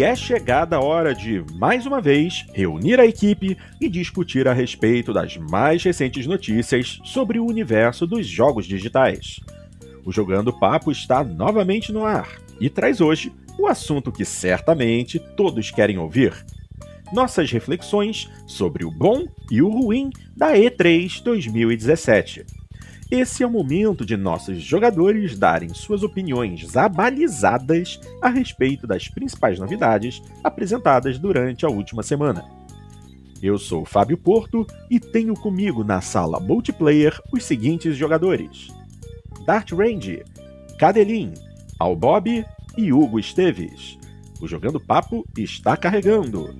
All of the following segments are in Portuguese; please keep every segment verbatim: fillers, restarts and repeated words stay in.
E é chegada a hora de, mais uma vez, reunir a equipe e discutir a respeito das mais recentes notícias sobre o universo dos jogos digitais. O Jogando Papo está novamente no ar e traz hoje o assunto que certamente todos querem ouvir: nossas reflexões sobre o bom e o ruim da E três dois mil e dezessete. Esse é o momento de nossos jogadores darem suas opiniões abalizadas a respeito das principais novidades apresentadas durante a última semana. Eu sou o Fábio Porto e tenho comigo na sala multiplayer os seguintes jogadores: Dart Range, Cadelin, Albob e Hugo Esteves. O Jogando Papo está carregando.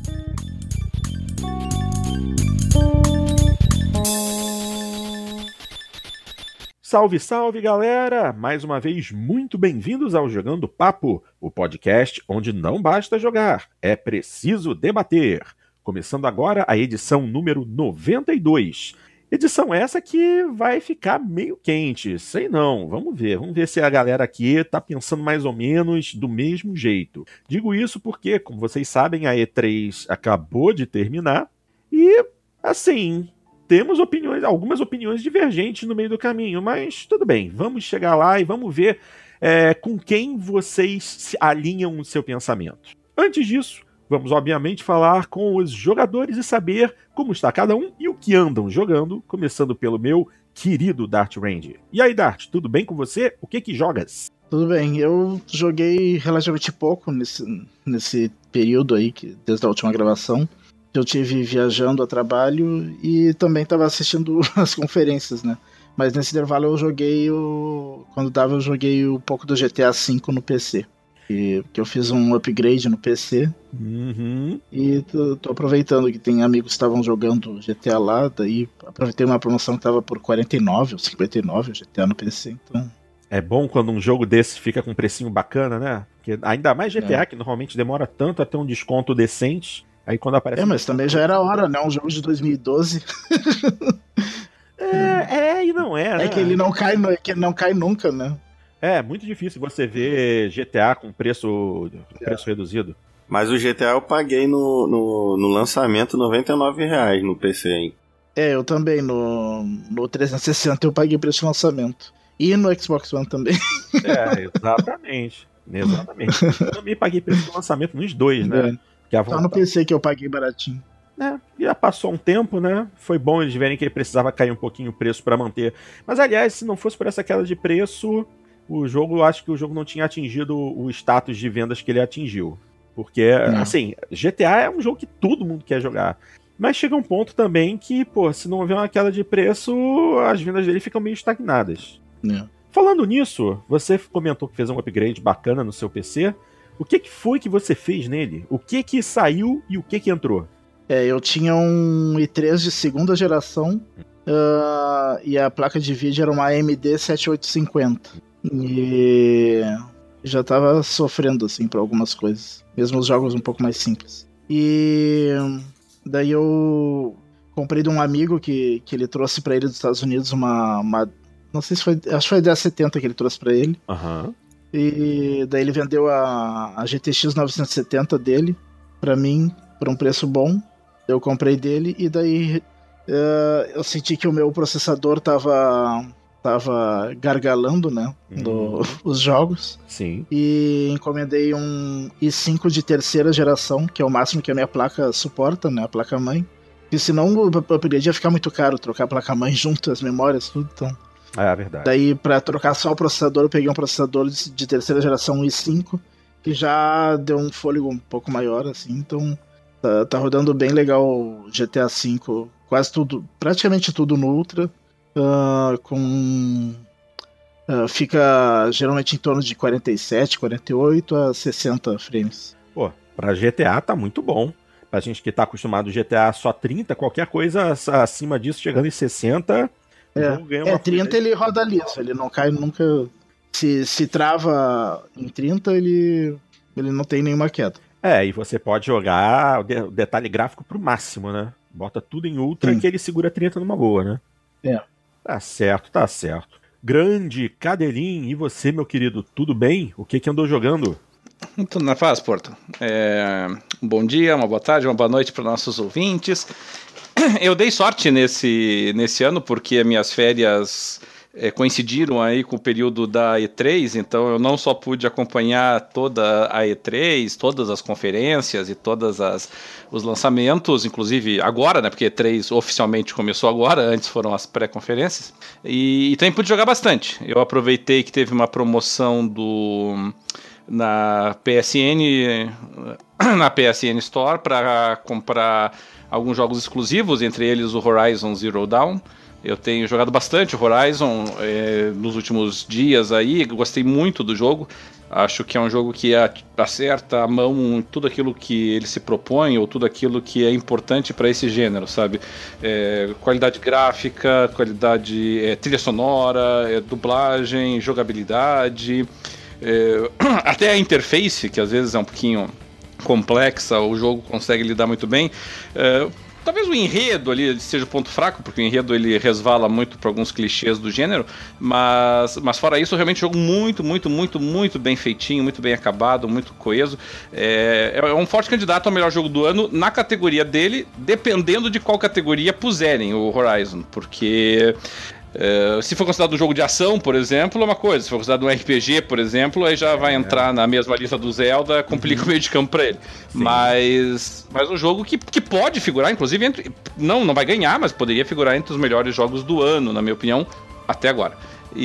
Salve, salve, galera! Mais uma vez, muito bem-vindos ao Jogando Papo, o podcast onde não basta jogar, é preciso debater. Começando agora a edição número noventa e dois. Edição essa que vai ficar meio quente, sei não, vamos ver. Vamos ver se a galera aqui tá pensando mais ou menos do mesmo jeito. Digo isso porque, como vocês sabem, a E três acabou de terminar e, assim... temos opiniões, algumas opiniões divergentes no meio do caminho, mas tudo bem, vamos chegar lá e vamos ver é, com quem vocês se alinham o seu pensamento. Antes disso, vamos obviamente falar com os jogadores e saber como está cada um e o que andam jogando, começando pelo meu querido Dart Range. E aí, Dart, tudo bem com você? O que que jogas? Tudo bem, eu joguei relativamente pouco nesse, nesse período aí, que, desde a última gravação. Eu tive viajando a trabalho e também estava assistindo as conferências, né? Mas nesse intervalo eu joguei o... Quando dava eu joguei um pouco do G T A cinco no P C. E, que eu fiz um upgrade no P C. Uhum. E tô, tô aproveitando que tem amigos que estavam jogando G T A lá. Daí aproveitei uma promoção que estava por quarenta e nove ou cinquenta e nove o G T A no P C, então... É bom quando um jogo desse fica com um precinho bacana, né? Porque ainda mais G T A, é. que normalmente demora tanto a ter um desconto decente. Aí quando aparece... É, mas também já era hora, né? Um jogo de dois mil e doze. é, é e não é, né? É que ele não cai, é que ele não cai nunca, né? É, muito difícil você ver G T A com preço, preço é. reduzido. Mas o G T A eu paguei no, no, no lançamento noventa e nove reais no P C, hein? É, eu também. No, no trezentos e sessenta eu paguei preço de lançamento. E no Xbox One também. É, exatamente. Exatamente. Eu também paguei preço de lançamento nos dois, né? É. Só no P C que eu paguei baratinho. É, já passou um tempo, né? Foi bom eles verem que ele precisava cair um pouquinho o preço para manter. Mas, aliás, se não fosse por essa queda de preço, o jogo, eu acho que o jogo não tinha atingido o status de vendas que ele atingiu. Porque, não. assim, G T A é um jogo que todo mundo quer jogar. Mas chega um ponto também que, pô, se não houver uma queda de preço, as vendas dele ficam meio estagnadas. Não. Falando nisso, você comentou que fez um upgrade bacana no seu P C. O que, que foi que você fez nele? O que que saiu e o que que entrou? É, eu tinha um i três de segunda geração uh, e a placa de vídeo era uma A M D setenta e oito cinquenta. E já tava sofrendo, assim, pra algumas coisas. Mesmo os jogos um pouco mais simples. E daí eu comprei de um amigo que, que ele trouxe pra ele dos Estados Unidos uma... uma não sei se foi... Acho que foi a D setenta que ele trouxe pra ele. Aham. Uhum. E daí ele vendeu a, a G T X novecentos e setenta dele pra mim, por um preço bom. Eu comprei dele e daí uh, eu senti que o meu processador tava, tava gargalando, né, uhum. do, os jogos. Sim. E encomendei um i cinco de terceira geração, que é o máximo que a minha placa suporta, né, a placa-mãe. Porque senão o upgrade ia ficar muito caro, trocar a placa-mãe junto, as memórias, tudo, então... É verdade. Daí, pra trocar só o processador, eu peguei um processador de, de terceira geração, um i cinco, que já deu um fôlego um pouco maior, assim, então tá, tá rodando bem legal o G T A cinco, quase tudo, praticamente tudo no Ultra, uh, com... Uh, fica geralmente em torno de quarenta e sete, quarenta e oito a sessenta frames. Pô, pra G T A tá muito bom. Pra gente que tá acostumado G T A só trinta, qualquer coisa acima disso, chegando em sessenta... É, é trinta ele roda liso, ele não cai nunca. Se, se trava em trinta, ele, ele não tem nenhuma queda. É, e você pode jogar o, de, o detalhe gráfico pro máximo, né? Bota tudo em ultra. Sim. Que ele segura trinta numa boa, né? É. Tá certo, tá certo. Grande Cadelin, e você, meu querido, tudo bem? O que que andou jogando? Tudo na paz, Porto. É, um bom dia, uma boa tarde, uma boa noite para nossos ouvintes. Eu dei sorte nesse, nesse ano porque as minhas férias é, coincidiram aí com o período da E três, então eu não só pude acompanhar toda a E três, todas as conferências e todos os lançamentos, inclusive agora, né, porque a E três oficialmente começou agora, antes foram as pré-conferências, e, e também pude jogar bastante. Eu aproveitei que teve uma promoção do... na P S N na P S N Store para comprar alguns jogos exclusivos, entre eles o Horizon Zero Dawn. Eu tenho jogado bastante o Horizon é, nos últimos dias aí, gostei muito do jogo. Acho que é um jogo que acerta a mão em tudo aquilo que ele se propõe, ou tudo aquilo que é importante para esse gênero, sabe? É, qualidade gráfica, qualidade é, trilha sonora, é, dublagem, jogabilidade... É, até a interface, que às vezes é um pouquinho complexa, o jogo consegue lidar muito bem. É, talvez o enredo ali seja o ponto fraco, porque o enredo ele resvala muito para alguns clichês do gênero, mas, mas fora isso, realmente é um jogo muito, muito, muito, muito bem feitinho, muito bem acabado, muito coeso. É, é um forte candidato ao melhor jogo do ano na categoria dele, dependendo de qual categoria puserem o Horizon, porque... Uh, se for considerado um jogo de ação, por exemplo, é uma coisa. Se for considerado um R P G, por exemplo, aí já vai é. entrar na mesma lista do Zelda, complica uhum. o meio de campo pra ele. Mas, mas um jogo que, que pode figurar, inclusive, entre, não, não vai ganhar, mas poderia figurar entre os melhores jogos do ano, na minha opinião, até agora.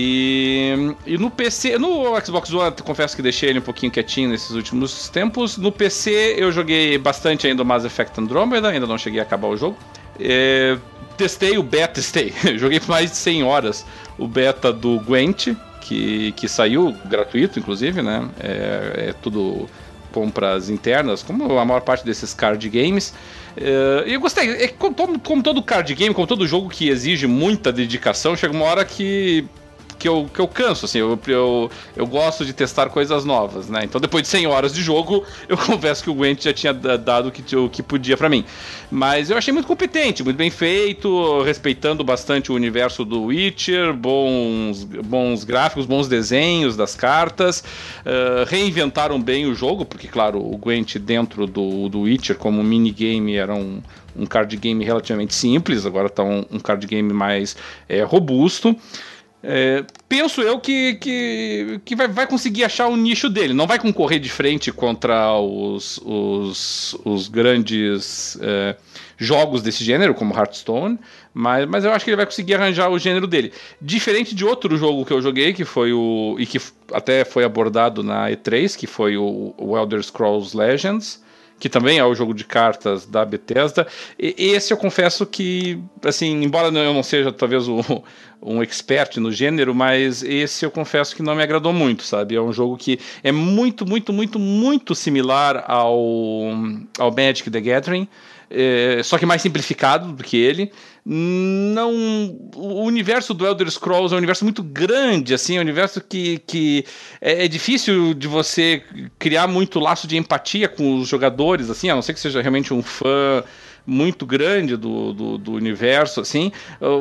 E, e no P C, no Xbox One, confesso que deixei ele um pouquinho quietinho nesses últimos tempos. No P C eu joguei bastante ainda o Mass Effect Andromeda, ainda não cheguei a acabar o jogo. É, testei o beta, testei, joguei por mais de cem horas o beta do Gwent, que, que saiu gratuito, inclusive, né? É, é tudo compras internas, como a maior parte desses card games. É, e eu gostei, é, como, como todo card game, como todo jogo que exige muita dedicação, chega uma hora que... Que eu, que eu canso, assim, eu, eu, eu gosto de testar coisas novas, né? Então, depois de cem horas de jogo, eu confesso que o Gwent já tinha dado o que, o que podia pra mim. Mas eu achei muito competente, muito bem feito, respeitando bastante o universo do Witcher, bons, bons gráficos, bons desenhos das cartas, uh, reinventaram bem o jogo, porque, claro, o Gwent dentro do, do Witcher, como minigame, era um, um card game relativamente simples, agora tá um, um card game mais é, robusto. É, penso eu que, que, que vai, vai conseguir achar o nicho dele. Não vai concorrer de frente contra os, os, os grandes é, jogos desse gênero, como Hearthstone, mas, mas eu acho que ele vai conseguir arranjar o gênero dele. Diferente de outro jogo que eu joguei, que foi o. E que até foi abordado na E três, que foi o, o Elder Scrolls Legends, que também é o jogo de cartas da Bethesda. E esse eu confesso que, assim, embora eu não seja talvez o, um expert no gênero, mas esse eu confesso que não me agradou muito, sabe? É um jogo que é muito, muito, muito, muito similar ao, ao Magic the Gathering, é, só que mais simplificado do que ele. Não, o universo do Elder Scrolls é um universo muito grande, assim, é um universo que, que é, é difícil de você criar muito laço de empatia com os jogadores, assim, a não ser que seja realmente um fã muito grande do, do, do universo, assim.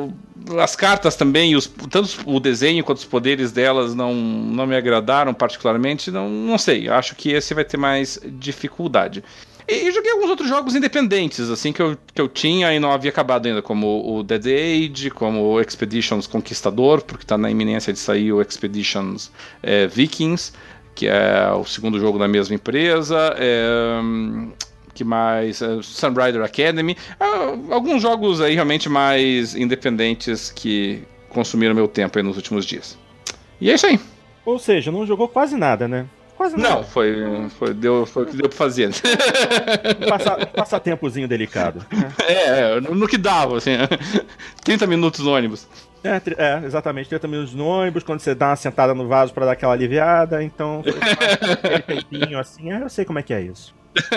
As cartas também, os, tanto o desenho quanto os poderes delas não, não me agradaram particularmente, não, não sei, acho que esse vai ter mais dificuldade. E joguei alguns outros jogos independentes, assim, que eu, que eu tinha e não havia acabado ainda, como o Dead Age, como o Expeditions Conquistador, porque está na iminência de sair o Expeditions é, Vikings, que é o segundo jogo da mesma empresa, é, que mais? É, Sun Rider Academy, é, alguns jogos aí realmente mais independentes que consumiram meu tempo aí nos últimos dias. E é isso aí. Ou seja, não jogou quase nada, né? Quase nada. Não, foi, foi, deu, foi o que deu pra fazer. Um passa, passatempozinho delicado. É, é, no que dava, assim. trinta minutos no ônibus. É, é, exatamente, trinta minutos no ônibus, quando você dá uma sentada no vaso pra dar aquela aliviada, então foi aquele tempinho assim, é, eu sei como é que é isso.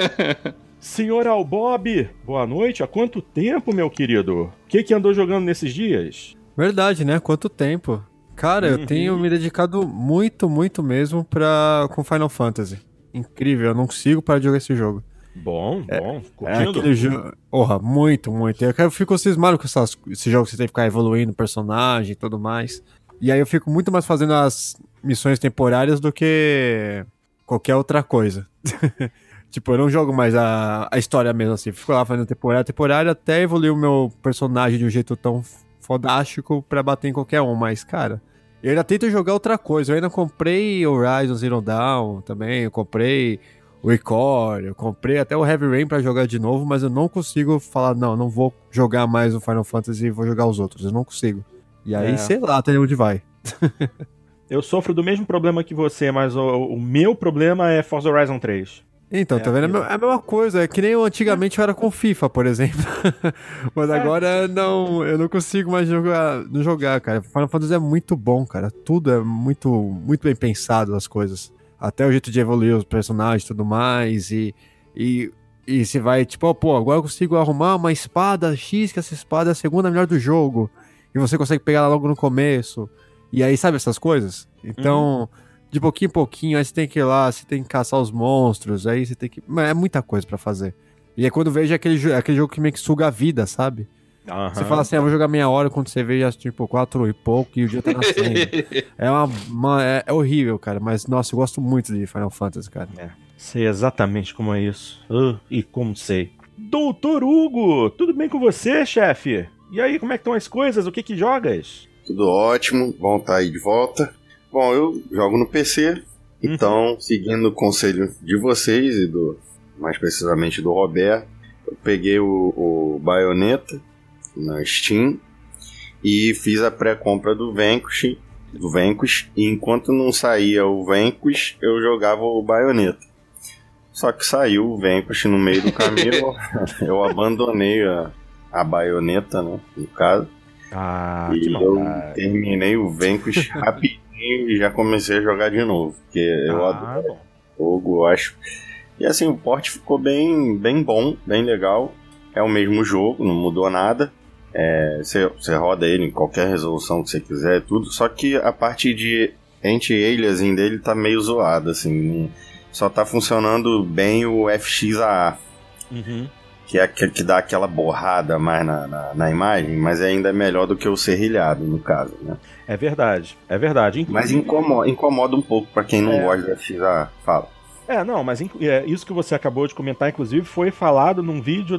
Senhor Albob, boa noite, há quanto tempo, meu querido? O que que andou jogando nesses dias? Verdade, né? Quanto tempo? Cara, uhum. eu tenho me dedicado muito, muito mesmo pra... com Final Fantasy. Incrível, eu não consigo parar de jogar esse jogo. Bom, é, bom. Curtindo? É aquele jogo... Porra, muito, muito. Eu fico cismado com essas... esse jogo que você tem que ficar evoluindo o personagem e tudo mais. E aí eu fico muito mais fazendo as missões temporárias do que qualquer outra coisa. Tipo, eu não jogo mais a, a história mesmo assim. Fico lá fazendo temporária, temporária até evoluir o meu personagem de um jeito tão fodástico pra bater em qualquer um. Mas, cara, eu ainda tento jogar outra coisa. Eu ainda comprei Horizon Zero Dawn também. Eu comprei o Record. Eu comprei até o Heavy Rain pra jogar de novo. Mas eu não consigo falar, não, não vou jogar mais o Final Fantasy e vou jogar os outros. Eu não consigo. E aí, É. sei lá até onde vai. Eu sofro do mesmo problema que você, mas o, o meu problema é Forza Horizon três. Então, É tá vendo? aquilo. É a mesma coisa. É que nem eu antigamente eu era com FIFA, por exemplo. Mas agora não, eu não consigo mais jogar, não jogar, cara. Final Fantasy é muito bom, cara. Tudo é muito, muito bem pensado, as coisas. Até o jeito de evoluir os personagens e tudo mais. E, e, e você vai, tipo, oh, pô, agora eu consigo arrumar uma espada X, que essa espada é a segunda melhor do jogo. E você consegue pegar ela logo no começo. E aí, sabe essas coisas? Então... Uhum. De pouquinho em pouquinho, aí você tem que ir lá, você tem que caçar os monstros, aí você tem que... É muita coisa pra fazer. E aí quando vejo é aquele, aquele jogo que meio que suga a vida, sabe? Uhum. Você fala assim, ah, vou jogar meia hora, quando você vê já tipo quatro e pouco e o dia tá nascendo. É uma... uma é, é horrível, cara, mas nossa, eu gosto muito de Final Fantasy, cara. É, sei exatamente como é isso. Uh, e como sei. Doutor Hugo, tudo bem com você, chefe? E aí, como é que estão as coisas? O que que jogas? Tudo ótimo, bom estar aí de volta. Bom, eu jogo no P C, então, uhum. seguindo o conselho de vocês e do, mais precisamente do Roberto, eu peguei o, o Bayonetta na Steam e fiz a pré-compra do Vanquish, do Vanquish, e enquanto não saía o Vanquish, eu jogava o Bayonetta. Só que saiu o Vanquish no meio do caminho, eu abandonei a, a Bayonetta, né, no caso, ah, e que eu terminei o Vanquish rapidinho. E já comecei a jogar de novo, porque eu ah, adoro o jogo, eu acho. E assim, o port ficou bem, bem bom, bem legal. É o mesmo jogo, não mudou nada. Você roda ele em qualquer resolução que você quiser, tudo. Só que a parte de anti-aliasing dele tá meio zoada, assim. Só tá funcionando bem o F X A A. Uhum. Que é aquele que dá aquela borrada mais na, na, na imagem, mas é ainda melhor do que o serrilhado, no caso, né? É verdade, é verdade. Inclusive... Mas incomoda, incomoda um pouco pra quem não é. gosta do F X A A. Fala. É, não, mas é, isso que você acabou de comentar, inclusive, foi falado num vídeo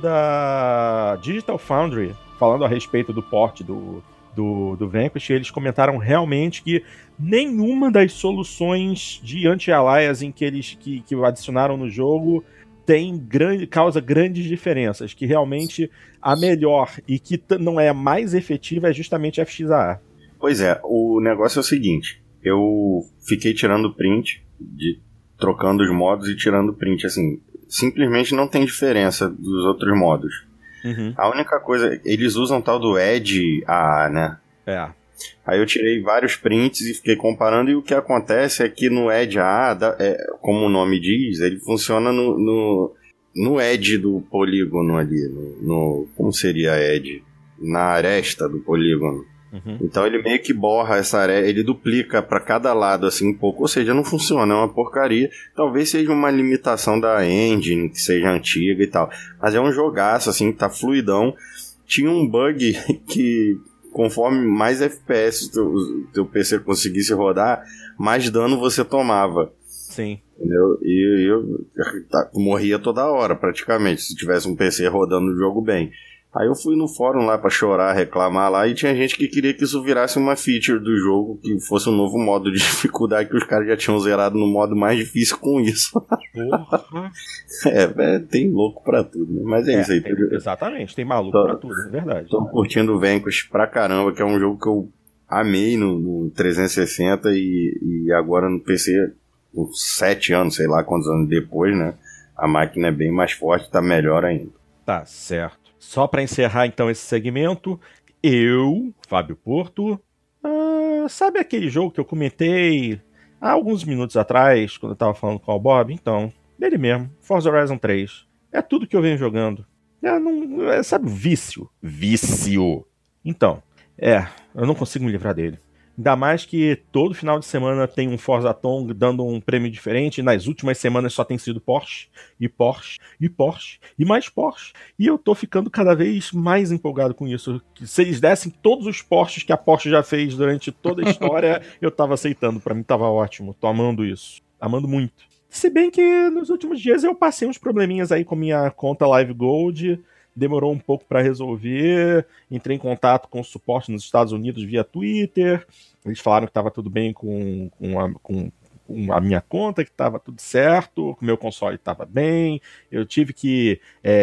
da Digital Foundry, falando a respeito do port do, do, do Vanquish, e eles comentaram realmente que nenhuma das soluções de anti-aliasing que eles que, que adicionaram no jogo tem grande, causa grandes diferenças, que realmente a melhor e que t- não é a mais efetiva é justamente a F X A A. Pois é, o negócio é o seguinte, eu fiquei tirando print, de, trocando os modos e tirando print, assim, simplesmente não tem diferença dos outros modos. Uhum. A única coisa, eles usam tal do Edge A A, né? É. Aí eu tirei vários prints e fiquei comparando, e o que acontece é que no Edge A A, é, como o nome diz, ele funciona no, no, no edge do polígono ali, no, no, como seria edge? Na aresta do polígono. Uhum. Então ele meio que borra essa aresta, ele duplica para cada lado assim um pouco, ou seja, não funciona, é uma porcaria. Talvez seja uma limitação da engine, que seja antiga e tal, mas é um jogaço assim, tá fluidão. Tinha um bug que... conforme mais F P S o teu, teu P C conseguisse rodar, mais dano você tomava. Sim. Entendeu? E eu, eu tá, morria toda hora, praticamente, se tivesse um P C rodando o jogo bem. Aí eu fui no fórum lá pra chorar, reclamar lá, e tinha gente que queria que isso virasse uma feature do jogo, que fosse um novo modo de dificuldade, que os caras já tinham zerado no modo mais difícil com isso. Porra. é, é, tem louco pra tudo, né? Mas é, é isso aí. Tem, exatamente, tem maluco tô, pra tudo, é verdade. Tô curtindo o Vanquish pra caramba, que é um jogo que eu amei no, no trezentos e sessenta e, e agora no P C, uns sete anos, sei lá quantos anos depois, né? A máquina é bem mais forte, tá melhor ainda. Tá certo. Só para encerrar então esse segmento, eu, Fábio Porto, ah, sabe aquele jogo que eu comentei há alguns minutos atrás, quando eu tava falando com o Bob? Então, dele mesmo, Forza Horizon três. É tudo que eu venho jogando. É, não, é, sabe o vício? Vício! Então, é, eu não consigo me livrar dele. Ainda mais que todo final de semana tem um Forzathon dando um prêmio diferente. Nas últimas semanas só tem sido Porsche, e Porsche, e Porsche, e mais Porsche. E eu tô ficando cada vez mais empolgado com isso. Se eles dessem todos os Porsches que a Porsche já fez durante toda a história, eu tava aceitando. Pra mim tava ótimo. Tô amando isso. Amando muito. Se bem que nos últimos dias eu passei uns probleminhas aí com minha conta Live Gold, demorou um pouco para resolver, entrei em contato com o suporte nos Estados Unidos via Twitter, eles falaram que estava tudo bem com, com, a, com, com a minha conta, que estava tudo certo, que o meu console estava bem, eu tive que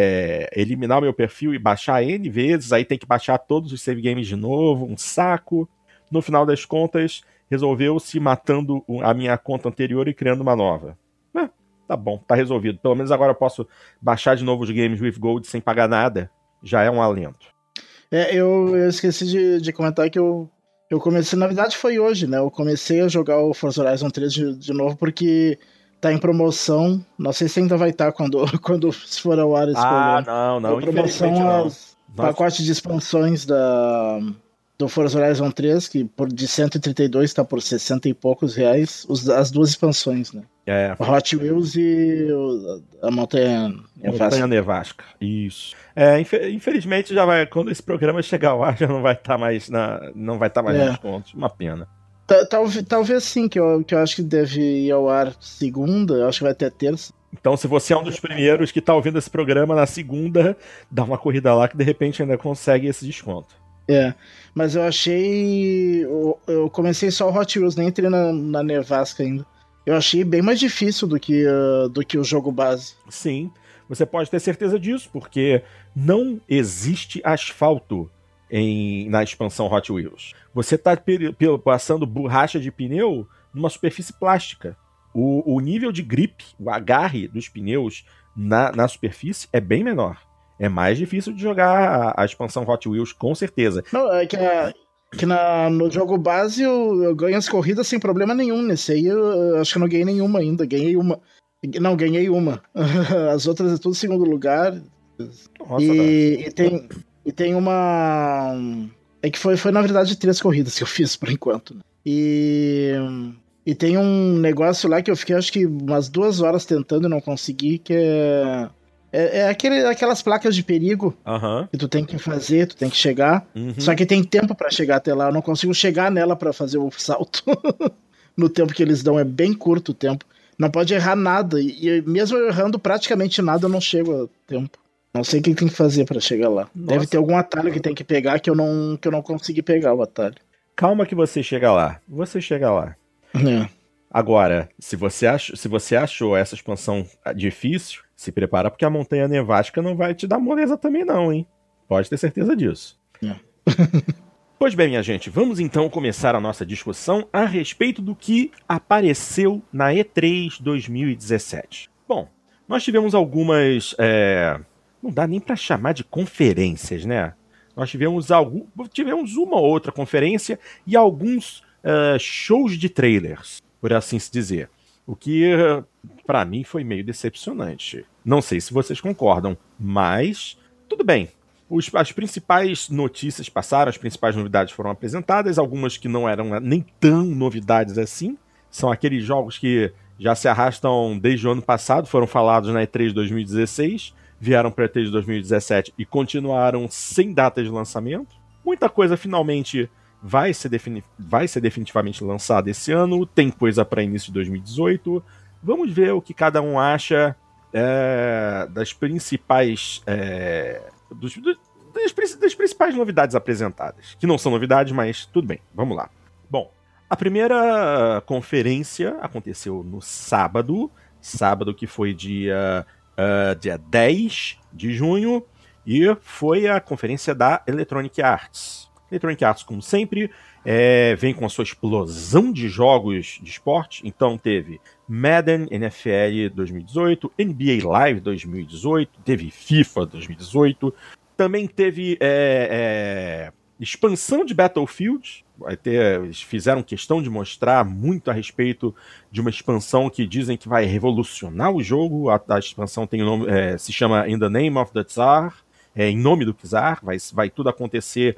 é, eliminar o meu perfil e baixar N vezes, aí tem que baixar todos os save games de novo, um saco. No final das contas, resolveu-se matando a minha conta anterior e criando uma nova. É, tá bom, tá resolvido. Pelo menos agora eu posso baixar de novo os games with Gold sem pagar nada. Já é um alento. É, eu, eu esqueci de, de comentar que eu, eu comecei, na verdade foi hoje, né? Eu comecei a jogar o Forza Horizon três de, de novo porque tá em promoção. Não sei se ainda vai estar quando, quando for ao ar esse ah, programa. não, não, a promoção não. As pacotes de expansões da... do Forza Horizon três, que por, de cento e trinta e dois está por sessenta e poucos reais, os, as duas expansões, né? É. O Hot Wheels e o, a Montanha Nevasca. Montanha Nevasca, isso. É, infelizmente, já vai, quando esse programa chegar ao ar, já não vai estar tá mais na, não vai estar tá mais é. nos pontos. Uma pena. Talvez, talvez sim, que eu, que eu acho que deve ir ao ar segunda, eu acho que vai até terça. Então, se você é um dos primeiros que está ouvindo esse programa na segunda, dá uma corrida lá que de repente ainda consegue esse desconto. É, mas eu achei. Eu, eu comecei só o Hot Wheels, nem entrei na, na Nevasca ainda. Eu achei bem mais difícil do que, uh, do que o jogo base. Sim, você pode ter certeza disso, porque não existe asfalto em, na expansão Hot Wheels. Você está passando borracha de pneu numa superfície plástica. O, o nível de grip, o agarre dos pneus na, na superfície é bem menor. É mais difícil de jogar a, a expansão Hot Wheels, com certeza. Não, é que, a, que na, no jogo base eu, eu ganho as corridas sem problema nenhum. Nesse aí eu, eu acho que eu não ganhei nenhuma ainda. Ganhei uma. Não, ganhei uma. As outras é tudo segundo lugar. Nossa, e, e, tem, e tem uma... É que foi, foi na verdade três corridas que eu fiz por enquanto. Né? E... E tem um negócio lá que eu fiquei acho que umas duas horas tentando e não consegui, que é... É, é aquele, aquelas placas de perigo uhum. que tu tem que fazer, tu tem que chegar. Uhum. Só que tem tempo pra chegar até lá. Eu não consigo chegar nela pra fazer o salto. No tempo que eles dão, é bem curto o tempo. Não pode errar nada. E mesmo errando praticamente nada, eu não chego a tempo. Não sei o que tem que fazer pra chegar lá. Nossa. Deve ter algum atalho que tem que pegar que eu não, que eu não consegui pegar o atalho. Calma que você chega lá. Você chega lá. É. Agora, se você, ach, se você achou essa expansão difícil, se prepara porque a Montanha Nevasca não vai te dar moleza também não, hein? Pode ter certeza disso. É. Pois bem, minha gente, vamos então começar a nossa discussão a respeito do que apareceu na E três dois mil e dezessete. Bom, nós tivemos algumas... É... Não dá nem para chamar de conferências, né? Nós tivemos, algum... tivemos uma ou outra conferência e alguns uh, shows de trailers, por assim se dizer. O que, para mim, foi meio decepcionante. Não sei se vocês concordam, mas tudo bem. Os, as principais notícias passaram, as principais novidades foram apresentadas, algumas que não eram nem tão novidades assim. São aqueles jogos que já se arrastam desde o ano passado, foram falados na E três dois mil e dezesseis, vieram para a E três dois mil e dezessete e continuaram sem data de lançamento. Muita coisa finalmente... Vai ser, defini- vai ser definitivamente lançado esse ano, tem coisa para início de dois mil e dezoito. Vamos ver o que cada um acha é, das principais é, dos, dos, das, das principais novidades apresentadas. Que não são novidades, mas tudo bem, vamos lá. Bom, a primeira conferência aconteceu no sábado, sábado que foi dia, uh, dia dez de junho, e foi a conferência da Electronic Arts. Electronic Arts, como sempre, é, vem com a sua explosão de jogos de esporte. Então teve Madden N F L dois mil e dezoito, N B A Live dois mil e dezoito, teve FIFA dois mil e dezoito, também teve é, é, expansão de Battlefield. Vai ter, eles fizeram questão de mostrar muito a respeito de uma expansão que dizem que vai revolucionar o jogo. A, a expansão tem o nome, é, se chama In the Name of the Tsar, é, em nome do Czar. Vai, vai tudo acontecer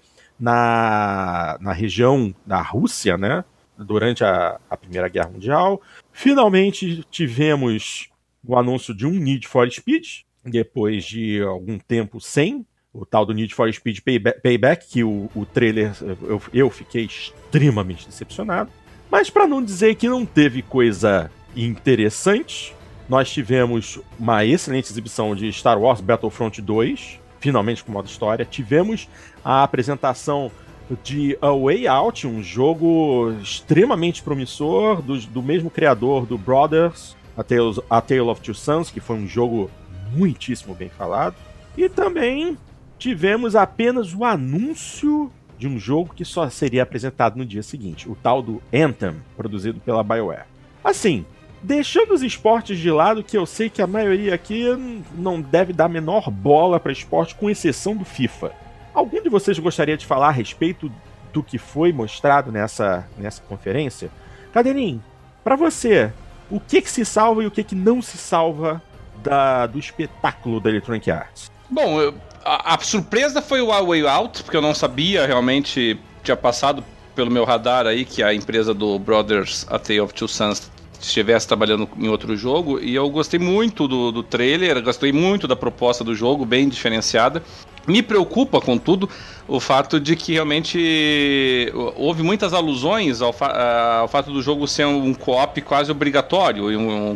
Na, na região da Rússia, né, durante a, a Primeira Guerra Mundial. Finalmente tivemos o anúncio de um Need for Speed, depois de algum tempo sem, o tal do Need for Speed Payback, que o, o trailer, eu, eu fiquei extremamente decepcionado. Mas para não dizer que não teve coisa interessante, nós tivemos uma excelente exibição de Star Wars Battlefront dois, finalmente com modo história. Tivemos a apresentação de A Way Out, um jogo extremamente promissor, do, do mesmo criador do Brothers, A, Tales, A Tale of Two Sons, que foi um jogo muitíssimo bem falado. E também tivemos apenas o anúncio de um jogo que só seria apresentado no dia seguinte, o tal do Anthem, produzido pela BioWare. Assim, deixando os esportes de lado, que eu sei que a maioria aqui não deve dar a menor bola para esporte, com exceção do FIFA. Algum de vocês gostaria de falar a respeito do que foi mostrado nessa, nessa conferência? Cadeirinho, para você, o que, que se salva e o que, que não se salva da, do espetáculo da Electronic Arts? Bom, eu, a, a surpresa foi o A Way Out, porque eu não sabia realmente, tinha passado pelo meu radar aí que a empresa do Brothers, A Tale of Two Sons, estivesse trabalhando em outro jogo, e eu gostei muito do, do trailer, gostei muito da proposta do jogo, bem diferenciada. Me preocupa, contudo, o fato de que realmente houve muitas alusões ao, fa- ao fato do jogo ser um co-op quase obrigatório, e, um,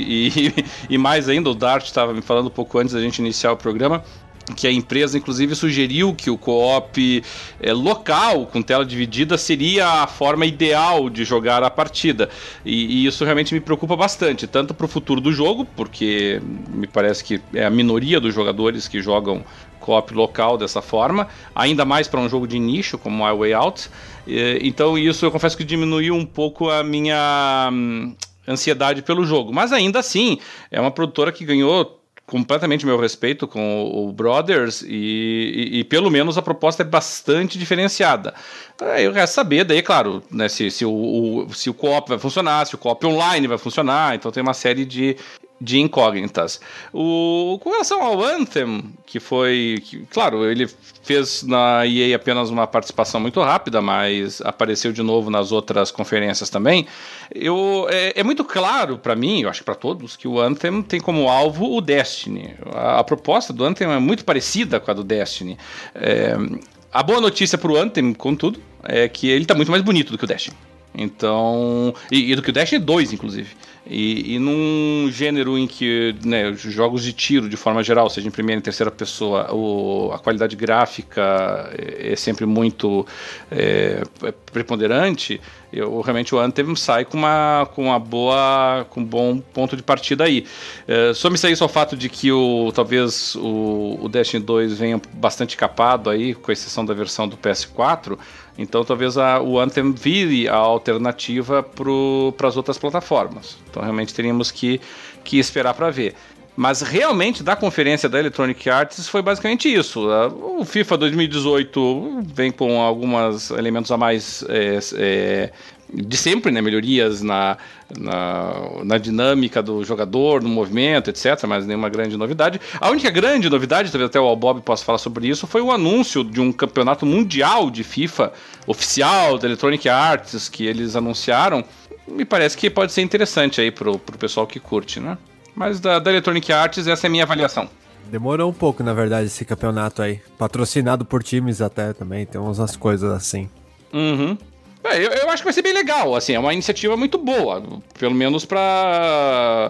e, e mais ainda, o Dart estava me falando um pouco antes da gente iniciar o programa, que a empresa inclusive sugeriu que o co-op é, local, com tela dividida, seria a forma ideal de jogar a partida, e, e isso realmente me preocupa bastante, tanto para o futuro do jogo, porque me parece que é a minoria dos jogadores que jogam co-op local dessa forma, ainda mais para um jogo de nicho como A Way Out. Então isso eu confesso que diminuiu um pouco a minha hum, ansiedade pelo jogo, mas ainda assim é uma produtora que ganhou completamente meu respeito com o Brothers, e, e, e pelo menos a proposta é bastante diferenciada. Eu quero saber, daí, claro, né, se, se, o, o, se o co-op vai funcionar, se o co-op online vai funcionar, então tem uma série de, de incógnitas. O, com relação ao Anthem, que foi, que, claro, ele fez na E A apenas uma participação muito rápida, mas apareceu de novo nas outras conferências também. Eu, é, é muito claro para mim, eu acho que para todos, que o Anthem tem como alvo o Destiny. A, a proposta do Anthem é muito parecida com a do Destiny. É, a boa notícia pro Anthem, contudo, é que ele tá muito mais bonito do que o Destiny. Então, e, e do que o Destiny dois, inclusive. E, e num gênero em que, né, os jogos de tiro, de forma geral, seja em primeira e terceira pessoa, o, a qualidade gráfica é, é sempre muito é, preponderante, eu, realmente o Anthem sai com uma, com uma boa, com um bom ponto de partida aí. É, some-se isso ao fato de que o, talvez o, o Destiny dois venha bastante capado aí, com exceção da versão do P S quatro, então talvez a, o Anthem vire a alternativa para as outras plataformas. Então realmente teríamos que, que esperar para ver. Mas realmente da conferência da Electronic Arts foi basicamente isso. O FIFA dois mil e dezoito vem com alguns elementos a mais é, é, de sempre, né? Melhorias na, na, na dinâmica do jogador, no movimento, etcétera. Mas nenhuma grande novidade. A única grande novidade, talvez até o Bob possa falar sobre isso, foi o anúncio de um campeonato mundial de FIFA oficial da Electronic Arts que eles anunciaram. Me parece que pode ser interessante aí pro, pro pessoal que curte, né? Mas da, da Electronic Arts, essa é a minha avaliação. Demorou um pouco, na verdade, esse campeonato aí. Patrocinado por times até também, tem umas coisas assim. Uhum. É, eu, eu acho que vai ser bem legal, assim, é uma iniciativa muito boa, pelo menos pra...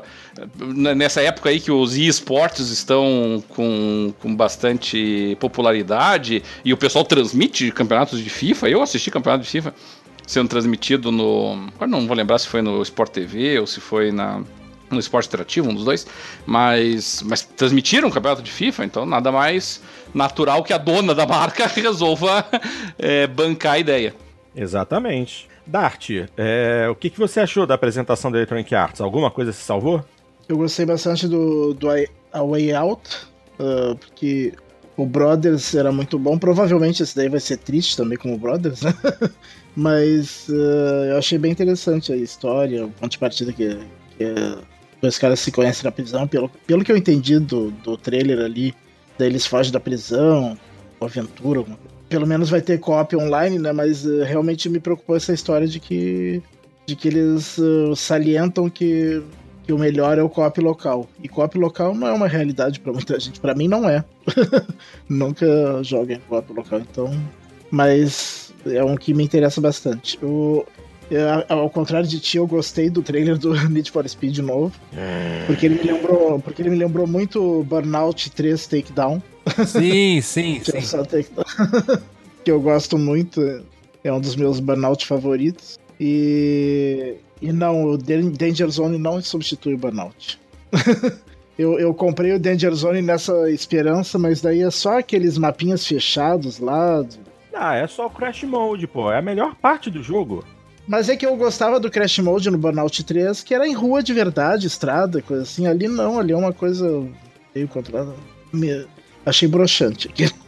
nessa época aí que os eSports estão com, com bastante popularidade e o pessoal transmite campeonatos de FIFA. Eu assisti campeonato de FIFA sendo transmitido no... Agora não vou lembrar se foi no Sport T V ou se foi na... no Esporte Interativo, um dos dois, mas, mas transmitiram o campeonato de FIFA, então nada mais natural que a dona da marca resolva é, bancar a ideia. Exatamente. Dart, é, o que, que você achou da apresentação da Electronic Arts? Alguma coisa se salvou? Eu gostei bastante do, do A Way Out, uh, porque o Brothers era muito bom. Provavelmente esse daí vai ser triste também, como o Brothers, né? Mas uh, eu achei bem interessante a história, o ponto de partida que, que é... Os caras se conhecem na prisão, pelo, pelo que eu entendi do, do trailer ali, daí eles fogem da prisão, aventura, pelo menos vai ter co-op online, né, mas uh, realmente me preocupou essa história de que, de que eles uh, salientam que, que o melhor é o co-op local, e co-op local não é uma realidade pra muita gente, pra mim não é, nunca joguei co-op local, então, mas é um que me interessa bastante. O... Eu, ao contrário de ti, eu gostei do trailer do Need for Speed novo. Porque ele me lembrou, porque ele me lembrou muito Burnout três Takedown. Sim, sim, Que, é sim. só Takedown. Que eu gosto muito. É um dos meus Burnout favoritos. E, e não, o Danger Zone não substitui o Burnout. eu, eu comprei o Danger Zone nessa esperança, mas daí é só aqueles mapinhas fechados lá. Ah, é só o Crash Mode, pô. É a melhor parte do jogo. Mas é que eu gostava do Crash Mode no Burnout três, que era em rua de verdade, estrada, coisa assim. Ali não, ali é uma coisa meio controlada. Me... Achei broxante.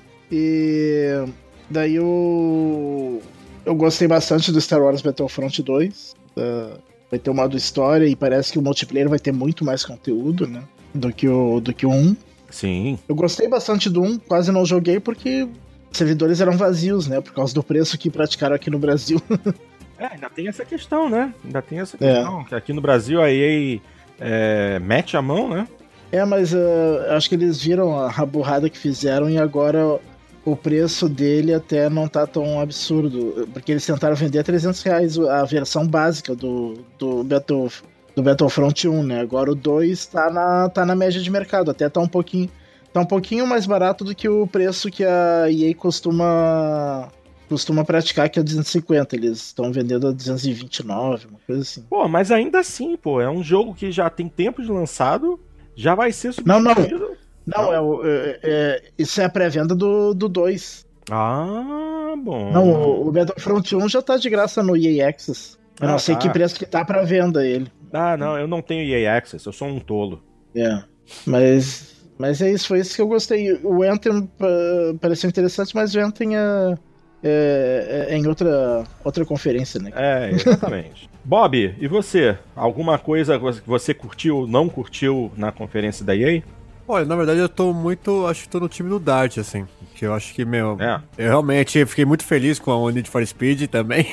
E daí eu... eu gostei bastante do Star Wars Battlefront dois. Uh, vai ter um modo história e parece que o multiplayer vai ter muito mais conteúdo, né? Do que o, do que o um. Sim. Eu gostei bastante do um, quase não joguei porque os servidores eram vazios, né? Por causa do preço que praticaram aqui no Brasil. É, ainda tem essa questão, né? Ainda tem essa questão. É. Que aqui no Brasil a E A é, mete a mão, né? É, mas uh, acho que eles viram a, a burrada que fizeram e agora o preço dele até não tá tão absurdo. Porque eles tentaram vender a trezentos reais a versão básica do, do, Battle, do Battlefront um, né? Agora o dois tá na, tá na média de mercado. Até tá um pouquinho, tá um pouquinho mais barato do que o preço que a E A costuma... costuma praticar, que é duzentos e cinquenta, eles estão vendendo a duzentos e vinte e nove, uma coisa assim. Pô, mas ainda assim, pô, é um jogo que já tem tempo de lançado, já vai ser substituído. Não, não. Não, não. É, o, é, é, isso é a pré-venda do dois. Ah, bom. Não, o, o Battlefront um já tá de graça no E A Access. Eu ah, não sei tá. que preço que tá pra venda ele. Ah, não, eu não tenho E A Access, eu sou um tolo. É, mas... Mas é isso, foi isso que eu gostei. O Anthem uh, pareceu interessante, mas o Anthem é... É, é em outra, outra conferência, né? É, exatamente. Bob, e você? Alguma coisa que você curtiu, não curtiu na conferência da E A? Olha, na verdade eu tô muito, acho que tô no time do Dart, assim, que eu acho que, meu, é. eu realmente fiquei muito feliz com a Need for Speed também.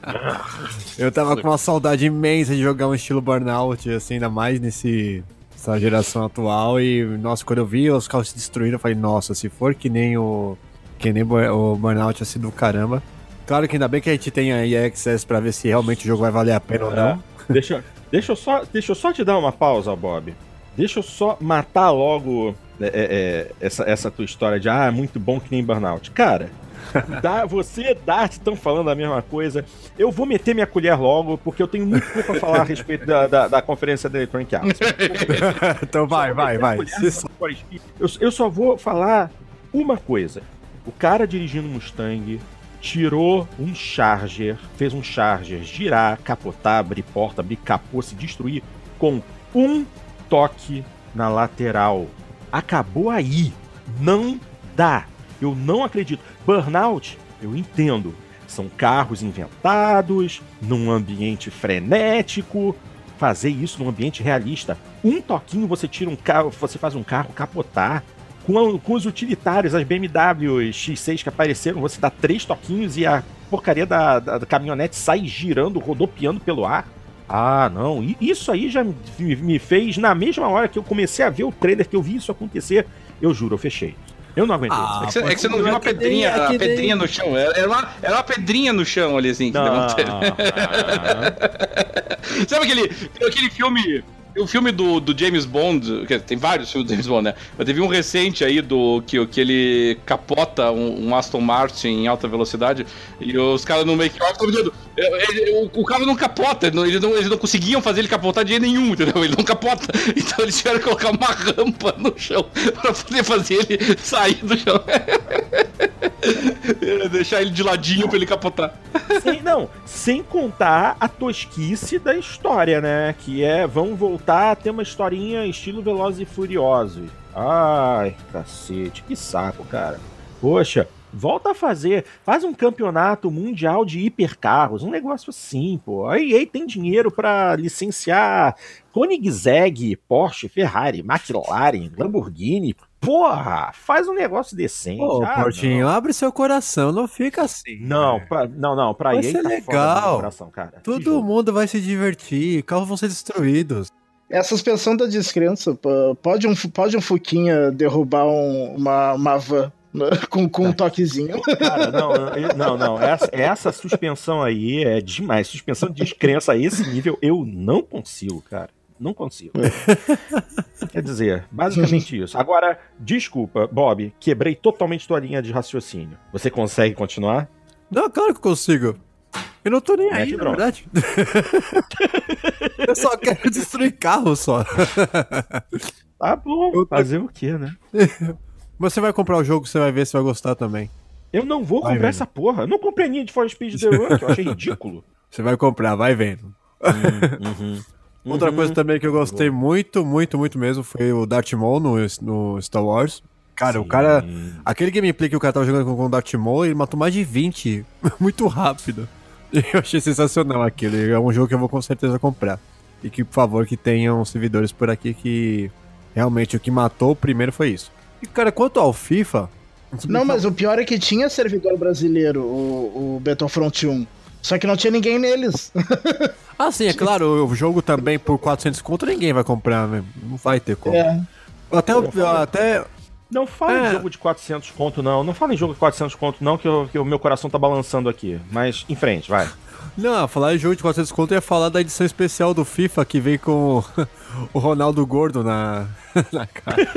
Eu tava com uma saudade imensa de jogar um estilo Burnout, assim, ainda mais nesse, nessa geração atual, e, nossa, quando eu vi os carros se destruindo, eu falei, nossa, se for que nem o... Que nem o Burnout assim do caramba. Claro que ainda bem que a gente tem a E A Access pra ver se realmente o jogo vai valer a pena é. ou não. Deixa, deixa, eu só, deixa eu só te dar uma pausa, Bob. Deixa eu só matar logo é, é, essa, essa tua história de ah, é muito bom que nem Burnout. Cara, dá, você e Dart estão falando a mesma coisa. Eu vou meter minha colher logo, porque eu tenho muito pouco a falar a respeito da, da, da conferência da Electronic Arts. Então vai, vai, vai. Eu, eu só vou falar uma coisa. O cara dirigindo um Mustang tirou um Charger, fez um Charger girar, capotar, abrir porta, abrir capô, se destruir com um toque na lateral. Acabou aí. Não dá. Eu não acredito. Burnout, eu entendo. São carros inventados, num ambiente frenético. Fazer isso num ambiente realista. Um toquinho você tira um carro, você faz um carro capotar. Com, a, com os utilitários, as B M W X seis que apareceram, você dá três toquinhos e a porcaria da, da, da caminhonete sai girando, rodopiando pelo ar. Ah, não. E isso aí já me, me fez, na mesma hora que eu comecei a ver o trailer, que eu vi isso acontecer, eu juro, eu fechei. Eu não aguentei. Ah, é, que você, é que você não viu uma pedrinha, a pedrinha no chão. Era uma, era uma pedrinha no chão ali, assim. Que não, não. Sabe aquele, aquele filme... O filme do, do James Bond, tem vários filmes do James Bond, né? Mas teve um recente aí do que, que ele capota um, um Aston Martin em alta velocidade e os caras no make-off estão dizendo, o, o carro não capota, eles não, eles não conseguiam fazer ele capotar de jeito nenhum, entendeu? Ele não capota, então eles tiveram que colocar uma rampa no chão pra poder fazer ele sair do chão. Deixar ele de ladinho pra ele capotar. Sem, não, sem contar a tosquice da história, né? Que é, vão voltar a ter uma historinha estilo Velozes e Furiosos. Ai, cacete, que saco, cara. Poxa, volta a fazer, faz um campeonato mundial de hipercarros, um negócio assim, pô. A E A tem dinheiro pra licenciar Koenigsegg, Porsche, Ferrari, McLaren, Lamborghini. Porra, faz um negócio decente. Ô, ah, Portinho, não. Abre seu coração, não fica assim. Não, pra, não, não, pra vai E A ser tá legal. fora do coração, cara. Todo mundo vai se divertir, carros vão ser destruídos. É a suspensão da descrença. Pode um, pode um Fuquinha derrubar um, uma, uma van Com, com um toquezinho. Cara, não, não, não. Essa, essa suspensão aí é demais. Suspensão de descrença a esse nível eu não consigo, cara. Não consigo. Quer dizer, basicamente isso. Agora, desculpa, Bob, quebrei totalmente tua linha de raciocínio. Você consegue continuar? Não, claro que eu consigo. Eu não tô nem aí, Mete na bronca. verdade. Eu só quero destruir carro só. Tá bom, Eu tô- fazer o quê, né? Você vai comprar o jogo, você vai ver se vai gostar também. Eu não vou Vai comprar vendo. essa porra. Eu não comprei Need for Speed The Run, que eu achei ridículo. Você vai comprar, vai vendo. Uhum. Outra Uhum. coisa também que eu gostei muito, muito, muito mesmo foi o Darth Maul no, no Star Wars. Cara, o Sim. cara... Aquele gameplay que o cara tava jogando com, com o Darth Maul, ele matou mais de vinte. Muito rápido. E eu achei sensacional aquilo. É um jogo que eu vou com certeza comprar. E que, por favor, que tenham servidores por aqui que... Realmente, o que matou o primeiro foi isso. E, cara, quanto ao FIFA... Não, mas o pior é que tinha servidor brasileiro, o, o Battlefront um. Só que não tinha ninguém neles. Ah, sim, é claro, o jogo também por quatrocentos conto ninguém vai comprar, né? Não vai ter como. É. Até, o- até Não fala É. em jogo de quatrocentos conto, não. Não fala em jogo de quatrocentos conto, não, que, eu- que o meu coração tá balançando aqui. Mas, em frente, vai. Não, falar em jogo de quatrocentos conto, eu ia falar da edição especial do FIFA que vem com o Ronaldo Gordo na, na cara.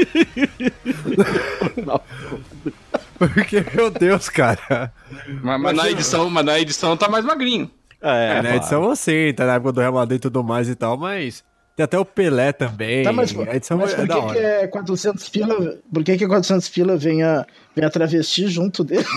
Porque, meu Deus, cara. Mas, mas na edição, mas na edição tá mais magrinho. É, É, na edição assim, tá na época do Real Madrid e tudo mais e tal, mas tem até o Pelé também. Tá, mas, a edição mas é por da que, hora. que é quatrocentos pila? Por que, que quatrocentos pila vem a, vem a travesti junto dele?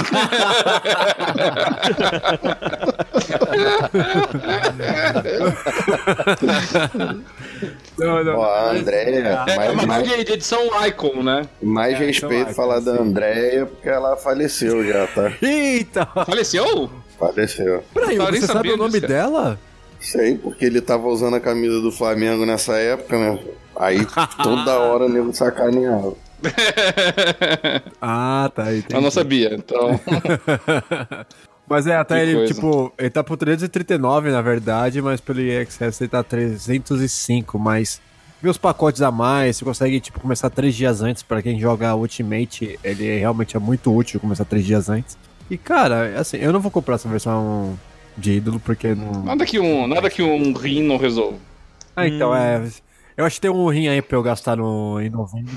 Não, não. Ó, a Andréia, É mais, uma mais, de, de edição Icon, né? mais É, respeito então, falar Icon, da Andréia, porque ela faleceu já, tá? Eita! Faleceu? Faleceu. Peraí, Eu nem você sabe sabia o nome disso, cara. dela? Sei, porque ele tava usando a camisa do Flamengo nessa época, né? Aí toda hora o nego sacaneava. Ah, tá, entendi. Eu não sabia, então. Mas é, até Que ele, coisa. tipo, ele tá por trezentos e trinta e nove, na verdade, mas pelo E X S ele tá trezentos e cinco, mas vê os pacotes a mais, você consegue, tipo, começar três dias antes, pra quem joga Ultimate, ele realmente é muito útil começar três dias antes. E, cara, assim, eu não vou comprar essa versão de ídolo, porque não... Nada que um, nada que um rim não resolva. Ah, então, é... Eu acho que tem um rim aí pra eu gastar no, em novembro.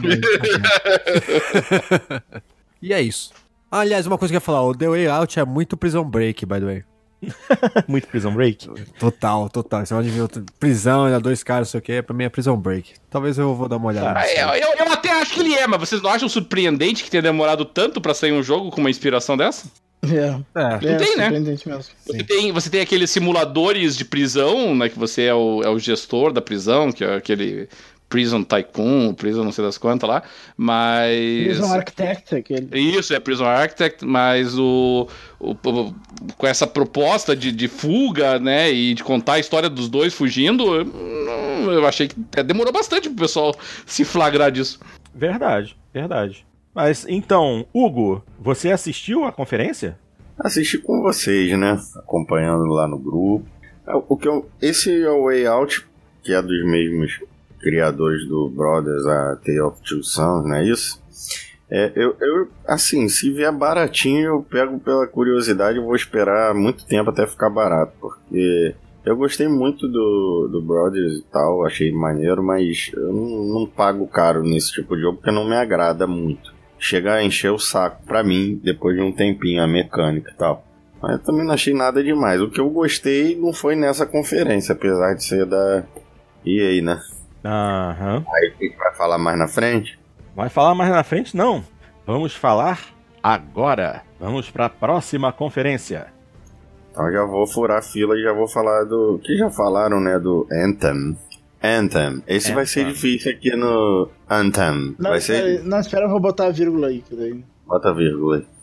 mas- E é isso. Ah, aliás, uma coisa que eu ia falar, o The Way Out é muito Prison Break, by the way. Muito Prison Break. Total, total. Você pode ver outro- prisão, ainda dois caras, não sei o que, pra mim é Prison Break. Talvez eu vou dar uma olhada. Ah, eu, eu, eu até acho que ele é, mas vocês não acham surpreendente que tenha demorado tanto pra sair um jogo com uma inspiração dessa? É, É. é tem, né? surpreendente mesmo. Você tem, você tem aqueles simuladores de prisão, né? Que você é o, é o gestor da prisão, que é aquele Prison Tycoon, Prison não sei das quantas lá, mas... Prison Architect, aquele. Isso, é Prison Architect, mas o, o- o- com essa proposta de, de fuga, né, e de contar a história dos dois fugindo, eu, não- eu achei que até demorou bastante pro pessoal se flagrar disso. Verdade, verdade. Mas, então, Hugo, você assistiu a conferência? Assisti com vocês, né? Acompanhando lá no grupo. O que eu, esse é o Way Out, que é dos mesmos criadores do Brothers, a Tale of Two Sons, não é isso? É, eu, eu, assim, se vier baratinho, eu pego pela curiosidade, eu vou esperar muito tempo até ficar barato, porque eu gostei muito do, do Brothers e tal, achei maneiro, mas eu não, não pago caro nesse tipo de jogo, porque não me agrada muito. Chega a encher o saco pra mim, depois de um tempinho, a mecânica e tal. Mas eu também não achei nada demais. O que eu gostei não foi nessa conferência, apesar de ser da E A, né? Aham. Aí a gente vai falar mais na frente. Vai falar mais na frente? Não. Vamos falar agora. Vamos para a próxima conferência. Então já vou furar a fila e já vou falar do... que já falaram, né? Do Anthem. Anthem. Esse Anthem. vai ser difícil aqui no Anthem. Não, vai ser... espera, não, espera, eu vou botar a vírgula aí. Que daí... Bota vírgula aí.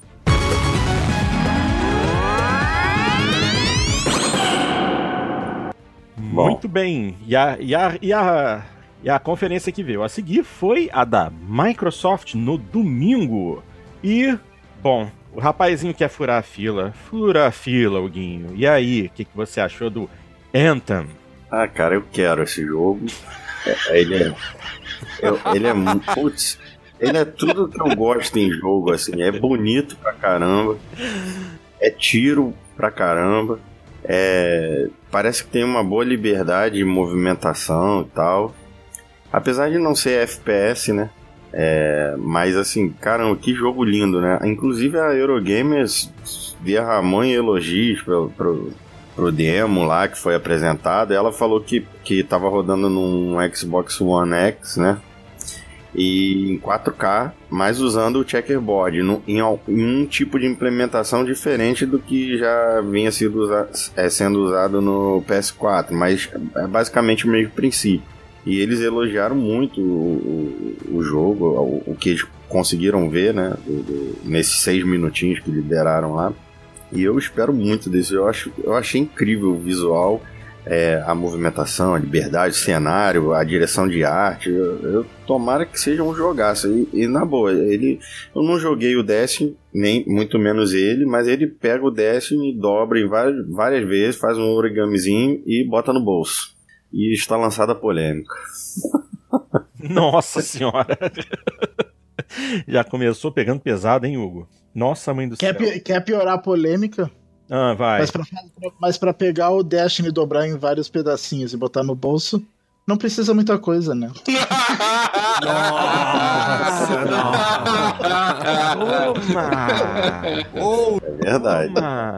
Bom. Muito bem. E a, e, a, e, a, e a conferência que veio a seguir foi a da Microsoft no domingo. E, bom, o rapazinho quer furar a fila. Fura a fila, Huguinho. E aí, o que, que você achou do Anthem? Ah, cara, eu quero esse jogo. É, ele é... eu- ele é... mu- Putz... Ele é tudo que eu gosto em jogo, assim. É bonito pra caramba. É tiro pra caramba. É... Parece que tem uma boa liberdade de movimentação e tal. Apesar de não ser F P S, né? É... Mas assim, caramba, que jogo lindo, né? Inclusive a Eurogamers derramou em elogios pro, pro, pro demo lá que foi apresentado. Ela falou que, que tava rodando num Xbox One X, né? E em quatro K, mas usando o checkerboard no, em, em um tipo de implementação diferente do que já vinha sido usa, é, sendo usado no P S quatro, mas é basicamente o mesmo princípio. E eles elogiaram muito o, o, o jogo, o, o que eles conseguiram ver, né, do, do, nesses seis minutinhos que liberaram lá. E eu espero muito desse. Eu, acho, eu achei incrível o visual. É, a movimentação, a liberdade, o cenário, a direção de arte. Eu, eu tomara que seja um jogaço. E, e na boa, ele, eu não joguei o Destiny, nem muito menos ele, mas ele pega o Destiny, dobra em várias, várias vezes, faz um origamizinho e bota no bolso. E está lançada a polêmica. Nossa senhora! Já começou pegando pesado, hein, Hugo? Nossa, mãe do quer céu. Pi- quer piorar a polêmica? Ah, vai. Mas pra, mas pra pegar o Destiny e dobrar em vários pedacinhos e botar no bolso, não precisa muita coisa, né? Nossa, Toma! É verdade. Toma!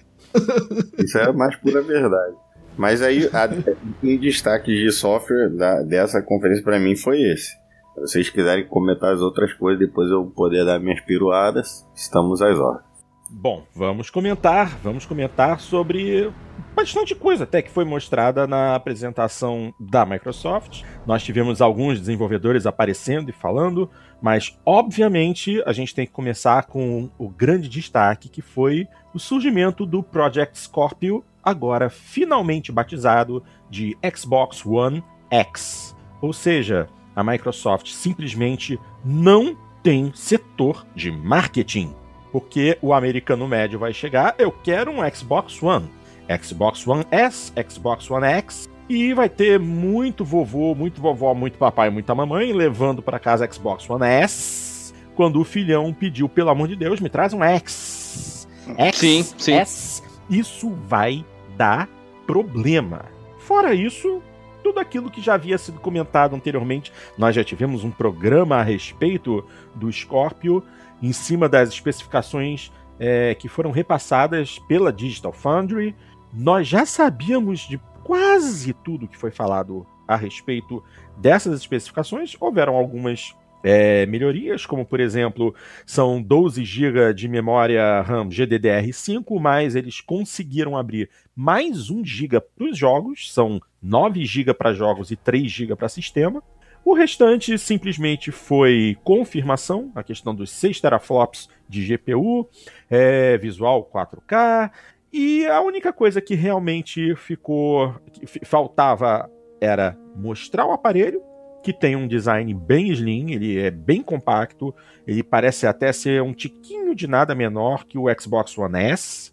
Isso é a mais pura verdade. Mas aí, a, em destaque de software da, dessa conferência pra mim foi esse. Se vocês quiserem comentar as outras coisas, depois eu poder dar minhas piruadas, estamos às ordens. Bom, vamos comentar, vamos comentar sobre bastante coisa até que foi mostrada na apresentação da Microsoft. Nós tivemos alguns desenvolvedores aparecendo e falando, mas obviamente a gente tem que começar com o grande destaque que foi o surgimento do Project Scorpio, agora finalmente batizado de Xbox One X. Ou seja, a Microsoft simplesmente não tem setor de marketing. Porque o americano médio vai chegar, eu quero um Xbox One. Xbox One S, Xbox One X, e vai ter muito vovô, muito vovó, muito papai, muita mamãe levando para casa Xbox One S, quando o filhão pediu, pelo amor de Deus, me traz um X. X, sim, sim. S. Isso vai dar problema. Fora isso, tudo aquilo que já havia sido comentado anteriormente, nós já tivemos um programa a respeito do Scorpio, em cima das especificações é, que foram repassadas pela Digital Foundry. Nós já sabíamos de quase tudo que foi falado a respeito dessas especificações. Houveram algumas é, melhorias, como por exemplo, são doze gigas de memória RAM G D D R cinco, mas eles conseguiram abrir mais um giga para os jogos, são nove gigas para jogos e três gigas para sistema. O restante simplesmente foi confirmação, a questão dos seis teraflops de G P U, é, visual quatro K, e a única coisa que realmente ficou, que faltava era mostrar o aparelho, que tem um design bem slim, ele é bem compacto, ele parece até ser um tiquinho de nada menor que o Xbox One S,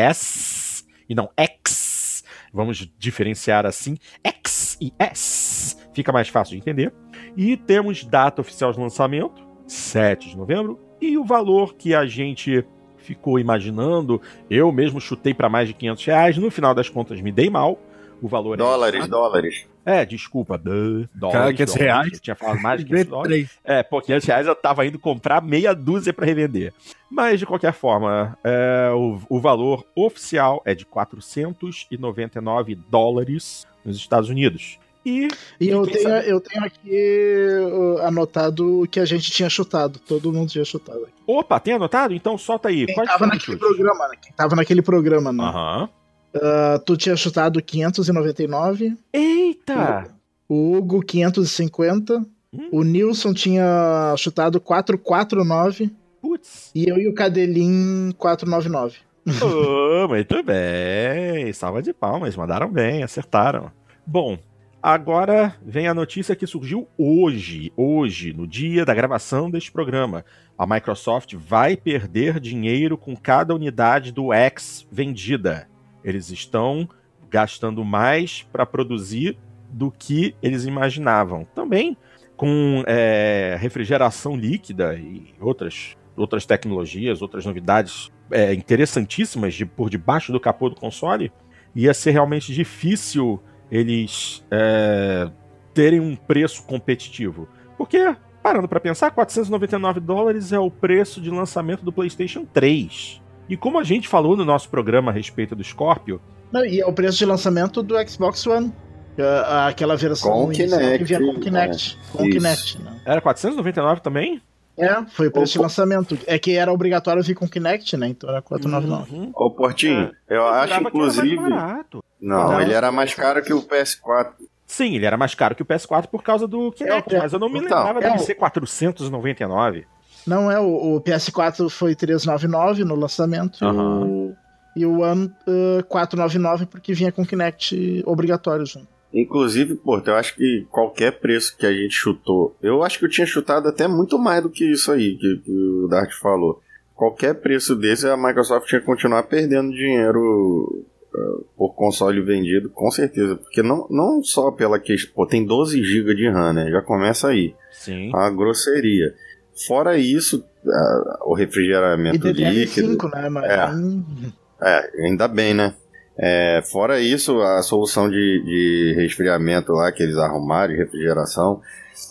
S, e não X, vamos diferenciar assim, X e S, fica mais fácil de entender. E temos data oficial de lançamento, sete de novembro, e o valor que a gente ficou imaginando, eu mesmo chutei para mais de quinhentos reais, no final das contas me dei mal, o valor Dólares, é... dólares. É, desculpa, duh, dólares, Cara, quinhentos dólares, reais? eu tinha falado mais de quinhentos dólares. É, pô, quinhentos reais eu tava indo comprar meia dúzia para revender. Mas, de qualquer forma, é, o, o valor oficial é de quatrocentos e noventa e nove dólares nos Estados Unidos. E, E eu quem tenho, sabe- eu tenho aqui uh, anotado o que a gente tinha chutado. Todo mundo tinha chutado. Opa, tem anotado? Então solta aí. Quem Quais tava foram os naquele chutes? programa, né? Quem tava naquele programa, né? Aham. Uh, tu tinha chutado quinhentos e noventa e nove, Eita! o Hugo quinhentos e cinquenta, Hum. o Nilson tinha chutado quatrocentos e quarenta e nove Putz. e eu e o Cadelin quatrocentos e noventa e nove. Oh, muito bem. Salva de palmas. Mandaram bem, acertaram. Bom, agora vem a notícia que surgiu hoje. Hoje, no dia da gravação deste programa. A Microsoft vai perder dinheiro com cada unidade do X vendida. Eles estão gastando mais para produzir do que eles imaginavam. Também com é, refrigeração líquida e outras, outras tecnologias, outras novidades é, interessantíssimas de, por debaixo do capô do console, ia ser realmente difícil eles é, terem um preço competitivo. Porque, parando para pensar, quatrocentos e noventa e nove dólares é o preço de lançamento do PlayStation três. E como a gente falou no nosso programa a respeito do Scorpio... Não, e é o preço de lançamento do Xbox One. Aquela versão com Kinect, que vinha com Kinect. É, com Kinect, né? Era quatrocentos e noventa e nove também? É, foi o preço Ô, de lançamento. É que era obrigatório vir com Kinect, né? Então era quatrocentos e noventa e nove. Uhum. Ô, Portinho, eu, Eu acho, jurava que era mais inclusive... barato. Não, Não. ele era mais caro que o P S quatro. Sim, ele era mais caro que o P S quatro por causa do Kinect, É, mas eu não me então, lembrava é de o- ser quatrocentos e noventa e nove. Não é, o, o P S quatro foi trezentos e noventa e nove no lançamento Aham. e o, e o One uh, quatrocentos e noventa e nove porque vinha com Kinect obrigatório junto. Inclusive, pô, eu acho que qualquer preço que a gente chutou... Eu acho que eu tinha chutado até muito mais do que isso aí, que, que o Dart falou. Qualquer preço desse, a Microsoft ia continuar perdendo dinheiro uh, por console vendido, com certeza. Porque não, não só pela questão... Pô, tem doze gigas de RAM, né? Já começa aí. Sim. A grosseria. Fora isso, uh, o refrigeramento E D D R líquido... cinco, né? Mas, É. hum, É, ainda bem, né? É, fora isso, a solução de, de resfriamento lá que eles arrumaram, de refrigeração,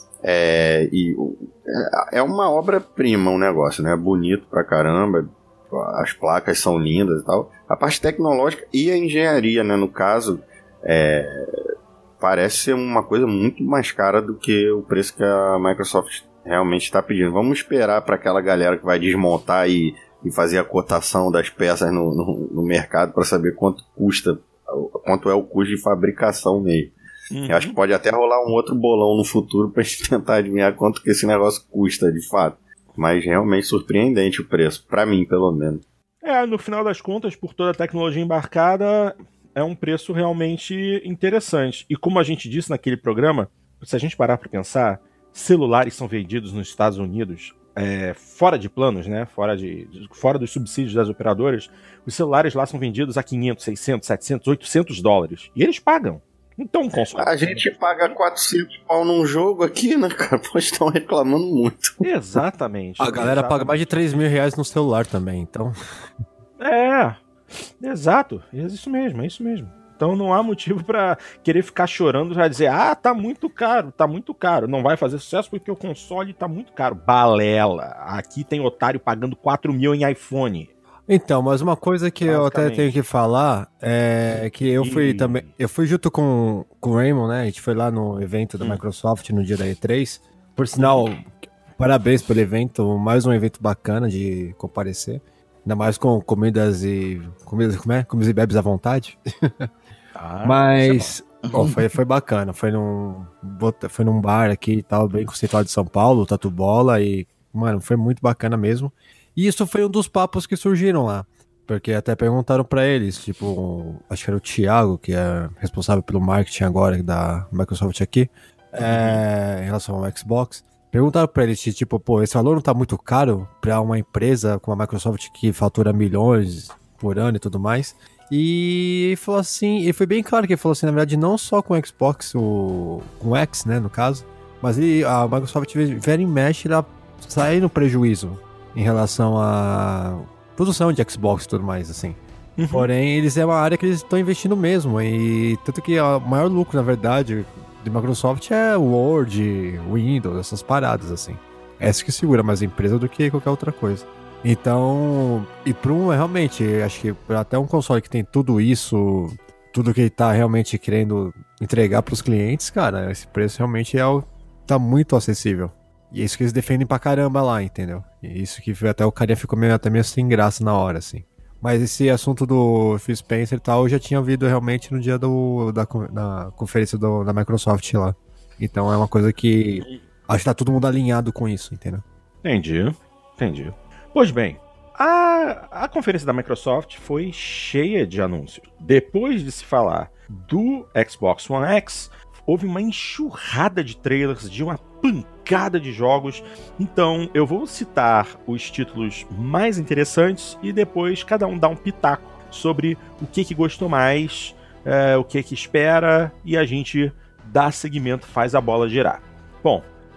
é, e, é, é uma obra-prima o um negócio, né? Bonito pra caramba, as placas são lindas e tal. A parte tecnológica e a engenharia, né? No caso, é, parece ser uma coisa muito mais cara do que o preço que a Microsoft realmente está pedindo. Vamos esperar para aquela galera que vai desmontar e e fazer a cotação das peças no, no, no mercado para saber quanto custa, quanto é o custo de fabricação mesmo. Uhum. Eu acho que pode até rolar um outro bolão no futuro para gente tentar adivinhar quanto que esse negócio custa de fato. Mas realmente surpreendente o preço, para mim pelo menos. É, no final das contas, por toda a tecnologia embarcada, é um preço realmente interessante. E como a gente disse naquele programa, se a gente parar para pensar, celulares são vendidos nos Estados Unidos É, fora de planos, né? Fora, de, de, fora dos subsídios das operadoras, os celulares lá são vendidos a quinhentos, seiscentos, setecentos, oitocentos dólares. E eles pagam. Então, o console... A gente paga quatrocentos pau num jogo aqui, né, cara? Pois estão reclamando muito. Exatamente. A galera exatamente. paga mais de três mil reais no celular também, então... É, exato. É isso mesmo, é isso mesmo. Então não há motivo pra querer ficar chorando já dizer, ah, tá muito caro, tá muito caro. Não vai fazer sucesso porque o console tá muito caro. Balela. Aqui tem otário pagando quatro mil em iPhone. Então, mas uma coisa que eu até Basicamente. tenho que falar é que eu fui E- também. Eu fui junto com, com o Raymond, né? A gente foi lá no evento da Hum. Microsoft no dia da E três. Por sinal, parabéns pelo evento, mais um evento bacana de comparecer. Ainda mais com comidas e. Comidas, como é? Comidas e bebes à vontade. Ah, Mas ó, foi, foi bacana. Foi num, bota- foi num bar aqui e tal, bem conceituado de São Paulo, Tatu Bola. E, mano, foi muito bacana mesmo. E isso foi um dos papos que surgiram lá. Porque até perguntaram pra eles, tipo, acho que era o Thiago, que é responsável pelo marketing agora da Microsoft aqui, é, em relação ao Xbox. Perguntaram pra eles, tipo, pô, esse valor não tá muito caro pra uma empresa como a Microsoft que fatura milhões por ano e tudo mais. E ele falou assim, e foi bem claro que ele falou assim, na verdade, não só com o Xbox, o, com o X, né, no caso, mas ele, a Microsoft, vera e mexe, ela sai no prejuízo em relação à produção de Xbox e tudo mais, assim. Uhum. Porém, eles é uma área que eles estão investindo mesmo, e tanto que o maior lucro, na verdade, de Microsoft é o Word, Windows, essas paradas, assim. Essa que segura mais a empresa do que qualquer outra coisa. Então, e para um, realmente, acho que pra até um console que tem tudo isso, tudo que ele tá realmente querendo entregar pros clientes, cara, esse preço realmente é o, tá muito acessível. E é isso que eles defendem pra caramba lá, entendeu? E isso que até o carinha ficou meio, até meio sem graça na hora, assim. Mas esse assunto do Phil Spencer e tal, eu já tinha ouvido realmente no dia do, da, da conferência do, da Microsoft lá. Então é uma coisa que acho que tá todo mundo alinhado com isso, entendeu? Entendi, entendi. Pois bem, a, a conferência da Microsoft foi cheia de anúncios. Depois de se falar do Xbox One X, houve uma enxurrada de trailers de uma pancada de jogos. Então eu vou citar os títulos mais interessantes e depois cada um dá um pitaco sobre o que, que gostou mais, é, o que, que espera, e a gente dá seguimento, faz a bola girar. Bom,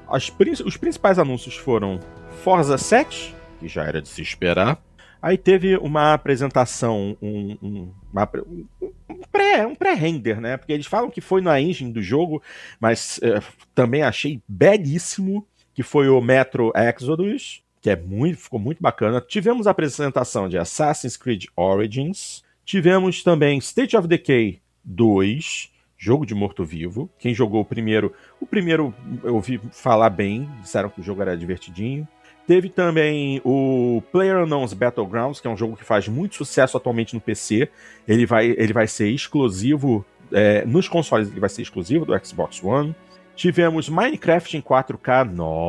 As, os principais anúncios foram Forza sete, que já era de se esperar. Aí teve uma apresentação, um, um, uma, um, um, pré, um pré-render, né? Porque eles falam que foi na engine do jogo, mas é, também achei belíssimo, que foi o Metro Exodus, que é muito, ficou muito bacana. Tivemos a apresentação de Assassin's Creed Origins. Tivemos também State of Decay dois, jogo de morto-vivo. Quem jogou o primeiro, o primeiro eu ouvi falar bem, disseram que o jogo era divertidinho. Teve também o PlayerUnknown's Battlegrounds, que é um jogo que faz muito sucesso atualmente no P C. Ele vai, ele vai ser exclusivo, é, nos consoles ele vai ser exclusivo do Xbox One. Tivemos Minecraft em quatro K,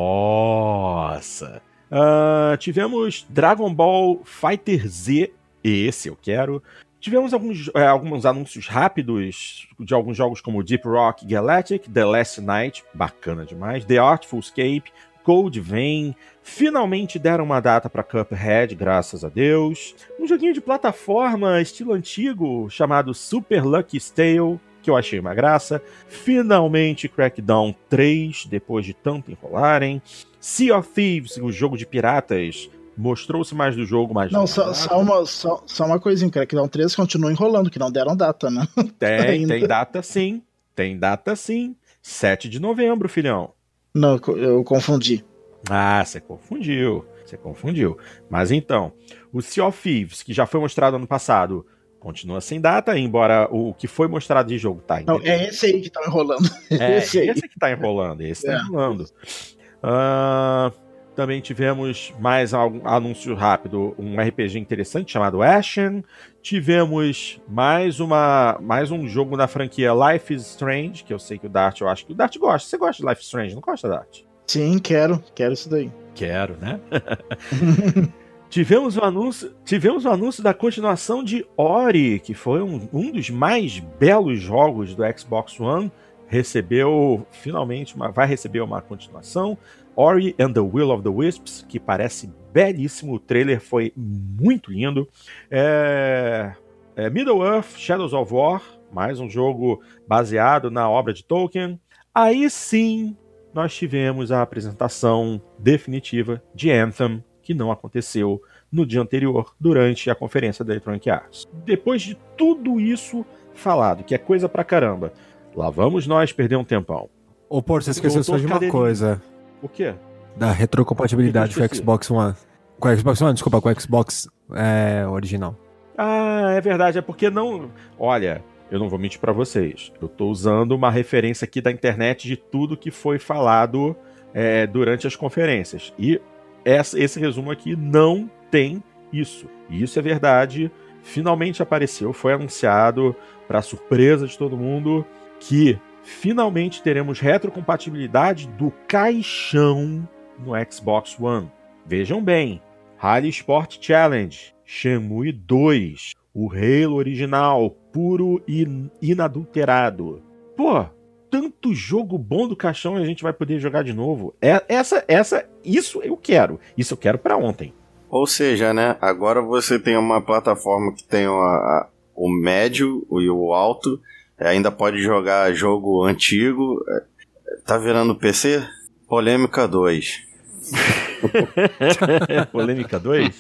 nossa! Uh, tivemos Dragon Ball Fighter Z, esse eu quero. Tivemos alguns, é, alguns anúncios rápidos de alguns jogos como Deep Rock Galactic, The Last Night, bacana demais, The Artful Escape, Code Vein. Finalmente deram uma data para Cuphead, graças a Deus. Um joguinho de plataforma estilo antigo chamado Super Lucky Tale, que eu achei uma graça. Finalmente Crackdown três, depois de tanto enrolarem. Sea of Thieves, o jogo de piratas, mostrou-se mais do jogo, mas... Não, só, só, uma, só, só uma coisinha, Crackdown três continua enrolando, que não deram data, né? Tem, tem data sim. Tem data sim. sete de novembro, filhão. Não, eu confundi. Ah, você confundiu. Você confundiu. Mas então, o Sea of Thieves, que já foi mostrado ano passado, continua sem data, embora o que foi mostrado de jogo tá... Não, é esse aí que tá enrolando. É, esse, aí. esse que tá enrolando. Esse é. tá enrolando. Uh, também tivemos mais um anúncio rápido, um R P G interessante chamado Ashen. Tivemos mais, uma, mais um jogo da franquia Life is Strange, que eu sei que o Dart, eu acho que o Dart gosta. Você gosta de Life is Strange, não gosta, Dart? Sim, quero. Quero isso daí. Quero, né? tivemos, o anúncio, tivemos o anúncio da continuação de Ori, que foi um, um dos mais belos jogos do Xbox One. Recebeu, finalmente, uma, vai receber uma continuação. Ori and the Will of the Wisps, que parece belíssimo. O trailer foi muito lindo. É, é Middle-earth, Shadows of War, mais um jogo baseado na obra de Tolkien. Aí sim, nós tivemos a apresentação definitiva de Anthem, que não aconteceu no dia anterior, durante a conferência da Electronic Arts. Depois de tudo isso falado, que é coisa pra caramba, lá vamos nós perder um tempão. Ô, pô, você esqueceu só de uma coisa. O quê? Da retrocompatibilidade com o Xbox One. Com o Xbox One, desculpa, com o Xbox é, original. Ah, é verdade, é porque não... Olha, eu não vou mentir pra vocês. Eu tô usando uma referência aqui da internet de tudo que foi falado é, durante as conferências. E essa, esse resumo aqui não tem isso. E isso é verdade. Finalmente apareceu, foi anunciado, para surpresa de todo mundo, que finalmente teremos retrocompatibilidade do caixão no Xbox One. Vejam bem, Rally Sport Challenge, Shenmue dois, o Halo original, puro e inadulterado. Pô, tanto jogo bom do caixão a gente vai poder jogar de novo. É, essa, essa, isso eu quero. Isso eu quero para ontem. Ou seja, né, agora você tem uma plataforma que tem a, a, o médio e o alto, ainda pode jogar jogo antigo. Tá virando P C? Polêmica dois. Polêmica dois?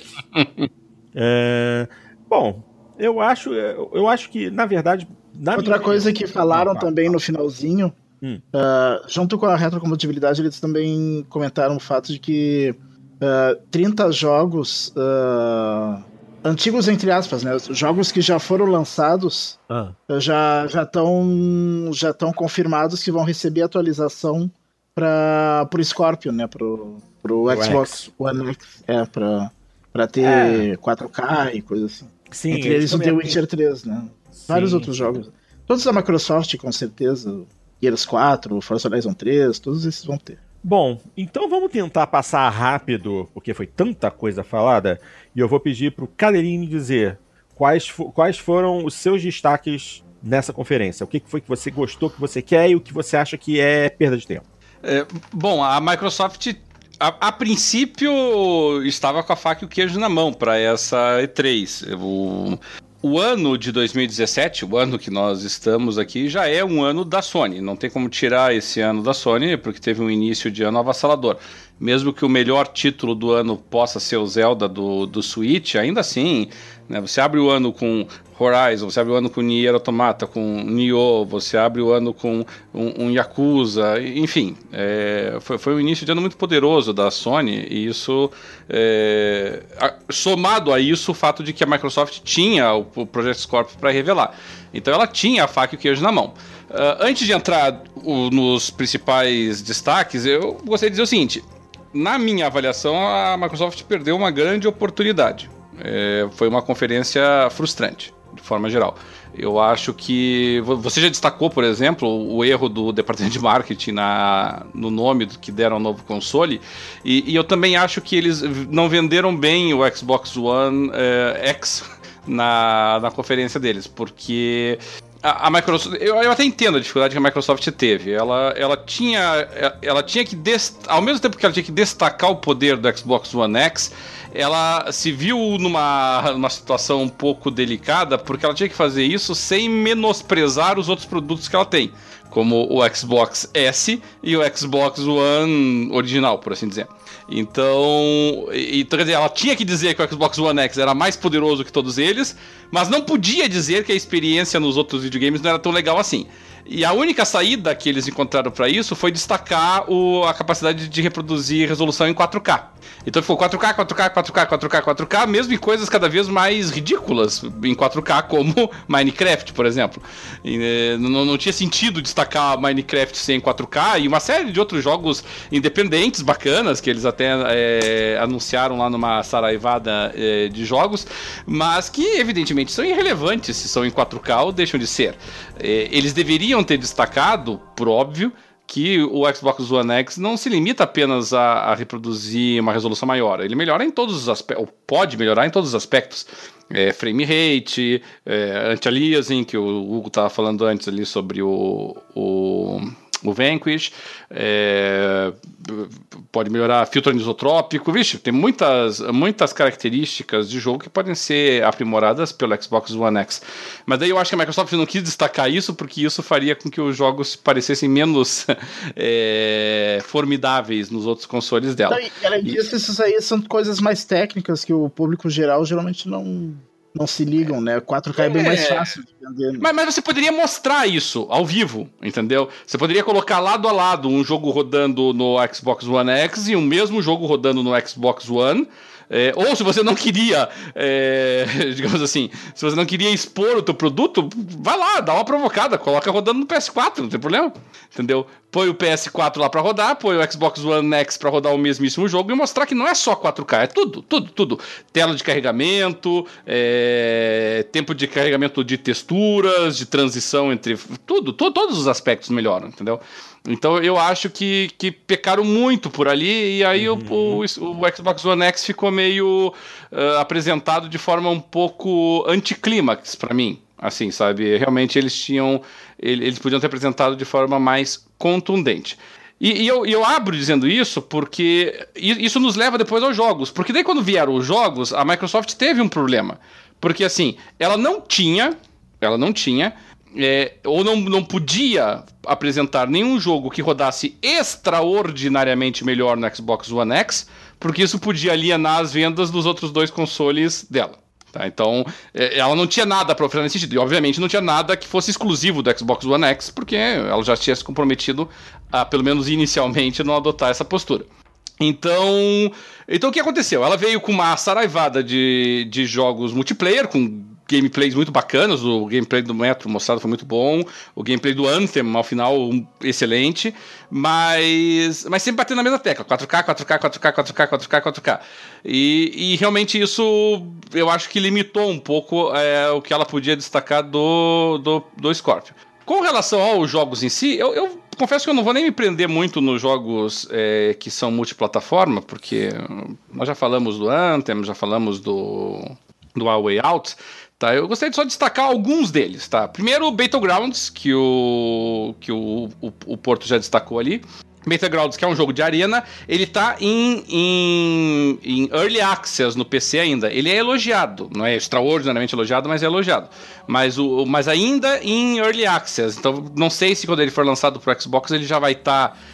É, bom, eu acho, eu acho que, na verdade... Na Outra minha... coisa que falaram ah, também ah, no finalzinho, hum. uh, junto com a retrocompatibilidade, eles também comentaram o fato de que uh, trinta jogos... Uh, antigos, entre aspas, né? Jogos que já foram lançados ah. já já estão já estão confirmados que vão receber atualização para pro Scorpion, né? Pro, pro Xbox One X, é, pra, pra ter é. quatro K e coisa assim. Sim, entre eles o The Witcher três, né? Sim. Vários outros jogos. Todos da Microsoft, com certeza. Gears quatro, Forza Horizon três, todos esses vão ter. Bom, então vamos tentar passar rápido, porque foi tanta coisa falada, e eu vou pedir pro Cadeirinho me dizer quais, fo- quais foram os seus destaques nessa conferência. O que foi que você gostou, que você quer e o que você acha que é perda de tempo. É, bom, a Microsoft, a, a princípio, estava com a faca e o queijo na mão para essa E três. O, o ano de dois mil e dezessete, o ano que nós estamos aqui, já é um ano da Sony. Não tem como tirar esse ano da Sony, porque teve um início de ano avassalador. Mesmo que o melhor título do ano possa ser o Zelda do, do Switch, ainda assim, né, você abre o ano com Horizon, você abre o ano com Nier Automata, com Nioh, você abre o ano com um, um Yakuza, enfim, é, foi, foi um início de ano muito poderoso da Sony, e isso, é, a, somado a isso, o fato de que a Microsoft tinha o, o Project Scorpio para revelar. Então ela tinha a faca e o queijo na mão. Uh, antes de entrar o, nos principais destaques, eu gostaria de dizer o seguinte: na minha avaliação, a Microsoft perdeu uma grande oportunidade. É, foi uma conferência frustrante, de forma geral. Eu acho que... Você já destacou, por exemplo, o erro do departamento de marketing na, no nome que deram ao novo console. E, e eu também acho que eles não venderam bem o Xbox One é, X na, na conferência deles, porque... A, a Microsoft, eu, eu até entendo a dificuldade que a Microsoft teve. Ela, ela tinha, ela tinha que dest, ao mesmo tempo que ela tinha que destacar o poder do Xbox One X, ela se viu numa, numa situação um pouco delicada, porque ela tinha que fazer isso sem menosprezar os outros produtos que ela tem, como o Xbox S e o Xbox One original, por assim dizer. Então, então, quer dizer, ela tinha que dizer que o Xbox One X era mais poderoso que todos eles, mas não podia dizer que a experiência nos outros videogames não era tão legal assim. E a única saída que eles encontraram para isso foi destacar o, a capacidade de reproduzir resolução em quatro K. Então ficou quatro K, quatro K, quatro K, quatro K, quatro K, mesmo em coisas cada vez mais ridículas em quatro K, como Minecraft, por exemplo. E, não, não tinha sentido destacar Minecraft sem quatro K e uma série de outros jogos independentes, bacanas, que eles até é, anunciaram lá numa saraivada é, de jogos, mas que evidentemente são irrelevantes se são em quatro K ou deixam de ser. É, eles deveriam ter destacado, por óbvio, que o Xbox One X não se limita apenas a, a reproduzir uma resolução maior. Ele melhora em todos os aspectos, ou pode melhorar em todos os aspectos. É, frame rate, é, anti-aliasing, que o Hugo estava falando antes ali sobre o, o, o Vanquish, é, pode melhorar filtro anisotrópico. Vixe, tem muitas, muitas características de jogo que podem ser aprimoradas pelo Xbox One X. Mas daí eu acho que a Microsoft não quis destacar isso, porque isso faria com que os jogos parecessem menos é, formidáveis nos outros consoles dela. Então, e além disso, isso aí são coisas mais técnicas que o público geral geralmente não... não se ligam, né? quatro K é, é bem mais fácil de vender. Né? Mas, mas você poderia mostrar isso ao vivo, entendeu? Você poderia colocar lado a lado um jogo rodando no Xbox One X e o mesmo jogo rodando no Xbox One. É, ou se você não queria, é, digamos assim, se você não queria expor o teu produto, vai lá, dá uma provocada, coloca rodando no P S quatro, não tem problema, entendeu? Põe o P S quatro lá pra rodar, põe o Xbox One X pra rodar o mesmíssimo jogo e mostrar que não é só quatro K, é tudo, tudo, tudo. Tela de carregamento, é, tempo de carregamento de texturas, de transição entre... Tudo, to, todos os aspectos melhoram, entendeu? Então eu acho que, que pecaram muito por ali, e aí uhum. o, o, o Xbox One X ficou meio uh, apresentado de forma um pouco anticlímax pra mim, assim, sabe? Realmente eles tinham, eles podiam ter apresentado de forma mais contundente. E, e eu, eu abro dizendo isso porque isso nos leva depois aos jogos, porque daí quando vieram os jogos, a Microsoft teve um problema, porque assim, ela não tinha, ela não tinha... É, ou não, não podia apresentar nenhum jogo que rodasse extraordinariamente melhor no Xbox One X, porque isso podia alienar as vendas dos outros dois consoles dela. Tá? Então, é, ela não tinha nada para oferecer nesse sentido. E, obviamente, não tinha nada que fosse exclusivo do Xbox One X, porque ela já tinha se comprometido a, pelo menos inicialmente, não adotar essa postura. Então, então o que aconteceu? Ela veio com uma saraivada de, de jogos multiplayer, com gameplays muito bacanas. O gameplay do Metro mostrado foi muito bom, o gameplay do Anthem, ao final, um, excelente, mas, mas sempre batendo na mesma tecla, quatro K, quatro K, quatro K, quatro K, quatro K, quatro K. E, e realmente isso, eu acho que limitou um pouco é, o que ela podia destacar do, do, do Scorpio. Com relação aos jogos em si, eu, eu confesso que eu não vou nem me prender muito nos jogos é, que são multiplataforma, porque nós já falamos do Anthem, já falamos do, do A Way Out, tá? Eu gostaria de só destacar alguns deles, tá? Primeiro o Battlegrounds, que o, que o, o, o Porto já destacou ali. Battlegrounds, que é um jogo de arena, ele tá em, em, em Early Access no P C ainda. Ele é elogiado, não é extraordinariamente elogiado, mas é elogiado. Mas, o, mas ainda em Early Access. Então, não sei se quando ele for lançado pro Xbox ele já vai estar tá,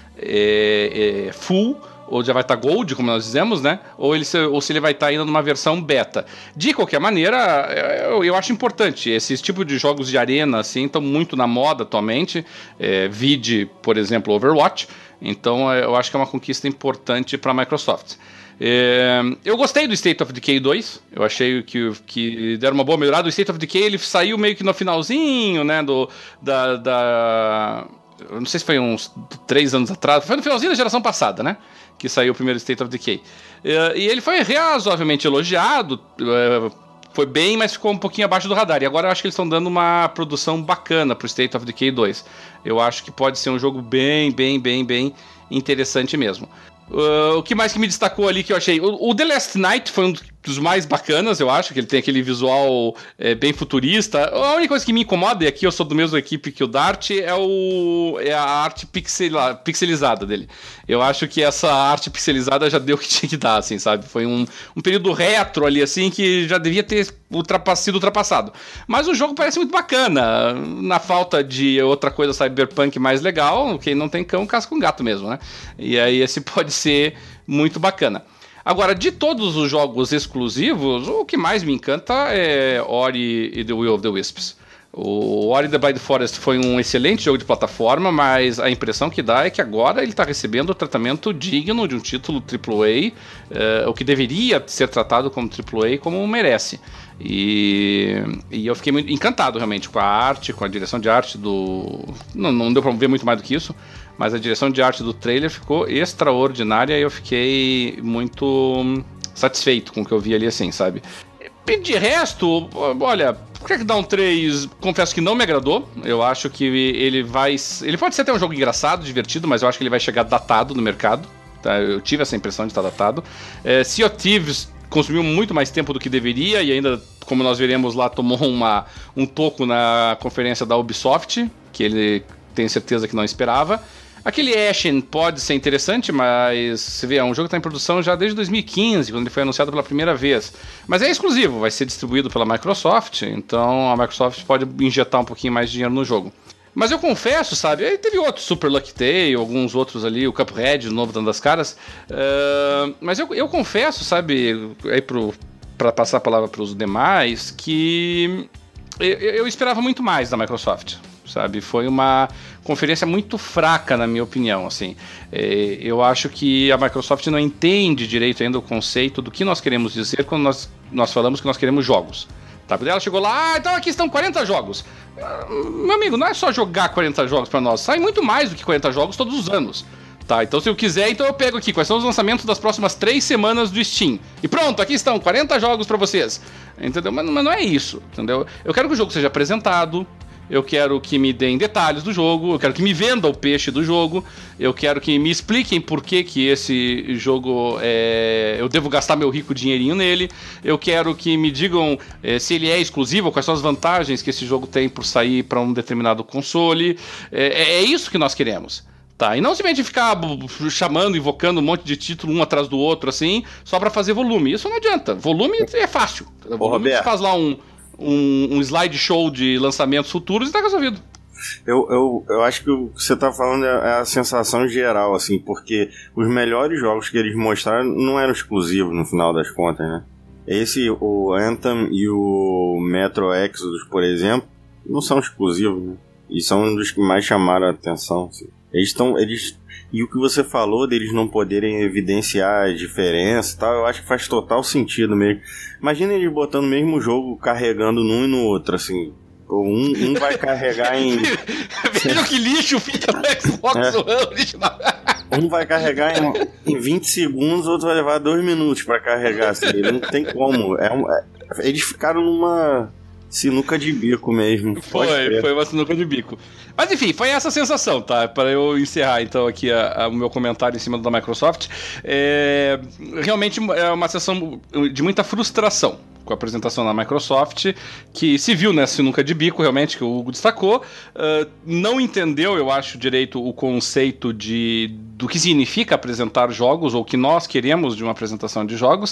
é, é, full, ou já vai estar tá Gold, como nós dizemos, né? Ou, ele, ou se ele vai estar tá ainda numa versão beta. De qualquer maneira, eu, eu acho importante. Esses tipos de jogos de arena, assim, estão muito na moda atualmente. É, vide, por exemplo, Overwatch. Então eu acho que é uma conquista importante para a Microsoft. É, eu gostei do State of Decay dois, eu achei que, que deram uma boa melhorada. O State of Decay ele saiu meio que no finalzinho, né, do, da, da... Eu não sei se foi uns três anos atrás, foi no finalzinho da geração passada, né, que saiu o primeiro State of Decay. É, e ele foi razoavelmente elogiado, é, foi bem, mas ficou um pouquinho abaixo do radar. E agora eu acho que eles estão dando uma produção bacana pro State of Decay dois. Eu acho que pode ser um jogo bem, bem, bem, bem interessante mesmo. Uh, o que mais que me destacou ali que eu achei? O, o The Last Night foi um dos mais bacanas, eu acho, que ele tem aquele visual é, bem futurista. A única coisa que me incomoda, e aqui eu sou do mesmo equipe que o Dart, é, o, é a arte pixela, pixelizada dele. Eu acho que essa arte pixelizada já deu o que tinha que dar, assim, sabe? Foi um, um período retro ali, assim, que já devia ter ultrapass, sido ultrapassado. Mas o jogo parece muito bacana. Na falta de outra coisa cyberpunk mais legal, quem não tem cão, casca com gato mesmo, né? E aí esse pode ser muito bacana. Agora, de todos os jogos exclusivos, o que mais me encanta é Ori e The Will of the Wisps. O Ori and the Blind Forest foi um excelente jogo de plataforma, mas a impressão que dá é que agora ele está recebendo o tratamento digno de um título triplo A, eh, o que deveria ser tratado como triplo A como merece. E, e eu fiquei muito encantado realmente com a arte, com a direção de arte do... Não, não deu para ver muito mais do que isso, mas a direção de arte do trailer ficou extraordinária e eu fiquei muito satisfeito com o que eu vi ali, assim, sabe? E de resto, olha, Crackdown três, confesso que não me agradou. Eu acho que ele vai... Ele pode ser até um jogo engraçado, divertido, mas eu acho que ele vai chegar datado no mercado, tá? Eu tive essa impressão de estar datado. É, Sea of Thieves consumiu muito mais tempo do que deveria e ainda, como nós veremos lá, tomou uma, um toco na conferência da Ubisoft, que ele tem certeza que não esperava. Aquele Ashen pode ser interessante, mas você vê, é um jogo que está em produção já desde dois mil e quinze, quando ele foi anunciado pela primeira vez. Mas é exclusivo, vai ser distribuído pela Microsoft, então a Microsoft pode injetar um pouquinho mais de dinheiro no jogo. Mas eu confesso, sabe, aí teve outros, Super Lucky Tale, alguns outros ali, o Cuphead, o novo dando das caras, uh, mas eu, eu confesso, sabe, aí pro, pra passar a palavra para os demais, que eu, eu esperava muito mais da Microsoft. Sabe, foi uma conferência muito fraca, na minha opinião, assim. É, eu acho que a Microsoft não entende direito ainda o conceito do que nós queremos dizer quando nós, nós falamos que nós queremos jogos. Tá? Ela chegou lá, ah, então aqui estão quarenta jogos. Meu amigo, não é só jogar quarenta jogos para nós, sai muito mais do que quarenta jogos todos os anos. Tá, então se eu quiser, então eu pego aqui quais são os lançamentos das próximas três semanas do Steam. E pronto, aqui estão quarenta jogos para vocês. Entendeu? Mas, mas não é isso, entendeu? Eu quero que o jogo seja apresentado. Eu quero que me deem detalhes do jogo, eu quero que me vendam o peixe do jogo, eu quero que me expliquem por que, que esse jogo, é, eu devo gastar meu rico dinheirinho nele, eu quero que me digam é, se ele é exclusivo, quais são as vantagens que esse jogo tem por sair para um determinado console, é, é isso que nós queremos. Tá, e não simplesmente ficar chamando, invocando um monte de título um atrás do outro, assim, só para fazer volume. Isso não adianta, volume é fácil, volume você faz lá um... Um, um slideshow de lançamentos futuros e tá resolvido. Eu, eu, eu acho que o que você tá falando é a sensação geral, assim, porque os melhores jogos que eles mostraram não eram exclusivos no final das contas, né? Esse, o Anthem e o Metro Exodus, por exemplo, não são exclusivos, né? E são um dos que mais chamaram a atenção, assim. Eles estão... Eles... E o que você falou deles não poderem evidenciar a diferença e tal, eu acho que faz total sentido mesmo. Imagina eles botando o mesmo jogo carregando num e no outro, assim. Um, um vai carregar em... Veja que lixo fica no Xbox é. lixo. Um vai carregar em, em vinte segundos, o outro vai levar dois minutos pra carregar, assim. Não tem como. É um, é... Eles ficaram numa... sinuca de bico mesmo. Foi, foi uma sinuca de bico. Mas enfim, foi essa sensação, tá? Para eu encerrar então aqui a, a, o meu comentário em cima da Microsoft. É, realmente é uma sensação de muita frustração com a apresentação da Microsoft, que se viu nessa sinuca de bico, realmente, que o Hugo destacou, uh, não entendeu, eu acho, direito o conceito de, do que significa apresentar jogos, ou que nós queremos de uma apresentação de jogos,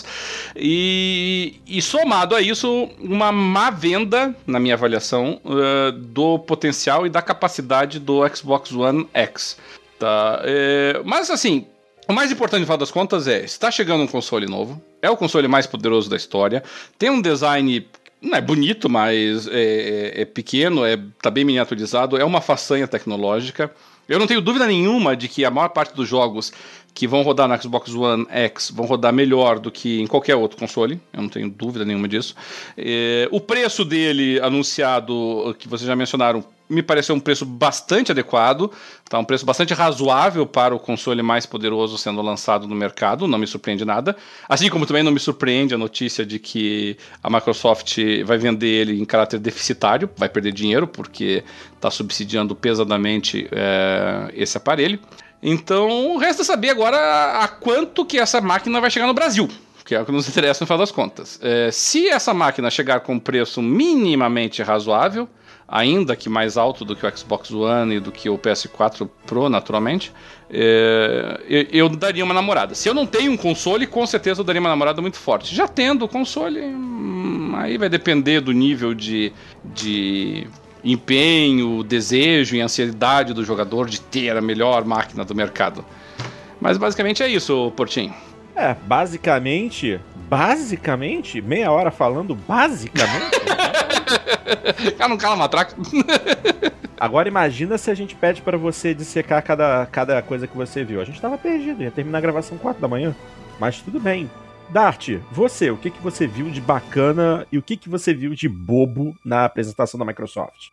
e, e somado a isso, uma má venda, na minha avaliação, uh, do potencial e da capacidade do Xbox One X. Tá? É, mas, assim, o mais importante, no final das contas, é, está chegando um console novo, é o console mais poderoso da história, tem um design, não é bonito, mas é, é, é pequeno, é, tá bem miniaturizado, é uma façanha tecnológica. Eu não tenho dúvida nenhuma de que a maior parte dos jogos que vão rodar no Xbox One X vão rodar melhor do que em qualquer outro console, eu não tenho dúvida nenhuma disso. É, o preço dele anunciado, que vocês já mencionaram, me pareceu um preço bastante adequado, tá? Um preço bastante razoável para o console mais poderoso sendo lançado no mercado, não me surpreende nada. Assim como também não me surpreende a notícia de que a Microsoft vai vender ele em caráter deficitário, vai perder dinheiro porque está subsidiando pesadamente é, esse aparelho. Então, resta saber agora a quanto que essa máquina vai chegar no Brasil, que é o que nos interessa no final das contas. É, se essa máquina chegar com um preço minimamente razoável, ainda que mais alto do que o Xbox One e do que o P S quatro Pro, naturalmente, é, eu, eu daria uma namorada. Se eu não tenho um console, com certeza eu daria uma namorada muito forte. Já tendo o console, hum, aí vai depender do nível de, de empenho, desejo e ansiedade do jogador de ter a melhor máquina do mercado. Mas basicamente é isso, Portinho. É, basicamente, basicamente, meia hora falando basicamente... Cara, não cala matraca. Agora imagina se a gente pede pra você dissecar cada, cada coisa que você viu. A gente tava perdido, ia terminar a gravação quatro da manhã. Mas tudo bem. Dart, você, o que, que você viu de bacana e o que, que você viu de bobo na apresentação da Microsoft?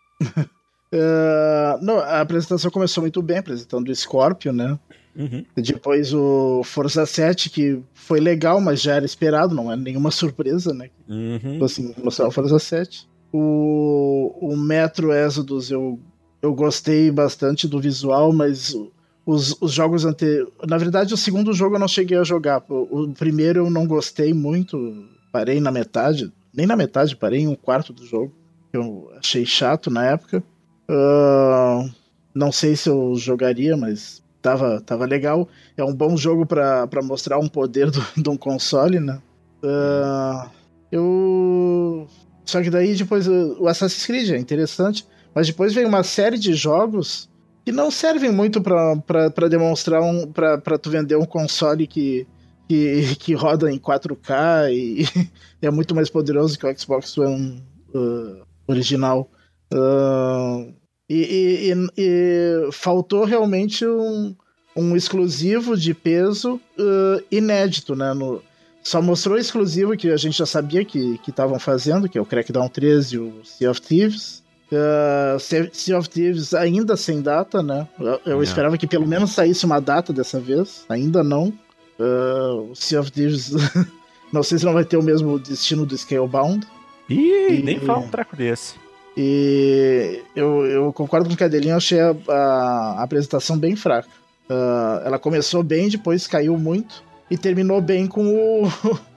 uh, não, a apresentação começou muito bem, apresentando o Scorpio, né? Uhum. Depois o Forza sete, que foi legal, mas já era esperado, não é nenhuma surpresa, né? Uhum. Assim, mostrar o Forza sete. O, o Metro Exodus, eu, eu gostei bastante do visual, mas os, os jogos anteriores... Na verdade, o segundo jogo eu não cheguei a jogar. O, o primeiro eu não gostei muito, parei na metade, nem na metade, parei em um quarto do jogo. Eu achei chato na época. Uh, não sei se eu jogaria, mas tava, tava legal. É um bom jogo pra, pra mostrar um poder do, de um console, né? Uh, eu... Só que daí depois o Assassin's Creed é interessante, mas depois vem uma série de jogos que não servem muito pra, pra, pra demonstrar um... Pra, pra tu vender um console que, que, que roda em quatro K e é muito mais poderoso que o Xbox One uh, original. Uh, e, e, e, e faltou realmente um, um exclusivo de peso uh, inédito, né? No, só mostrou exclusivo que a gente já sabia que estavam fazendo, que é o Crackdown três e o Sea of Thieves. Uh, Sea of Thieves ainda sem data, né? Eu, eu esperava que pelo menos saísse uma data dessa vez, ainda não. Uh, o Sea of Thieves, não sei se não vai ter o mesmo destino do Scalebound. Ih, e, nem fala um treco desse. E eu, eu concordo com o Cadelinho, eu achei a, a, a apresentação bem fraca. Uh, ela começou bem, depois caiu muito. E terminou bem com o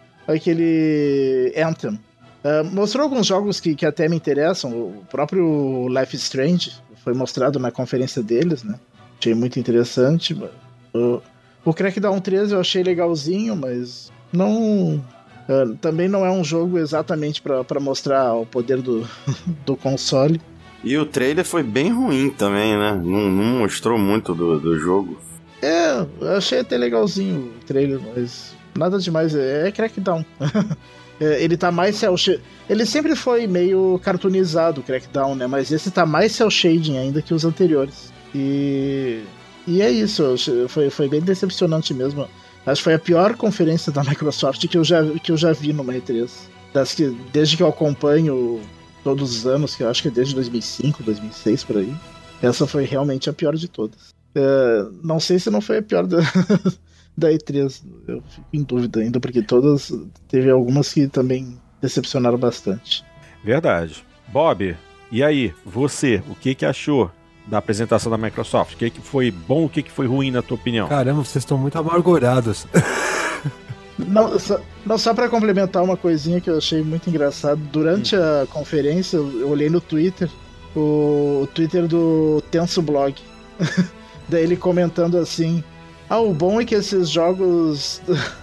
aquele Anthem. Uh, mostrou alguns jogos que, que até me interessam. O próprio Life is Strange foi mostrado na conferência deles, né? Achei muito interessante. O, o Crackdown três eu achei legalzinho, mas não... Uh, também não é um jogo exatamente para mostrar o poder do, do console. E o trailer foi bem ruim também, né? Não, não mostrou muito do, do jogo. É, eu achei até legalzinho o trailer, mas nada demais, é, é Crackdown. é, ele tá mais cel shading. Ele sempre foi meio cartoonizado, o Crackdown, né? Mas esse tá mais cel shading ainda que os anteriores. E, e é isso, foi, foi bem decepcionante mesmo. Acho que foi a pior conferência da Microsoft que eu já, que eu já vi numa E três. Das que, desde que eu acompanho todos os anos, que eu acho que é desde dois mil e cinco, dois mil e seis, por aí. Essa foi realmente a pior de todas. Uh, não sei se não foi a pior da, da E três, eu fico em dúvida ainda, porque todas, teve algumas que também decepcionaram bastante. Verdade. Bob, e aí, você, o que que achou da apresentação da Microsoft? O que que foi bom, o que que foi ruim na tua opinião? Caramba, vocês estão muito amargurados. Não, só, não, só pra complementar uma coisinha que eu achei muito engraçado. Durante hum. a conferência, eu olhei no Twitter, o, o Twitter do Tenso Blog. Daí ele comentando assim: ah, o bom é que esses jogos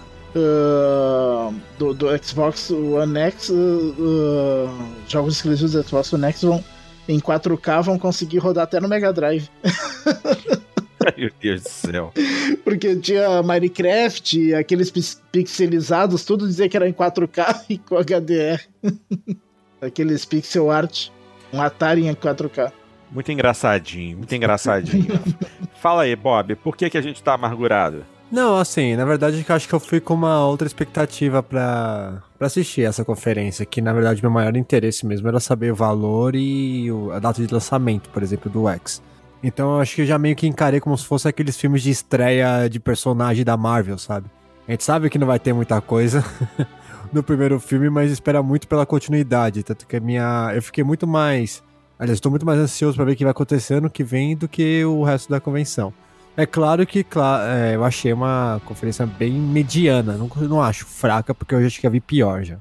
uh, do, do Xbox One X, uh, uh, jogos exclusivos do Xbox One X vão, em quatro K vão conseguir rodar até no Mega Drive. Meu Deus do céu. Porque tinha Minecraft, aqueles pixelizados, tudo dizia que era em quatro K e com H D R. Aqueles pixel art, um Atari em quatro K. Muito engraçadinho, muito engraçadinho. Fala aí, Bob, por que, que a gente tá amargurado? Não, assim, na verdade eu acho que eu fui com uma outra expectativa pra, pra assistir essa conferência, que na verdade meu maior interesse mesmo era saber o valor e o, a data de lançamento, por exemplo, do X. Então eu acho que eu já meio que encarei como se fosse aqueles filmes de estreia de personagem da Marvel, sabe? A gente sabe que não vai ter muita coisa no primeiro filme, mas espera muito pela continuidade, tanto que a minha... eu fiquei muito mais... aliás, estou muito mais ansioso para ver o que vai acontecer no que vem do que o resto da convenção. É claro que claro, é, eu achei uma conferência bem mediana, não, não acho fraca, porque eu já tinha vi pior já.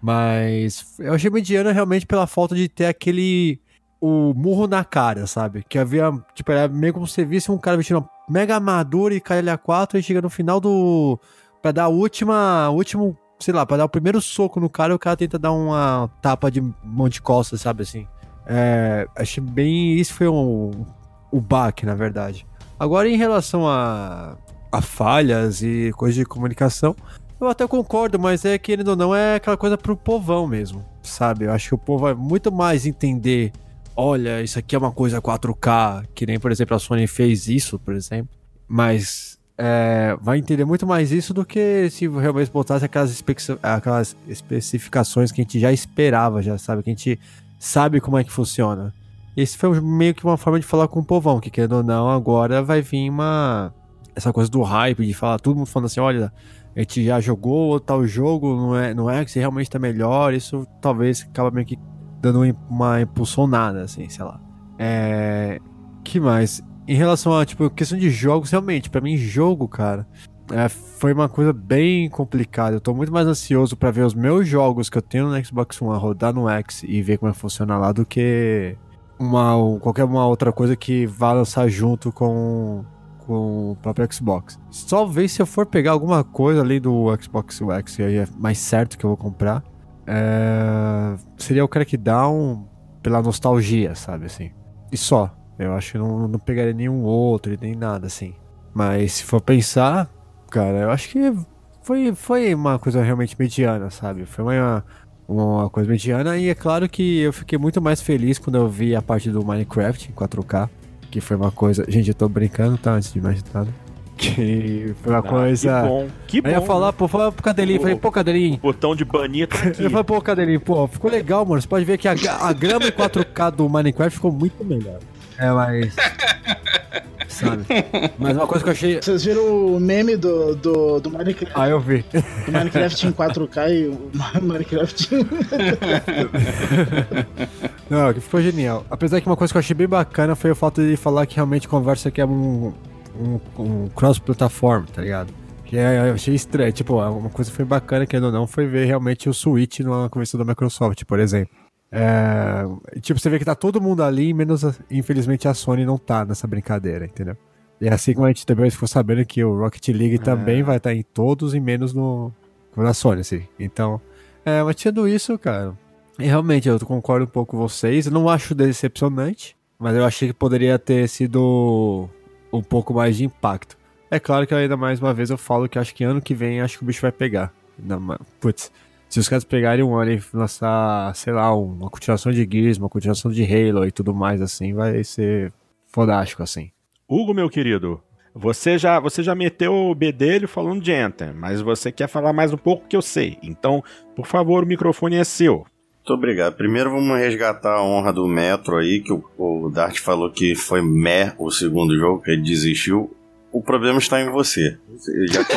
Mas eu achei mediana realmente pela falta de ter aquele... o murro na cara, sabe? Que havia, tipo, era meio como se você visse um cara vestindo uma mega armadura e caralho a quatro e chega no final do... pra dar a última, último, sei lá, pra dar o primeiro soco no cara e o cara tenta dar uma tapa de mão de costas, sabe assim? É, achei bem... isso foi um, o baque, na verdade. Agora, em relação a, a falhas e coisas de comunicação, eu até concordo, mas é, querendo ou não, é aquela coisa pro povão mesmo, sabe? Eu acho que o povo vai muito mais entender, olha, isso aqui é uma coisa quatro K, que nem, por exemplo, a Sony fez isso, por exemplo, mas é, vai entender muito mais isso do que se realmente botasse aquelas, espe- aquelas especificações que a gente já esperava, já sabe, que a gente sabe como é que funciona. Esse foi meio que uma forma de falar com o povão, que querendo ou não, agora vai vir uma... essa coisa do hype, de falar, todo mundo falando assim, olha, a gente já jogou tal jogo, não é, não é que você realmente tá melhor, isso talvez acaba meio que dando uma impulsionada, assim, sei lá. É... que mais? Em relação a, tipo, questão de jogos, realmente, pra mim, jogo, cara, é, foi uma coisa bem complicada. Eu tô muito mais ansioso pra ver os meus jogos que eu tenho no Xbox One rodar no X e ver como é que funciona lá do que uma, qualquer uma outra coisa que vá lançar junto com, com o próprio Xbox. Talvez se eu for pegar alguma coisa ali do Xbox X, que aí é mais certo que eu vou comprar, é, seria o Crackdown pela nostalgia, sabe, assim. E só. Eu acho que não, não pegaria nenhum outro, nem nada, assim. Mas se for pensar, cara, eu acho que foi, foi uma coisa realmente mediana, sabe? Foi uma, uma coisa mediana e é claro que eu fiquei muito mais feliz quando eu vi a parte do Minecraft em quatro K, que foi uma coisa... Gente, eu tô brincando, tá? Antes de mais nada. Que foi uma ah, coisa... Que bom, que bom. Aí eu ia falar, pô, falar pro Cadelinho, falei, pô, Cadelinho... O botão de banir tá aqui. Eu falei, pô, Cadelinho, pô, ficou legal, mano. Você pode ver que a, a grama em quatro K do Minecraft ficou muito melhor. É, mas... sabe? Mas uma coisa que eu achei... Vocês viram o meme do, do, do Minecraft? Ah, eu vi. Do Minecraft em quatro K e o Minecraft... Não, que ficou genial. Apesar que uma coisa que eu achei bem bacana foi o fato de falar que realmente conversa que é um, um, um cross-plataforma, tá ligado? Que é, eu achei estranho. Tipo, uma coisa que foi bacana, querendo ou não, foi ver realmente o Switch numa convenção da Microsoft, por exemplo. É, tipo, você vê que tá todo mundo ali, menos, infelizmente, a Sony não tá nessa brincadeira, entendeu? E é assim como a gente também ficou sabendo que o Rocket League é. também vai estar tá em todos e menos no na Sony, assim. Então, é, mas tirando isso, cara, e realmente eu concordo um pouco com vocês. Eu não acho decepcionante, mas eu achei que poderia ter sido um pouco mais de impacto. É claro que ainda mais uma vez eu falo que acho que ano que vem acho que o bicho vai pegar. Não, putz. Se os caras pegarem um ano e lançar, sei lá, uma continuação de Gears, uma continuação de Halo e tudo mais assim, vai ser fodástico, assim. Hugo, meu querido, você já, você já meteu o bedelho falando de Anthem, mas você quer falar mais um pouco que eu sei. Então, por favor, o microfone é seu. Muito obrigado. Primeiro vamos resgatar a honra do Metro aí, que o, o Dart falou que foi meh o segundo jogo, que ele desistiu. O problema está em você. Você já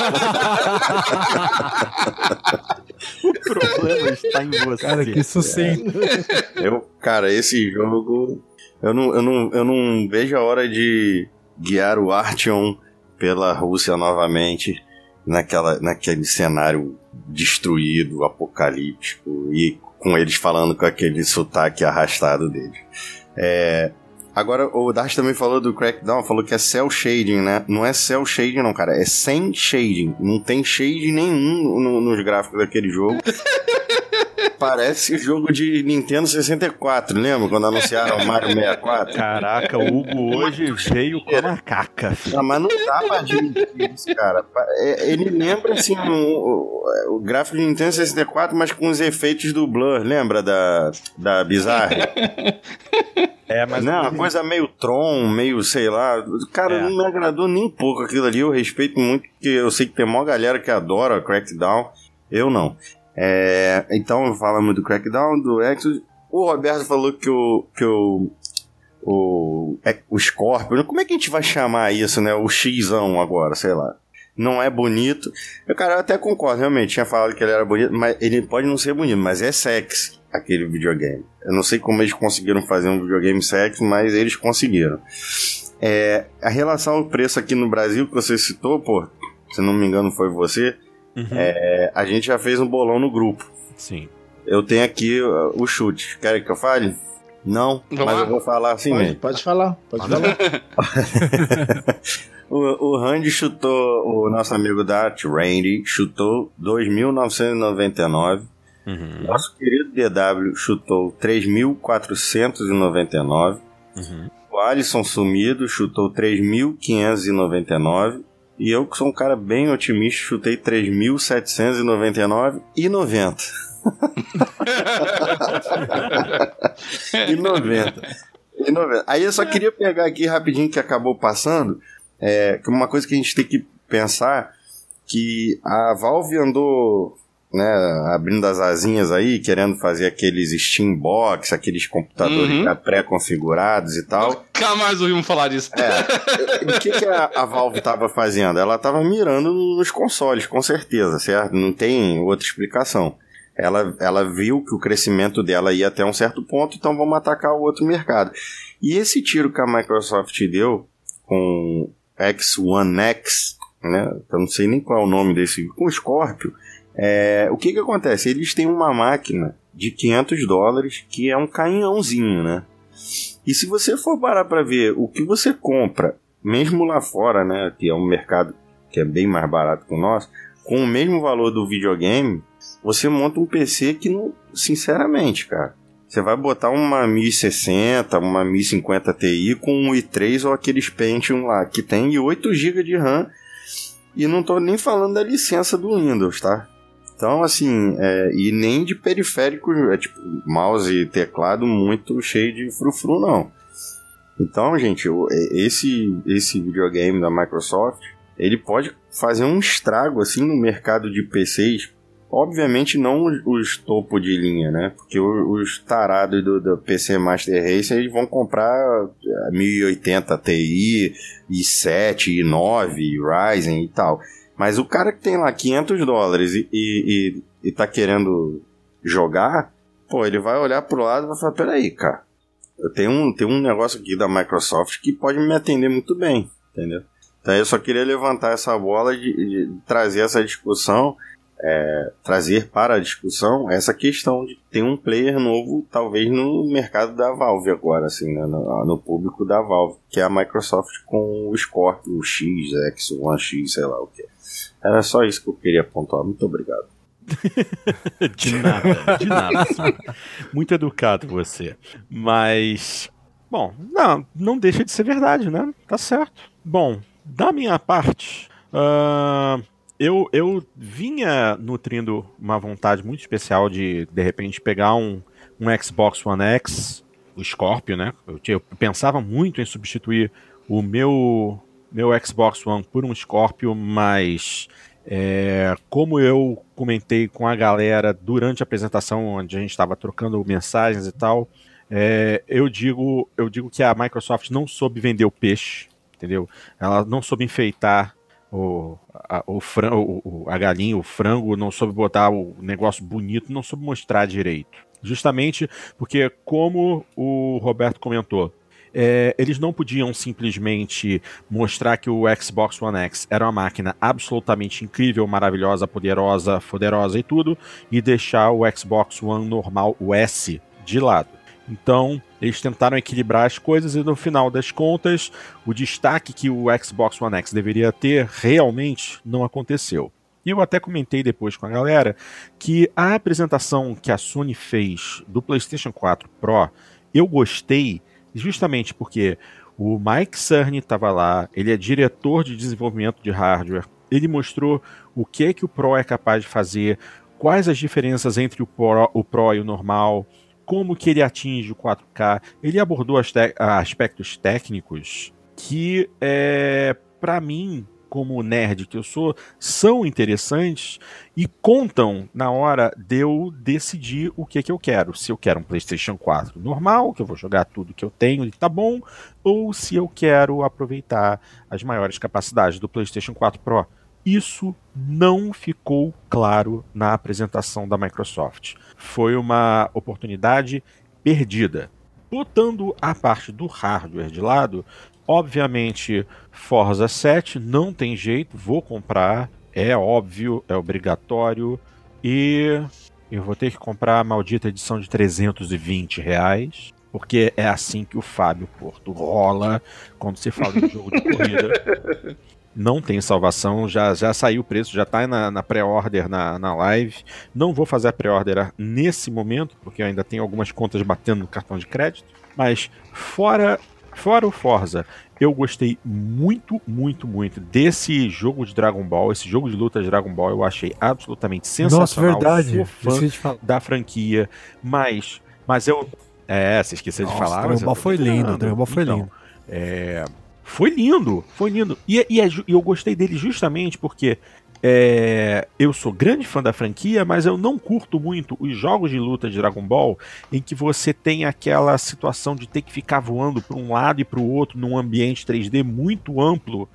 O problema está em você. Cara, que sucinto. É. Eu, cara, esse jogo... Eu não, eu, não, eu não vejo a hora de guiar o Artyom pela Rússia novamente naquela, naquele cenário destruído, apocalíptico, e com eles falando com aquele sotaque arrastado deles. É... Agora, o Darth também falou do Crackdown, falou que é cel shading, né? Não é cel shading não, cara, é sem shading. Não tem shade nenhum no, nos gráficos daquele jogo. Parece jogo de Nintendo sessenta e quatro, lembra? Quando anunciaram o Mario sessenta e quatro? Caraca, o Hugo hoje veio com a macaca. Não, mas não dá pra admitir isso, cara. Ele lembra, assim, o, o gráfico de Nintendo sessenta e quatro, mas com os efeitos do Blur, lembra da, da Bizarre? É, mas não, uma coisa meio Tron, meio, sei lá. Cara, é. Não me agradou nem um pouco aquilo ali. Eu respeito muito, porque eu sei que tem uma galera que adora Crackdown. Eu não. É, então, falamos do Crackdown, do Exodus. O Roberto falou que o, que o, o, é, o Scorpion, como é que a gente vai chamar isso, né? O Xão agora, sei lá. Não é bonito. Eu, cara, eu até concordo, realmente. Tinha falado que ele era bonito, mas ele pode não ser bonito, mas é sexy, aquele videogame. Eu não sei como eles conseguiram fazer um videogame sexy, mas eles conseguiram. É, a relação ao preço aqui no Brasil, que você citou, pô, se não me engano foi você, uhum. é, a gente já fez um bolão no grupo. Sim. Eu tenho aqui uh, o chute. Querem que eu fale? Não, Vamos mas lá. Eu vou falar assim pode, mesmo. Pode falar, pode falar. o, o Randy chutou, o nosso amigo Dart, Randy, chutou dois mil novecentos e noventa e nove. Uhum. Nosso querido D W chutou três mil quatrocentos e noventa e nove. Uhum. O Alisson Sumido chutou três mil quinhentos e noventa e nove. E eu, que sou um cara bem otimista, chutei três mil setecentos e noventa e nove e noventa. e noventa. E noventa. Aí eu só queria pegar aqui rapidinho que acabou passando, é, que uma coisa que a gente tem que pensar, que a Valve andou, né, abrindo as asinhas aí, querendo fazer aqueles Steambox, aqueles computadores uhum. já pré-configurados e tal. Nunca mais ouvimos falar disso. É, o que, que a, a Valve estava fazendo? Ela estava mirando nos consoles, com certeza, certo? Não tem outra explicação. Ela, ela viu que o crescimento dela ia até um certo ponto, então vamos atacar o outro mercado. E esse tiro que a Microsoft deu com X One X, né? Eu não sei nem qual é o nome desse, com o Scorpio. É, o que que acontece? Eles têm uma máquina de quinhentos dólares que é um canhãozinho, né? E se você for parar para ver o que você compra, mesmo lá fora, né, que é um mercado que é bem mais barato que o nosso, com o mesmo valor do videogame, você monta um P C que, não, sinceramente, cara, você vai botar uma mil e sessenta, uma mil e cinquenta Ti com um i três ou aqueles Pentium lá, que tem oito gigas de RAM, e não tô nem falando da licença do Windows, tá? Então, assim, é, e nem de periférico, é tipo, mouse e teclado muito cheio de frufru, não. Então, gente, esse, esse videogame da Microsoft, ele pode fazer um estrago, assim, no mercado de P Cs. Obviamente não os, os topo de linha, né? Porque os, os tarados do, do P C Master Race, eles vão comprar mil e oitenta Ti, i sete, i nove, Ryzen e tal. Mas o cara que tem lá quinhentos dólares e, e, e, e tá querendo jogar, pô, ele vai olhar pro lado e vai falar, peraí, cara, eu tenho um, tenho um negócio aqui da Microsoft que pode me atender muito bem, entendeu? Então eu só queria levantar essa bola de, de trazer essa discussão, é, trazer para a discussão essa questão de ter um player novo, talvez no mercado da Valve agora, assim, né, no, no público da Valve, que é a Microsoft com o Scorpio, o X, X One X, sei lá o que. Era só isso que eu queria pontuar. Muito obrigado. De nada, de nada. Muito educado você. Mas, bom, não, não deixa de ser verdade, né? Tá certo. Bom, da minha parte, uh, eu, eu vinha nutrindo uma vontade muito especial de, de repente, pegar um, um Xbox One X, o Scorpio, né? Eu, eu pensava muito em substituir o meu... meu Xbox One por um Scorpio, mas é, como eu comentei com a galera durante a apresentação, onde a gente estava trocando mensagens e tal, é, eu, digo, eu digo que a Microsoft não soube vender o peixe, entendeu? Ela não soube enfeitar o, a, o frango, o, a galinha, o frango, não soube botar o negócio bonito, não soube mostrar direito. Justamente porque, como o Roberto comentou, É, eles não podiam simplesmente mostrar que o Xbox One X era uma máquina absolutamente incrível, maravilhosa, poderosa, poderosa e tudo, e deixar o Xbox One normal, o S, de lado. Então, eles tentaram equilibrar as coisas e no final das contas, o destaque que o Xbox One X deveria ter realmente não aconteceu. E eu até comentei depois com a galera que a apresentação que a Sony fez do PlayStation quatro Pro, eu gostei justamente porque o Mike Cerny estava lá, ele é diretor de desenvolvimento de hardware, ele mostrou o que é que o Pro é capaz de fazer, quais as diferenças entre o Pro, o Pro e o normal, como que ele atinge o quatro K, ele abordou as te- aspectos técnicos que, é, para mim, como nerd que eu sou, são interessantes e contam na hora de eu decidir o que, que eu quero. Se eu quero um PlayStation quatro normal, que eu vou jogar tudo que eu tenho e tá bom, ou se eu quero aproveitar as maiores capacidades do PlayStation quatro Pro. Isso não ficou claro na apresentação da Microsoft. Foi uma oportunidade perdida. Botando a parte do hardware de lado, obviamente, Forza sete não tem jeito, vou comprar, é óbvio, é obrigatório, e eu vou ter que comprar a maldita edição de trezentos e vinte reais, porque é assim que o Fábio Porto rola quando se fala de jogo de corrida. Não tem salvação, já, já saiu o preço, já está na, na pré-order na, na live. Não vou fazer a pré-order nesse momento, porque eu ainda tenho algumas contas batendo no cartão de crédito. Mas fora, fora o Forza, eu gostei muito, muito, muito desse jogo de Dragon Ball, esse jogo de luta de Dragon Ball. Eu achei absolutamente sensacional. Nossa, verdade. Sou fã da franquia, mas, mas eu... É, você esqueceu Nossa, de falar. Dragon Ball foi lindo, Dragon Ball foi então, lindo. É... Foi lindo, foi lindo. E, e, é, e eu gostei dele justamente porque é, eu sou grande fã da franquia, mas eu não curto muito os jogos de luta de Dragon Ball em que você tem aquela situação de ter que ficar voando para um lado e para o outro num ambiente três D muito amplo.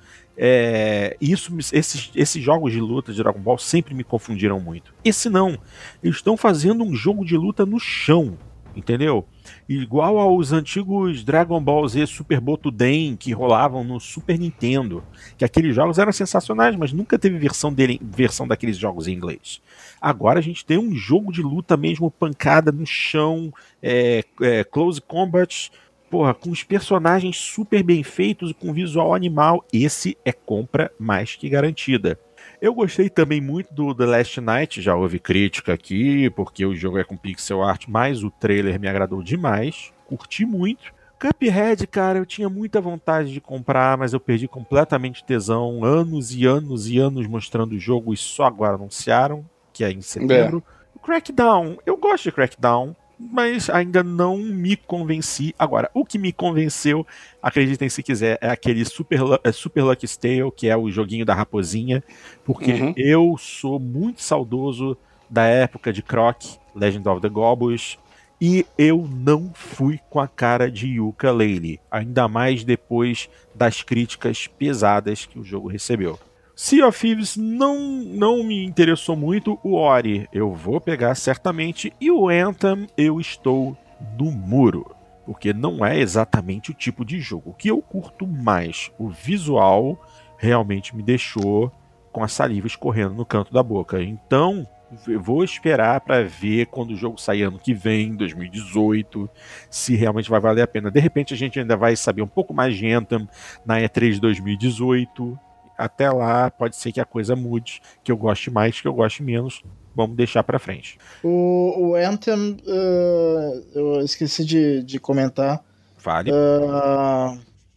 É, isso, esses, esses jogos de luta de Dragon Ball sempre me confundiram muito. Esse não, eles estão fazendo um jogo de luta no chão, entendeu? Igual aos antigos Dragon Ball Z Super Botuden que rolavam no Super Nintendo, que aqueles jogos eram sensacionais, mas nunca teve versão, dele, versão daqueles jogos em inglês. Agora a gente tem um jogo de luta mesmo, pancada no chão, é, é, close combat, porra, com os personagens super bem feitos e com visual animal. Esse é compra mais que garantida. Eu gostei também muito do The Last Night, já houve crítica aqui, porque o jogo é com pixel art, mas o trailer me agradou demais, curti muito. Cuphead, cara, eu tinha muita vontade de comprar, mas eu perdi completamente tesão, anos e anos e anos mostrando o jogo e só agora anunciaram, que é em setembro. É. O Crackdown, eu gosto de Crackdown, mas ainda não me convenci. Agora, o que me convenceu, acreditem se quiser, é aquele Super, Super Lucky's Tale, que é o joguinho da raposinha, porque uhum. eu sou muito saudoso da época de Croc, Legend of the Gobbos, e eu não fui com a cara de Yooka-Laylee, ainda mais depois das críticas pesadas que o jogo recebeu. Sea of Thieves não, não me interessou muito. O Ori eu vou pegar certamente. E o Anthem eu estou no muro, porque não é exatamente o tipo de jogo. O que eu curto mais, o visual realmente me deixou com a saliva escorrendo no canto da boca. Então eu vou esperar para ver quando o jogo sair ano que vem, dois mil e dezoito, se realmente vai valer a pena. De repente a gente ainda vai saber um pouco mais de Anthem na E três de dois mil e dezoito. Até lá, pode ser que a coisa mude, que eu goste mais, que eu goste menos. Vamos deixar pra frente. O, o Anthem, uh, eu esqueci de, de comentar. Vale. Uh,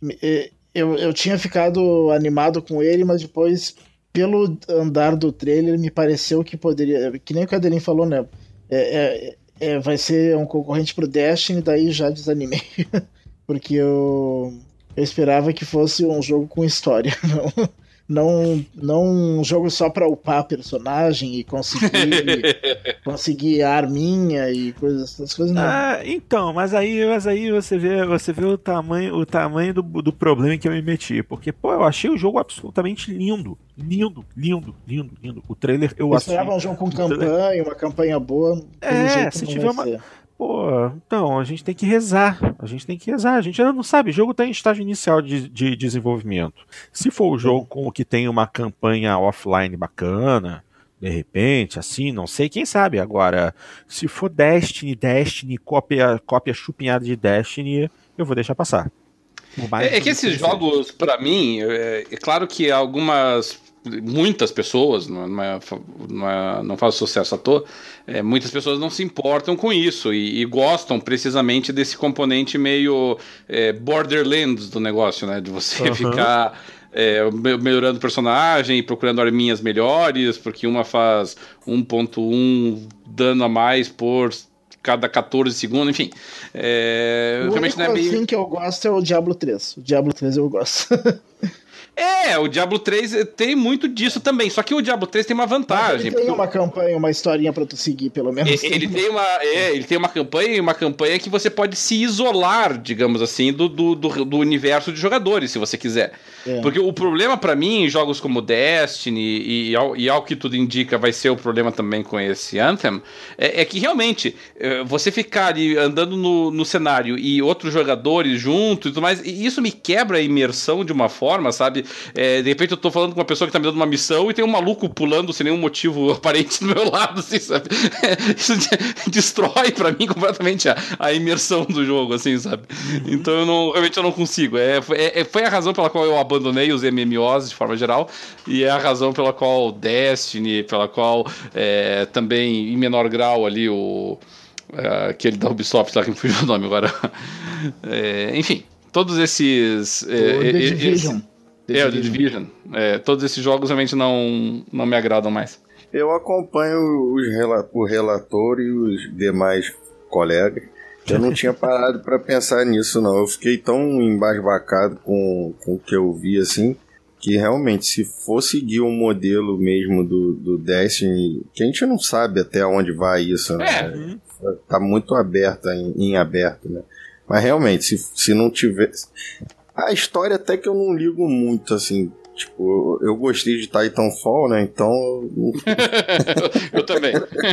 eu, eu tinha ficado animado com ele, mas depois, pelo andar do trailer, me pareceu que poderia... Que nem o Cadelinho falou, né? É, é, é, vai ser um concorrente pro Destiny, daí já desanimei. Porque eu, eu esperava que fosse um jogo com história, não... Não, não um jogo só pra upar personagem e conseguir conseguir arminha e coisas, essas coisas não. Ah, então, mas aí, mas aí você vê, você vê o tamanho, o tamanho do, do problema que eu me meti. Porque, pô, eu achei o jogo absolutamente lindo. Lindo, lindo, lindo, lindo. O trailer eu achei. Eu esperava um jogo com campanha, trailer... uma campanha boa. É, se tiver uma. Ser. Pô, então, a gente tem que rezar. A gente tem que rezar. A gente ainda não sabe. O jogo está em estágio inicial de, de desenvolvimento. Se for o jogo com o que tem uma campanha offline bacana, de repente, assim, não sei, quem sabe. Agora, se for Destiny, Destiny, cópia, cópia chupinhada de Destiny, eu vou deixar passar. É, é que esses jogos, pra mim, é, é claro que algumas... muitas pessoas, não, é, não, é, não faz sucesso à toa, é, muitas pessoas não se importam com isso e, e gostam precisamente desse componente meio é, Borderlands do negócio, né? De você uhum. ficar é, melhorando o personagem e procurando arminhas melhores, porque uma faz um ponto um dano a mais por cada quatorze segundos, enfim. É, o realmente único não é meio... assim que eu gosto é o Diablo três. O Diablo três eu gosto. É, o Diablo três tem muito disso também, só que o Diablo três tem uma vantagem. Ele tem uma campanha, uma historinha pra tu seguir, pelo menos. Ele, ele, tem, uma, é, ele tem uma campanha uma campanha que você pode se isolar, digamos assim, do, do, do, do universo de jogadores, se você quiser. É. Porque o problema pra mim em jogos como Destiny, e, e, ao, e ao que tudo indica vai ser o problema também com esse Anthem, é, é que realmente você ficar ali andando no, no cenário e outros jogadores junto e tudo mais, e isso me quebra a imersão de uma forma, sabe? É, de repente eu tô falando com uma pessoa que tá me dando uma missão e tem um maluco pulando sem nenhum motivo aparente do meu lado, assim, sabe? Isso destrói pra mim completamente a, a imersão do jogo, assim, sabe? Então eu não, realmente eu não consigo. É, é, foi a razão pela qual eu abandonei os M M Os de forma geral e é a razão pela qual Destiny, pela qual é, também em menor grau ali o é, aquele da Ubisoft lá que me fugiu o nome agora. É, enfim, todos esses... O é, The Division. Esse, É, o The Division. É, todos esses jogos realmente não, não me agradam mais. Eu acompanho os rela- o relator e os demais colegas. Eu não tinha parado pra pensar nisso, não. Eu fiquei tão embasbacado com, com o que eu vi, assim, que realmente, se for seguir o modelo mesmo do, do Destiny, que a gente não sabe até onde vai isso, né? É. Tá muito aberto, em, em aberto, né? Mas realmente, se, se não tiver... A história até que eu não ligo muito, assim, tipo, eu, eu gostei de Titanfall, né, então... eu também.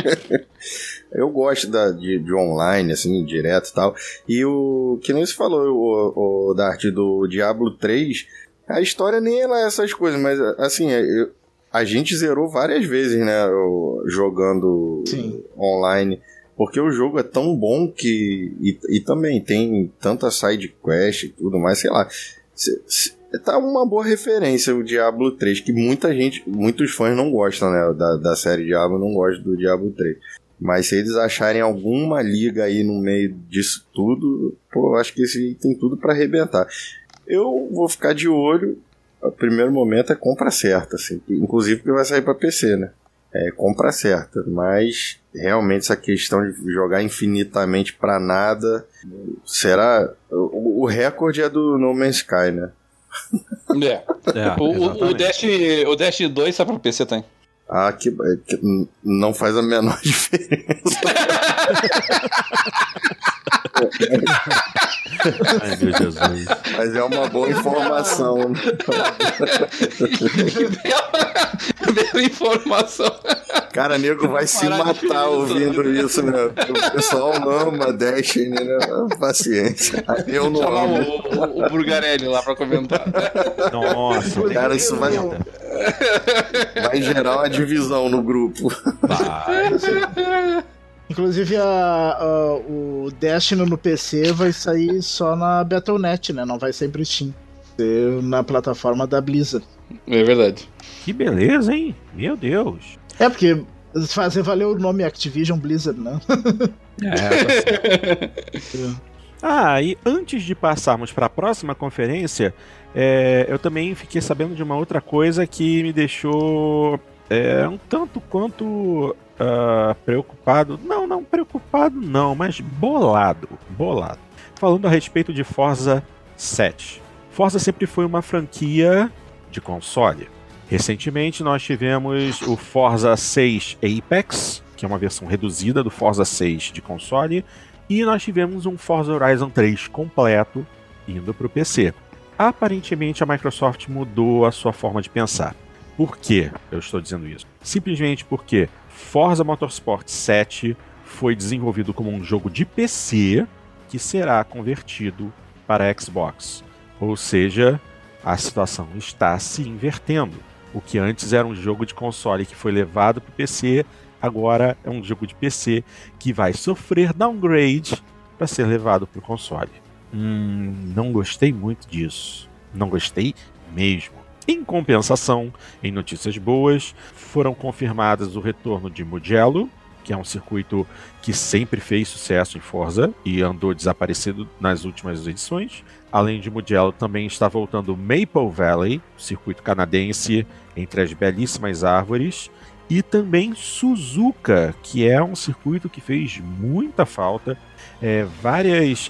Eu gosto da, de, de online, assim, direto e tal, e o que nem se falou, o, o Dart, do Diablo três, a história nem ela é essas coisas, mas, assim, eu, a gente zerou várias vezes, né, jogando Sim. online... Porque o jogo é tão bom que... E, e também tem tanta side quest e tudo mais, sei lá. Se, se, tá uma boa referência o Diablo três, que muita gente, muitos fãs não gostam, né? Da, da série Diablo, não gostam do Diablo três. Mas se eles acharem alguma liga aí no meio disso tudo, pô, eu acho que esse tem tudo pra arrebentar. Eu vou ficar de olho. O primeiro momento é compra certa, assim. Inclusive porque vai sair pra P C, né? É compra certa, mas realmente essa questão de jogar infinitamente pra nada, será... O, o recorde é do No Man's Sky, né? É. é o, o, Destiny, o Destiny dois sai pra P C também. Ah, que, que não faz a menor diferença. Ai, meu Jesus. Mas é uma boa informação. Bela informação. Cara, nego vai se matar ouvindo isso, né? O pessoal ama Destiny, né? Paciência. Eu não Chamar amo. O, o, o Burgarelli lá pra comentar. Nossa, cara, isso vai, vai gerar uma divisão no grupo. Vai. Inclusive, a, a, o Destiny no P C vai sair só na Battle ponto net, né? Não vai sair pro Steam. Na plataforma da Blizzard. É verdade. Que beleza, hein? Meu Deus. É, porque fazer valer o nome Activision Blizzard, né? É, tá Ah, e antes de passarmos para a próxima conferência, é, eu também fiquei sabendo de uma outra coisa que me deixou é, um tanto quanto uh, preocupado. Não, não preocupado não, mas bolado. Bolado. Falando a respeito de Forza sete. Forza sempre foi uma franquia de console. Recentemente nós tivemos o Forza seis Apex, que é uma versão reduzida do Forza seis de console, e nós tivemos um Forza Horizon três completo indo para o P C. Aparentemente a Microsoft mudou a sua forma de pensar. Por que eu estou dizendo isso? Simplesmente porque Forza Motorsport sete foi desenvolvido como um jogo de P C que será convertido para Xbox. Ou seja, a situação está se invertendo. O que antes era um jogo de console que foi levado para o P C, agora é um jogo de P C que vai sofrer downgrade para ser levado para o console. Hum, não gostei muito disso. Não gostei mesmo. Em compensação, em notícias boas, foram confirmadas o retorno de Mugello, que é um circuito que sempre fez sucesso em Forza e andou desaparecido nas últimas edições. Além de Mugello, também está voltando Maple Valley, circuito canadense entre as belíssimas árvores, e também Suzuka, que é um circuito que fez muita falta. É, várias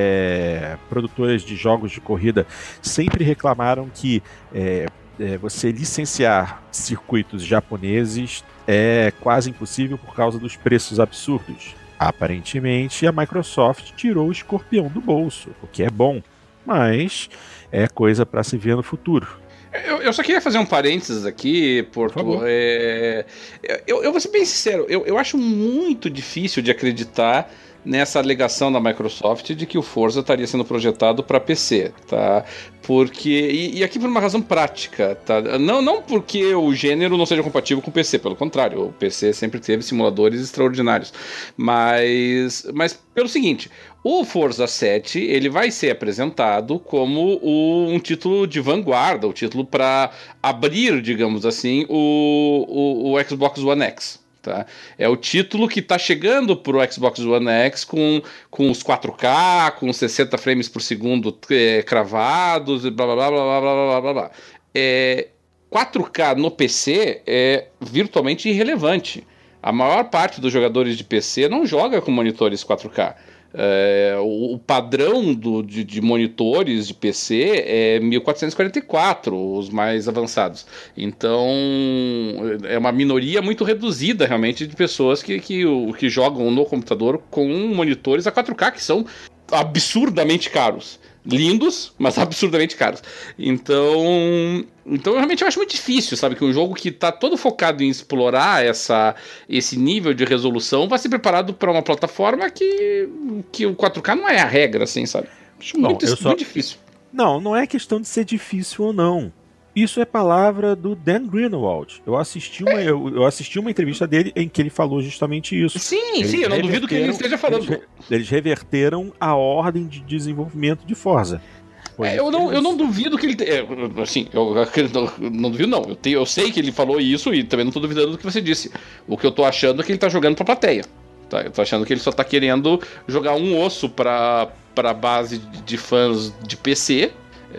é, produtoras de jogos de corrida sempre reclamaram que é, é, você licenciar circuitos japoneses é quase impossível por causa dos preços absurdos. Aparentemente, a Microsoft tirou o escorpião do bolso, o que é bom, mas é coisa para se ver no futuro. Eu, eu só queria fazer um parênteses aqui, Porto. Por é, eu, eu vou ser bem sincero, eu, eu acho muito difícil de acreditar nessa alegação da Microsoft de que o Forza estaria sendo projetado para P C, tá? Porque, e, e aqui por uma razão prática, tá? Não, não porque o gênero não seja compatível com o P C, pelo contrário, o P C sempre teve simuladores extraordinários, mas, mas pelo seguinte, o Forza sete, ele vai ser apresentado como o, um título de vanguarda, o título para abrir, digamos assim, o, o, o Xbox One X. Tá? É o título que está chegando para o Xbox One X com, com os quatro K, com sessenta frames por segundo é, cravados, e blá blá blá blá blá blá blá blá. É, quatro K no P C é virtualmente irrelevante. A maior parte dos jogadores de P C não joga com monitores quatro K. É, o, o padrão do, de, de monitores de P C é mil quatrocentos e quarenta e quatro, os mais avançados. Então é uma minoria muito reduzida realmente de pessoas que, que, que jogam no computador com monitores a quatro K, que são absurdamente caros. Lindos, mas absurdamente caros. Então, então realmente eu acho muito difícil, sabe, que um jogo que está todo focado em explorar essa, esse nível de resolução vai ser preparado para uma plataforma que, que o quatro K não é a regra, assim, sabe? Acho Bom, muito, só... muito difícil. Não, não é questão de ser difícil ou não. Isso é palavra do Dan Greenwald. Eu assisti uma, é. eu, eu assisti uma entrevista dele em que ele falou justamente isso. Sim, eles sim, eu não duvido que ele esteja falando. Eles, eles reverteram a ordem de desenvolvimento de Forza. É, eu, não, eu não duvido que ele... É, assim, eu, eu não, não duvido não. Eu, te, eu sei que ele falou isso e também não tô duvidando do que você disse. O que eu tô achando é que ele tá jogando pra plateia. Tá? Eu tô achando que ele só tá querendo jogar um osso pra, pra base de fãs de P C...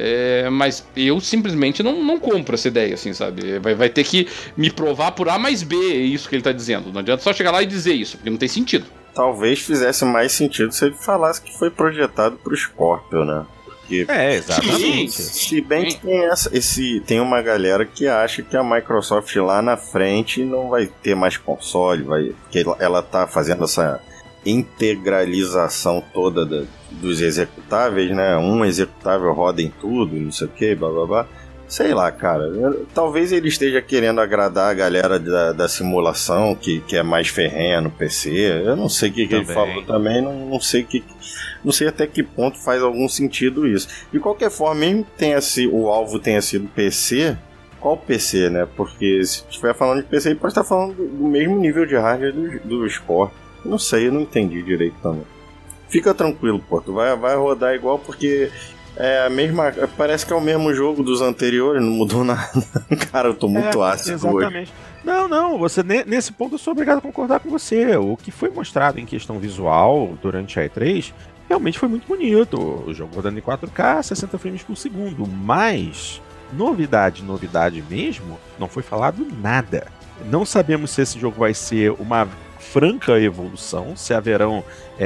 É, mas eu simplesmente não, não compro essa ideia, assim, sabe? Vai, vai ter que me provar por A mais B isso que ele tá dizendo. Não adianta só chegar lá e dizer isso, porque não tem sentido. Talvez fizesse mais sentido se ele falasse que foi projetado pro Scorpio, né? Porque, é, exatamente. Se bem que tem, essa, esse, tem uma galera que acha que a Microsoft lá na frente não vai ter mais console, vai, que ela, ela tá fazendo essa integralização toda da, dos executáveis, né? Um executável roda em tudo, não sei o que, blá blá blá. Sei lá, cara. Talvez ele esteja querendo agradar a galera da, da simulação, que, que é mais ferrenha no P C. Eu não sei o que, que ele falou também, não, não sei que, não sei até que ponto faz algum sentido isso. De qualquer forma, mesmo que tenha sido, o alvo tenha sido P C, qual P C, né? Porque se estiver falando de P C, ele pode estar falando do, do mesmo nível de hardware do, do Scorpio. Não sei, eu não entendi direito também. Fica tranquilo, Porto. Vai, vai rodar igual porque é a mesma. Parece que é o mesmo jogo dos anteriores, não mudou nada. Cara, eu tô muito é, ácido exatamente. Hoje. Não, não, você, nesse ponto eu sou obrigado a concordar com você. O que foi mostrado em questão visual durante a E três realmente foi muito bonito. O jogo rodando em quatro K, sessenta frames por segundo. Mas, novidade, novidade mesmo, não foi falado nada. Não sabemos se esse jogo vai ser uma franca evolução, se haverão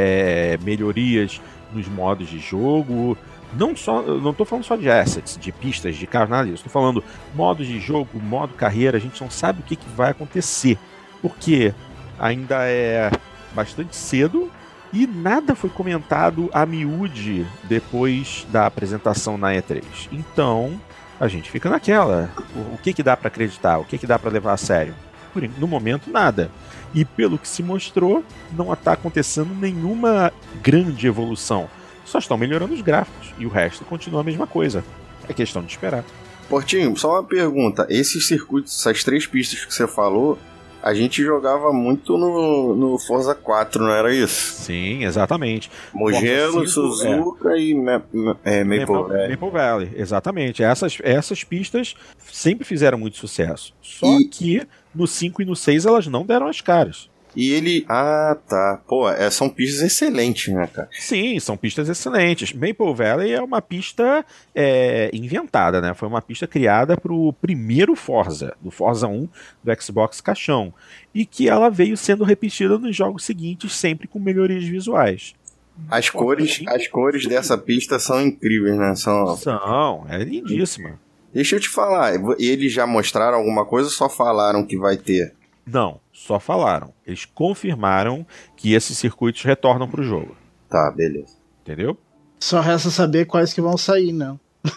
é, melhorias nos modos de jogo. Não só, não estou falando só de assets, de pistas, de carros, nada disso. Estou falando modos de jogo, modo carreira. A gente não sabe o que, que vai acontecer, porque ainda é bastante cedo e nada foi comentado a miúde depois da apresentação na E três. Então, a gente fica naquela. O, o que, que dá para acreditar? O que, que dá para levar a sério? por, no momento, nada. E pelo que se mostrou, não está acontecendo nenhuma grande evolução. Só estão melhorando os gráficos e o resto continua a mesma coisa. É questão de esperar. Portinho, só uma pergunta. Esses circuitos, essas três pistas que você falou, a gente jogava muito no, no Forza quatro, não era isso? Sim, exatamente. Mugello, Suzuka é. e Ma Ma é, Maple, Maple Valley. Maple Valley, exatamente. Essas, essas pistas sempre fizeram muito sucesso. Só e... que no cinco e no seis elas não deram as caras. E ele... Ah, tá. Pô, é, são pistas excelentes, né, cara? Sim, são pistas excelentes. Maple Valley é uma pista é, inventada, né? Foi uma pista criada para o primeiro Forza, do Forza um do Xbox Caixão. E que ela veio sendo repetida nos jogos seguintes, sempre com melhorias visuais. As cores, as cores dessa pista são incríveis, né? São, são é lindíssima. Deixa eu te falar, eles já mostraram alguma coisa ou só falaram que vai ter? Não, só falaram. Eles confirmaram que esses circuitos retornam pro jogo. Tá, beleza. Entendeu? Só resta saber quais que vão sair, né?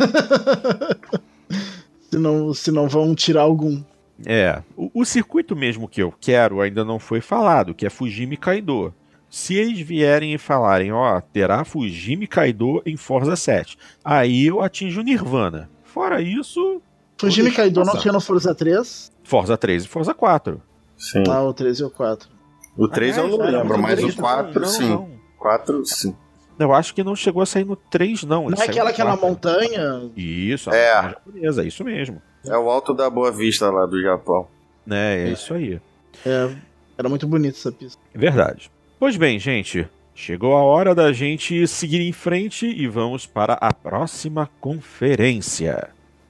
se, não, se não vão tirar algum. É, o, o circuito mesmo que eu quero ainda não foi falado, que é Fujimi Kaido. Se eles vierem e falarem, ó, terá Fujimi Kaido em Forza sete, aí eu atinjo o Nirvana. Fora isso... Fujimi Kaido não tinha no Forza três? Forza três e Forza quatro. Sim. Ah, o três e o quatro. O três ah, eu não é, lembro, mas o quatro não, sim. Não. quatro sim. Eu acho que não chegou a sair no três, não. Não é aquela que é na montanha? Isso, a é. montanha japonesa, é isso mesmo. É o Alto da Boa Vista lá do Japão. É, é isso aí. É, era muito bonita essa pista. É verdade. Pois bem, gente, chegou a hora da gente seguir em frente e vamos para a próxima conferência.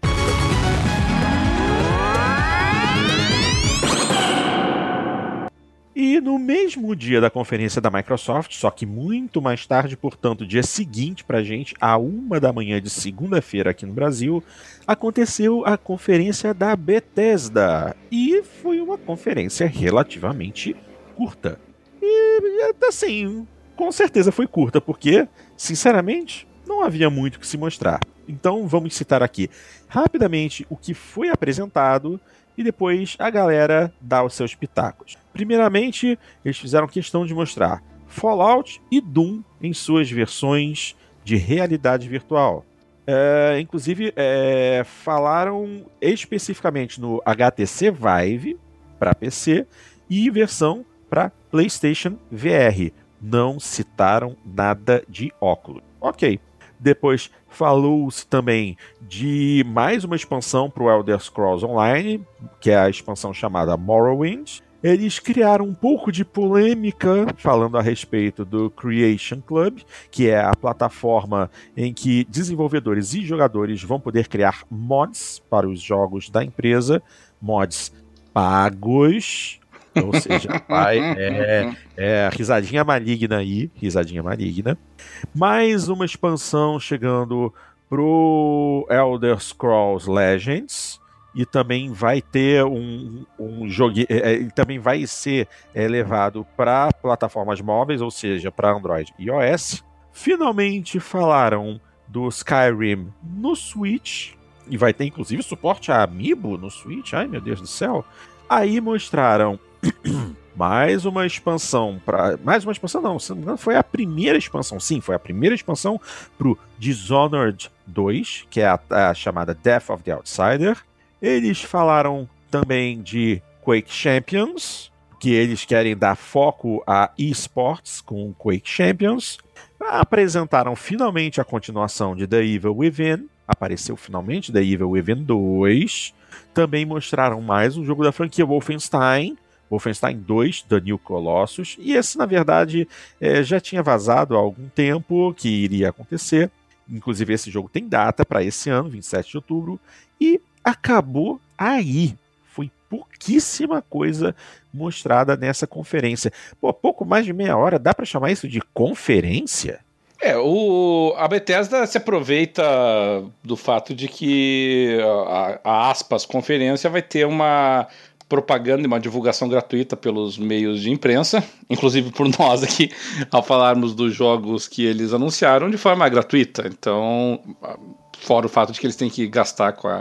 E no mesmo dia da conferência da Microsoft, só que muito mais tarde, portanto, dia seguinte pra gente, à uma da manhã de segunda-feira aqui no Brasil, aconteceu a conferência da Bethesda. E foi uma conferência relativamente curta. E, assim, com certeza foi curta, porque, sinceramente, não havia muito o que se mostrar. Então vamos citar aqui rapidamente o que foi apresentado e depois a galera dá os seus pitacos. Primeiramente, eles fizeram questão de mostrar Fallout e Doom em suas versões de realidade virtual. É, inclusive, é, falaram especificamente no H T C Vive para P C e versão para PlayStation V R. Não citaram nada de óculos. Ok. Depois falou-se também de mais uma expansão para o Elder Scrolls Online, que é a expansão chamada Morrowind. Eles criaram um pouco de polêmica falando a respeito do Creation Club, que é a plataforma em que desenvolvedores e jogadores vão poder criar mods para os jogos da empresa, mods pagos. Ou seja, pai, é, é risadinha maligna aí, risadinha maligna. Mais uma expansão chegando pro Elder Scrolls Legends e também vai ter um, um jogo, é, também vai ser é, levado para plataformas móveis, ou seja, para Android e iOS. Finalmente falaram do Skyrim no Switch e vai ter inclusive suporte a Amiibo no Switch. Ai, meu Deus do céu! Aí mostraram mais uma expansão para mais uma expansão não, se não me engano foi a primeira expansão, sim, foi a primeira expansão pro Dishonored dois, que é a, a chamada Death of the Outsider. Eles falaram também de Quake Champions, que eles querem dar foco a esports com Quake Champions. Apresentaram finalmente a continuação de The Evil Within, apareceu finalmente The Evil Within dois. Também mostraram mais um jogo da franquia Wolfenstein, Wolfenstein dois, The New Colossus, e esse, na verdade, é, já tinha vazado há algum tempo que iria acontecer. Inclusive, esse jogo tem data para esse ano, vinte e sete de outubro, e acabou aí. Foi pouquíssima coisa mostrada nessa conferência. Pô, pouco mais de meia hora, dá para chamar isso de conferência? É, o, a Bethesda se aproveita do fato de que a, a aspas conferência vai ter uma propaganda e uma divulgação gratuita pelos meios de imprensa, inclusive por nós aqui, ao falarmos dos jogos que eles anunciaram de forma gratuita. Então, fora o fato de que eles têm que gastar com a,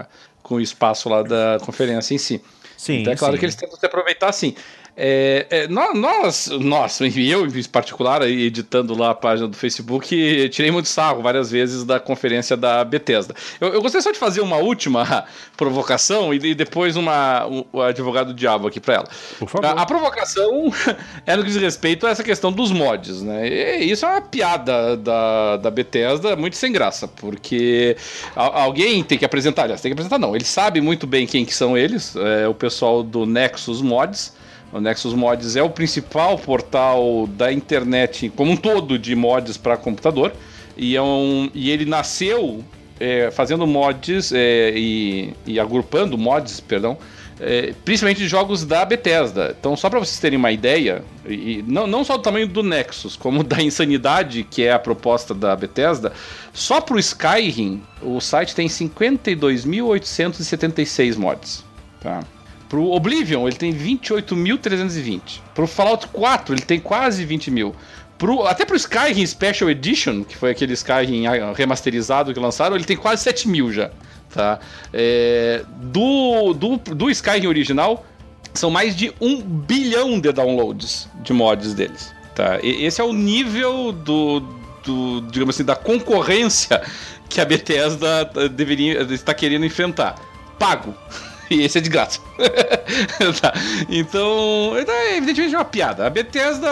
com o espaço lá da conferência em si. Sim, então é claro sim. que eles tentam se aproveitar assim. É, é, nós, nós, e eu em particular, editando lá a página do Facebook, tirei muito sarro várias vezes da conferência da Bethesda. Eu, eu gostaria só de fazer uma última provocação e, e depois uma, um, o advogado do diabo aqui para ela. Por favor. A, a provocação é no que diz respeito a essa questão dos mods, né? E isso é uma piada da, da Bethesda muito sem graça, porque a, alguém tem que apresentar, aliás, tem que apresentar não, eles sabem muito bem quem que são eles, é o pessoal do Nexus Mods. O Nexus Mods é o principal portal da internet como um todo de mods para computador e, é um, e ele nasceu é, fazendo mods é, e, e agrupando mods, perdão, é, principalmente de jogos da Bethesda. Então, só para vocês terem uma ideia, e não, não só do tamanho do Nexus, como da insanidade que é a proposta da Bethesda, só para o Skyrim o site tem cinquenta e dois mil oitocentos e setenta e seis mods, tá? Pro Oblivion, ele tem vinte e oito mil trezentos e vinte. Pro Fallout quatro, ele tem quase vinte mil. Pro, até pro Skyrim Special Edition, que foi aquele Skyrim remasterizado que lançaram, ele tem quase sete mil já. Tá? É, do, do, do Skyrim original, são mais de um bilhão de downloads de mods deles. Tá? E, esse é o nível do, do, digamos assim, da concorrência que a Bethesda deveria, está querendo enfrentar. Pago. E esse é de graça. Tá. Então, é evidentemente uma piada. A Bethesda,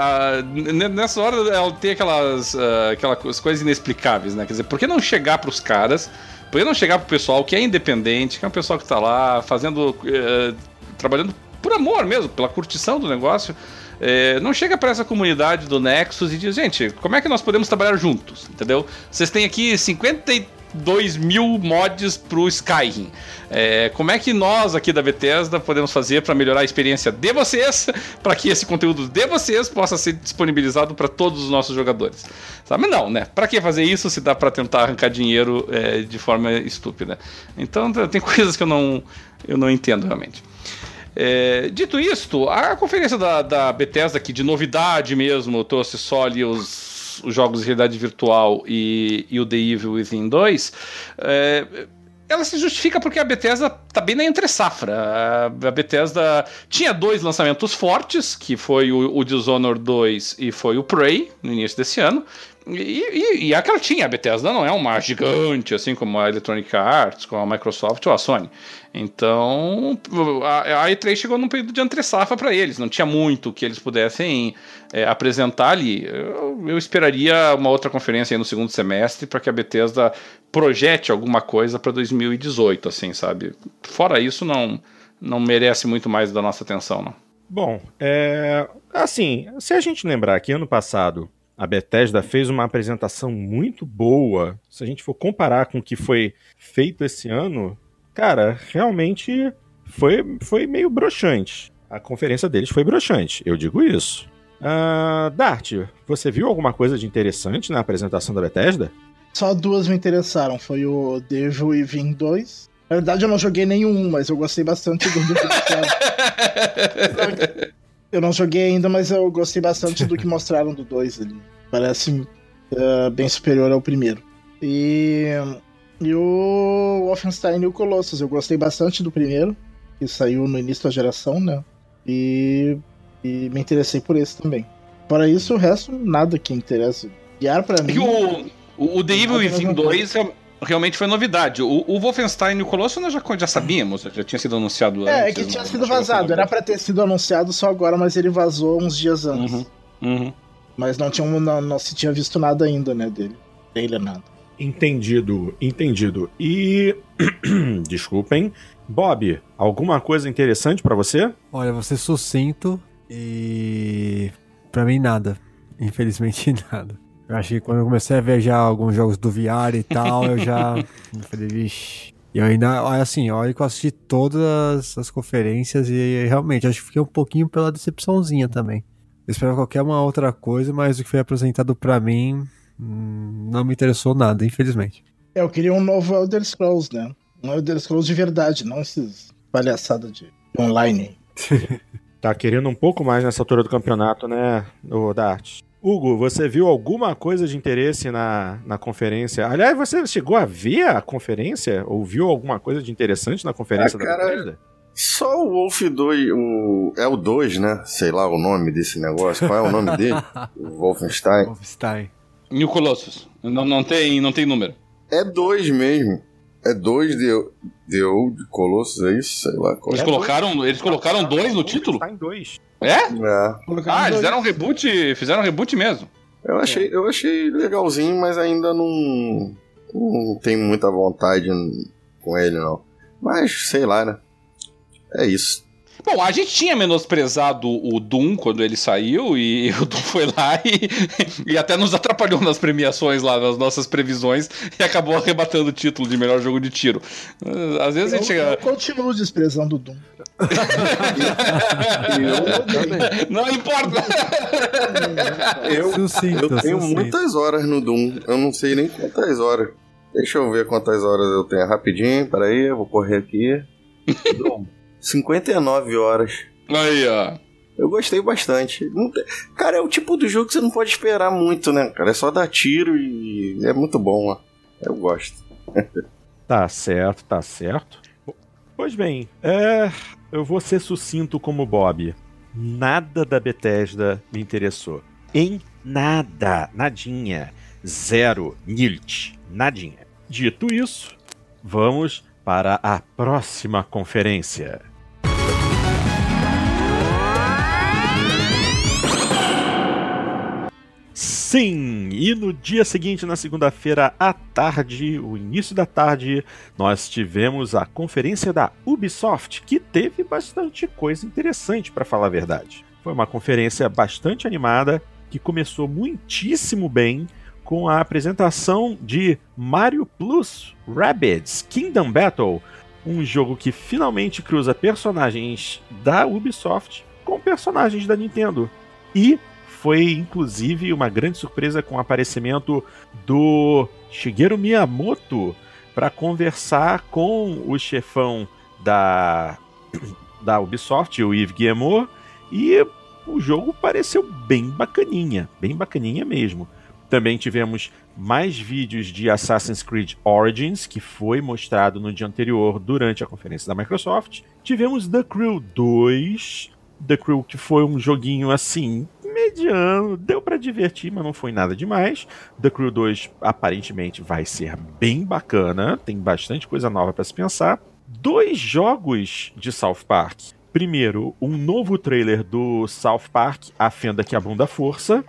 nessa hora, ela tem aquelas, aquelas coisas inexplicáveis, né? Quer dizer, por que não chegar pros caras, por que não chegar pro pessoal que é independente, que é um pessoal que tá lá fazendo, eh, trabalhando por amor mesmo, pela curtição do negócio, eh, não chega para essa comunidade do Nexus e diz, gente, como é que nós podemos trabalhar juntos, entendeu? Vocês têm aqui cinquenta e dois mil mods pro Skyrim. É, como é que nós aqui da Bethesda podemos fazer para melhorar a experiência de vocês, para que esse conteúdo de vocês possa ser disponibilizado para todos os nossos jogadores? Sabe? Não, né? Para que fazer isso se dá para tentar arrancar dinheiro é, de forma estúpida? Então tem coisas que eu não, eu não entendo realmente. É, dito isto, a conferência da, da Bethesda, que de novidade mesmo trouxe só ali os os jogos de realidade virtual e, e o The Evil Within dois, é, ela se justifica porque a Bethesda tá bem na entre-safra. A Bethesda tinha dois lançamentos fortes, que foi o, o Dishonored dois e foi o Prey, no início desse ano. E, e, e aquela tinha, a Bethesda não é uma gigante, assim como a Electronic Arts, como a Microsoft ou a Sony. Então, a, a E três chegou num período de entre-safra para eles, não tinha muito que eles pudessem é, apresentar ali. Eu, eu esperaria uma outra conferência aí no segundo semestre para que a Bethesda projete alguma coisa para dois mil e dezoito, assim, sabe? Fora isso, não, não merece muito mais da nossa atenção, não. Bom, é, assim, se a gente lembrar que ano passado a Bethesda fez uma apresentação muito boa, se a gente for comparar com o que foi feito esse ano, cara, realmente foi, foi meio broxante. A conferência deles foi broxante, eu digo isso. Uh, Dart, você viu alguma coisa de interessante na apresentação da Bethesda? Só duas me interessaram, foi o The Evil Within dois. Na verdade eu não joguei nenhum, mas eu gostei bastante do que mostraram. Eu não joguei ainda, mas eu gostei bastante do que mostraram do dois ali. Parece uh, bem superior ao primeiro. E, e o Wolfenstein e o Colossus, eu gostei bastante do primeiro, que saiu no início da geração, né? E, e me interessei por esse também. Fora isso, o resto, nada que interessa. Guiar pra mim... E o, o, o The Evil Within dois realmente foi novidade. O, o Wolfenstein e o Colossus nós já, já sabíamos, já tinha sido anunciado antes. É, é que tinha sido vazado. Era pra ter sido anunciado só agora, mas ele vazou uns dias antes. Uhum, uhum. Mas não, tinha, não, não se tinha visto nada ainda, né, dele. Trailer, nada. Entendido, entendido. E... Desculpem. Bob, alguma coisa interessante pra você? Olha, vou ser sucinto e... Pra mim, nada. Infelizmente, nada. Eu acho que quando eu comecei a ver já alguns jogos do V R e tal, eu já... eu falei, vixe... E eu ainda, assim, olha que eu assisti todas as conferências e realmente, acho que fiquei um pouquinho pela decepçãozinha também. Eu esperava qualquer uma outra coisa, mas o que foi apresentado pra mim hum, não me interessou nada, infelizmente. É, eu queria um novo Elder Scrolls, né? Um Elder Scrolls de verdade, não esses palhaçadas de online. Tá querendo um pouco mais nessa altura do campeonato, né, o Dart? Hugo, você viu alguma coisa de interesse na, na conferência? Aliás, você chegou a ver a conferência? Ou viu alguma coisa de interessante na conferência ah, da cara, Bethesda? Só o Wolf dois, o, é o dois, né? Sei lá o nome desse negócio. Qual é o nome dele? O Wolfenstein. Wolfenstein. New Colossus. Não, não, tem, não tem número. É dois mesmo. É dois de, de Old Colossus, é isso? Sei lá qual Eles é. colocaram, eles colocaram dois no título? Tá em dois. É? É. Ah, eles fizeram um reboot, fizeram um reboot mesmo. Eu achei, eu achei legalzinho, mas ainda não, não tenho muita vontade com ele, não. Mas, sei lá, né? É isso. Bom, a gente tinha menosprezado o Doom quando ele saiu e o Doom foi lá e, e até nos atrapalhou nas premiações lá, nas nossas previsões e acabou arrebatando o título de melhor jogo de tiro. Às vezes eu, a gente chega... eu continuo desprezando o Doom. eu, não importa! Eu, Sucinto, eu tenho sucinto. muitas horas no Doom. Eu não sei nem quantas horas. Deixa eu ver quantas horas eu tenho rapidinho. Peraí, eu vou correr aqui. Doom. cinquenta e nove horas. Aí, ó. Eu gostei bastante. Não tem... Cara, é o tipo do jogo que você não pode esperar muito, né, cara? É só dar tiro e é muito bom, ó. Eu gosto. Tá certo, tá certo. Pois bem, é... eu vou ser sucinto como Bob. Nada da Bethesda me interessou. Em nada. Nadinha. Zero. Nilt. Nadinha. Dito isso, vamos para a próxima conferência. Sim, e no dia seguinte, na segunda-feira à tarde, o início da tarde, nós tivemos a conferência da Ubisoft, que teve bastante coisa interessante, para falar a verdade. Foi uma conferência bastante animada, que começou muitíssimo bem, com a apresentação de Mario Plus Rabbids Kingdom Battle, um jogo que finalmente cruza personagens da Ubisoft com personagens da Nintendo. E foi, inclusive, uma grande surpresa com o aparecimento do Shigeru Miyamoto para conversar com o chefão da, da Ubisoft, o Yves Guillemot, e o jogo pareceu bem bacaninha, bem bacaninha mesmo. Também tivemos mais vídeos de Assassin's Creed Origins, que foi mostrado no dia anterior durante a conferência da Microsoft. Tivemos The Crew dois, The Crew que foi um joguinho assim, mediano, deu pra divertir, mas não foi nada demais. The Crew dois aparentemente vai ser bem bacana, tem bastante coisa nova pra se pensar. Dois jogos de South Park. Primeiro, um novo trailer do South Park, A Fenda que Abunda a Força.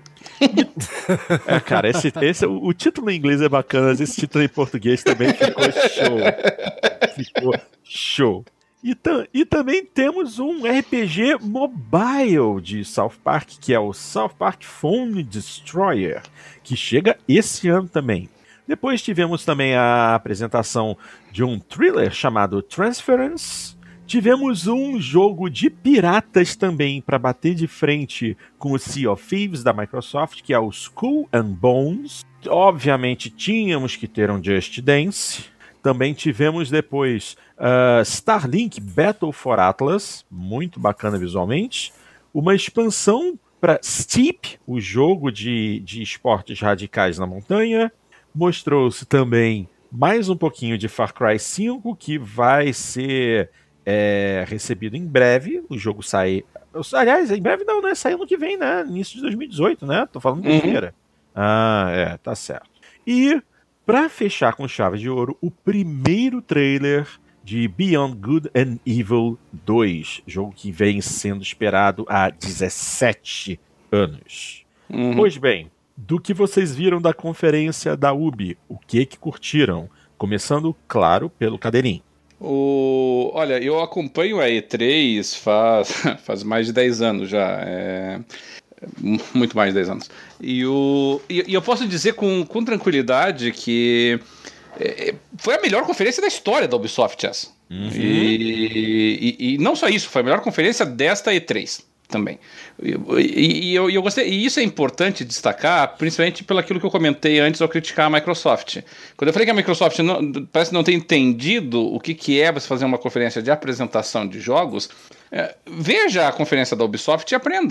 É, cara, esse, esse, o, o título em inglês é bacana, mas esse título em português também ficou show. Ficou show. E, tam, e também temos um R P G mobile de South Park, que é o South Park Phone Destroyer, que chega esse ano também. Depois tivemos também a apresentação de um thriller chamado Transference. Tivemos um jogo de piratas também para bater de frente com o Sea of Thieves da Microsoft, que é o Skull and Bones. Obviamente tínhamos que ter um Just Dance. Também tivemos depois uh, Starlink Battle for Atlas, muito bacana visualmente. Uma expansão para Steep, o jogo de, de esportes radicais na montanha. Mostrou-se também mais um pouquinho de Far Cry cinco, que vai ser... É recebido em breve, o jogo sai... Aliás, em breve não, né? Sai ano que vem, né? Início de dois mil e dezoito, né? Tô falando de feira. Uhum. Ah, é, tá certo. E, pra fechar com chave de ouro, o primeiro trailer de Beyond Good and Evil dois, jogo que vem sendo esperado há dezessete anos. Uhum. Pois bem, do que vocês viram da conferência da Ubi, o que que curtiram? Começando, claro, pelo Cadeirinho. O... Olha, eu acompanho a E três faz, faz mais de dez anos já. É... Muito mais de dez anos. E, o... e eu posso dizer com, com tranquilidade que é, foi a melhor conferência da história da Ubisoft essa. Uhum. E, e, e não só isso, foi a melhor conferência desta E três também. E, e, e eu, eu gostei, e isso é importante destacar, principalmente pelo aquilo que eu comentei antes ao criticar a Microsoft. Quando eu falei que a Microsoft não, parece não ter entendido o que, que é você fazer uma conferência de apresentação de jogos, é, veja a conferência da Ubisoft e aprenda.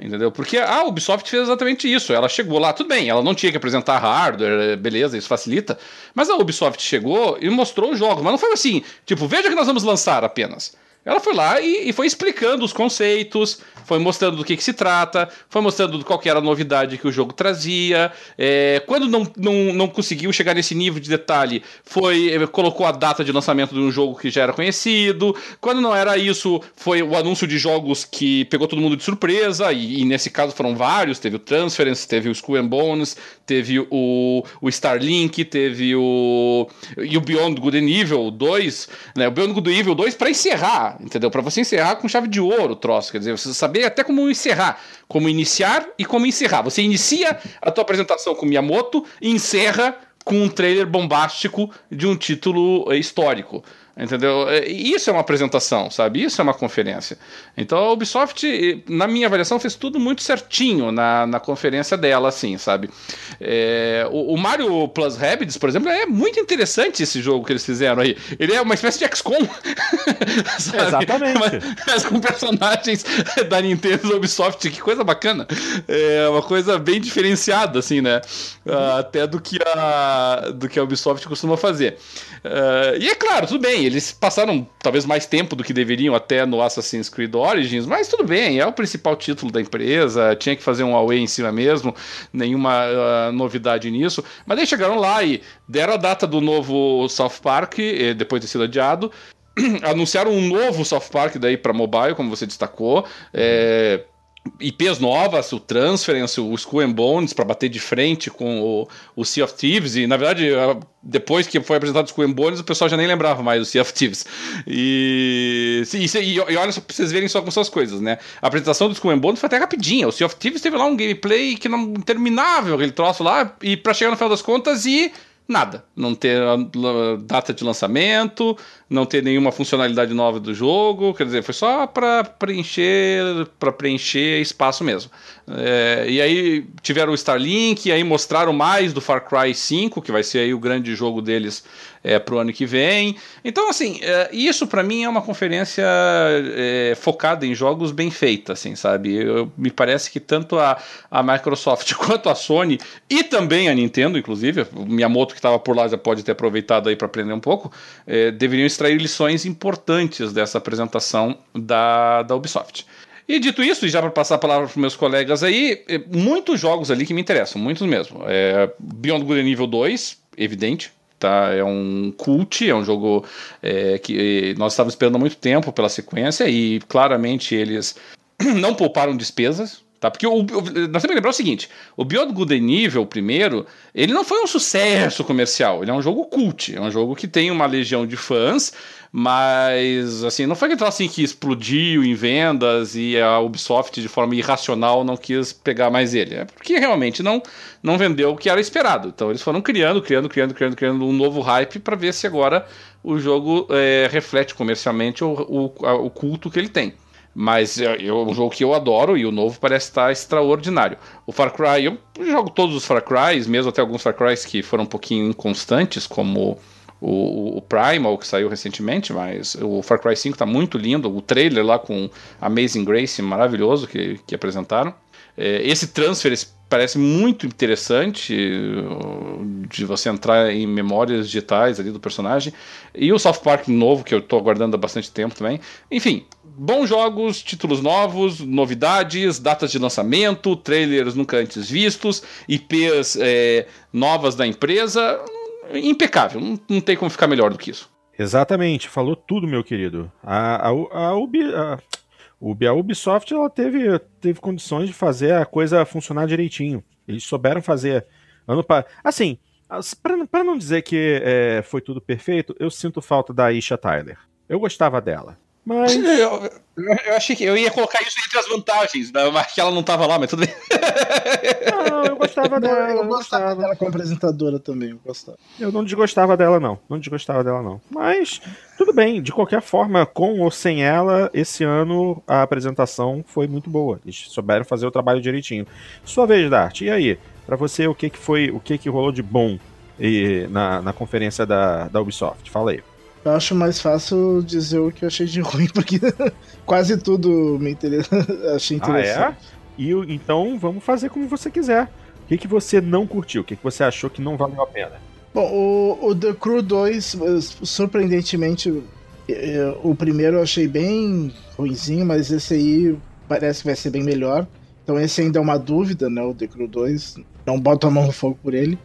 Entendeu? Porque a Ubisoft fez exatamente isso. Ela chegou lá, tudo bem, ela não tinha que apresentar hardware, beleza, isso facilita. Mas a Ubisoft chegou e mostrou os jogos. Mas não foi assim, tipo, veja que nós vamos lançar apenas. Ela foi lá e, e foi explicando os conceitos, foi mostrando do que, que se trata, foi mostrando qual que era a novidade que o jogo trazia. É, quando não, não, não conseguiu chegar nesse nível de detalhe, foi colocou a data de lançamento de um jogo que já era conhecido. Quando não era isso, foi o anúncio de jogos que pegou todo mundo de surpresa, e, e nesse caso foram vários. Teve o Transference, teve o Skull and Bones, teve o, o Starlink, teve o, e o Beyond Good and Evil dois, né? O Beyond Good and Evil dois para encerrar, entendeu? Para você encerrar com chave de ouro o troço, quer dizer, você saber até como encerrar, como iniciar e como encerrar. Você inicia a tua apresentação com Miyamoto e encerra com um trailer bombástico de um título histórico. Entendeu? Isso é uma apresentação, sabe? Isso é uma conferência. Então a Ubisoft, na minha avaliação, fez tudo muito certinho na, na conferência dela, assim, sabe? É, o, o Mario Plus Rabbids, por exemplo, é muito interessante esse jogo que eles fizeram aí. Ele é uma espécie de X COM. Exatamente. Mas, mas com personagens da Nintendo e da Ubisoft, que coisa bacana. É uma coisa bem diferenciada, assim, né? Uh, até do que, a, do que a Ubisoft costuma fazer. Uh, e é claro, tudo bem, eles passaram talvez mais tempo do que deveriam até no Assassin's Creed Origins, mas tudo bem, é o principal título da empresa, tinha que fazer um away em cima mesmo, nenhuma uh, novidade nisso, mas aí chegaram lá e deram a data do novo South Park, depois de ter sido adiado, anunciaram um novo South Park daí para mobile, como você destacou, é... I Ps novas, o Transference, o Skull and Bones para bater de frente com o, o Sea of Thieves, e na verdade depois que foi apresentado o Skull and Bones o pessoal já nem lembrava mais do Sea of Thieves, e, e, e, e olha só pra vocês verem só com essas coisas, né? A apresentação do Skull and Bones foi até rapidinha. O Sea of Thieves teve lá um gameplay que não interminável, aquele troço lá, e pra chegar no final das contas e nada, não ter a data de lançamento, não ter nenhuma funcionalidade nova do jogo, quer dizer, foi só para preencher, para preencher espaço mesmo. É, e aí tiveram o Starlink, e aí mostraram mais do Far Cry cinco, que vai ser aí o grande jogo deles é, pro ano que vem. Então, assim, é, isso para mim é uma conferência é, focada em jogos bem feita, assim, sabe? Eu, me parece que tanto a, a Microsoft quanto a Sony, e também a Nintendo, inclusive, o Miyamoto que estava por lá já pode ter aproveitado aí para aprender um pouco, é, deveriam extrair lições importantes dessa apresentação da, da Ubisoft. E dito isso, e já para passar a palavra para os meus colegas aí, muitos jogos ali que me interessam, muitos mesmo. É, Beyond Good and Evil dois, evidente, tá? É um cult, é um jogo é, que nós estávamos esperando há muito tempo pela sequência, e claramente eles não pouparam despesas. Tá? Porque o, o, nós temos que lembrar o seguinte: o Beyond Good and Evil, primeiro, ele não foi um sucesso comercial, ele é um jogo cult, é um jogo que tem uma legião de fãs, mas assim, não foi aquele troço assim que explodiu em vendas e a Ubisoft de forma irracional não quis pegar mais ele, é porque realmente não, não vendeu o que era esperado. Então eles foram criando, criando, criando, criando, criando um novo hype para ver se agora o jogo é, reflete comercialmente o, o, a, o culto que ele tem. Mas é um jogo que eu adoro, e o novo parece estar extraordinário. O Far Cry, eu jogo todos os Far Crys, mesmo até alguns Far Crys que foram um pouquinho inconstantes, como o, o Primal, que saiu recentemente, mas o Far Cry cinco está muito lindo. O trailer lá com Amazing Grace, maravilhoso, que, que apresentaram. É, esse Transfer parece muito interessante, de você entrar em memórias digitais ali do personagem. E o South Park novo, que eu estou aguardando há bastante tempo também. Enfim, bons jogos, títulos novos, novidades, datas de lançamento, trailers nunca antes vistos, I Ps é, novas da empresa. Impecável, não, não tem como ficar melhor do que isso. Exatamente, falou tudo, meu querido. A, a, a, Ubi, a, a Ubisoft ela teve, teve condições de fazer a coisa funcionar direitinho. Eles souberam fazer. Ano pa... Assim, para não dizer que é, foi tudo perfeito, eu sinto falta da Aisha Tyler. Eu gostava dela. Mas. Eu, eu, eu achei que eu ia colocar isso entre as vantagens, mas que ela não tava lá, mas tudo bem. Não, eu gostava dela. Eu, eu gostava, gostava dela como apresentadora também. Eu, gostava. eu não desgostava dela, não. Não desgostava dela, não. Mas, tudo bem. De qualquer forma, com ou sem ela, esse ano a apresentação foi muito boa. Eles souberam fazer o trabalho direitinho. Sua vez, Dart. E aí? Pra você, o que, que foi, o que, que rolou de bom e, na, na conferência da, da Ubisoft? Fala aí. Eu acho mais fácil dizer o que eu achei de ruim, porque quase tudo me interessa, achei interessante. Ah, é? e então vamos fazer como você quiser. O que, que você não curtiu? O que, que você achou que não valeu a pena? Bom, o, o The Crew dois, surpreendentemente, o primeiro eu achei bem ruinzinho, mas esse aí parece que vai ser bem melhor. Então esse ainda é uma dúvida, né? O The Crew dois, não bota a mão no fogo por ele.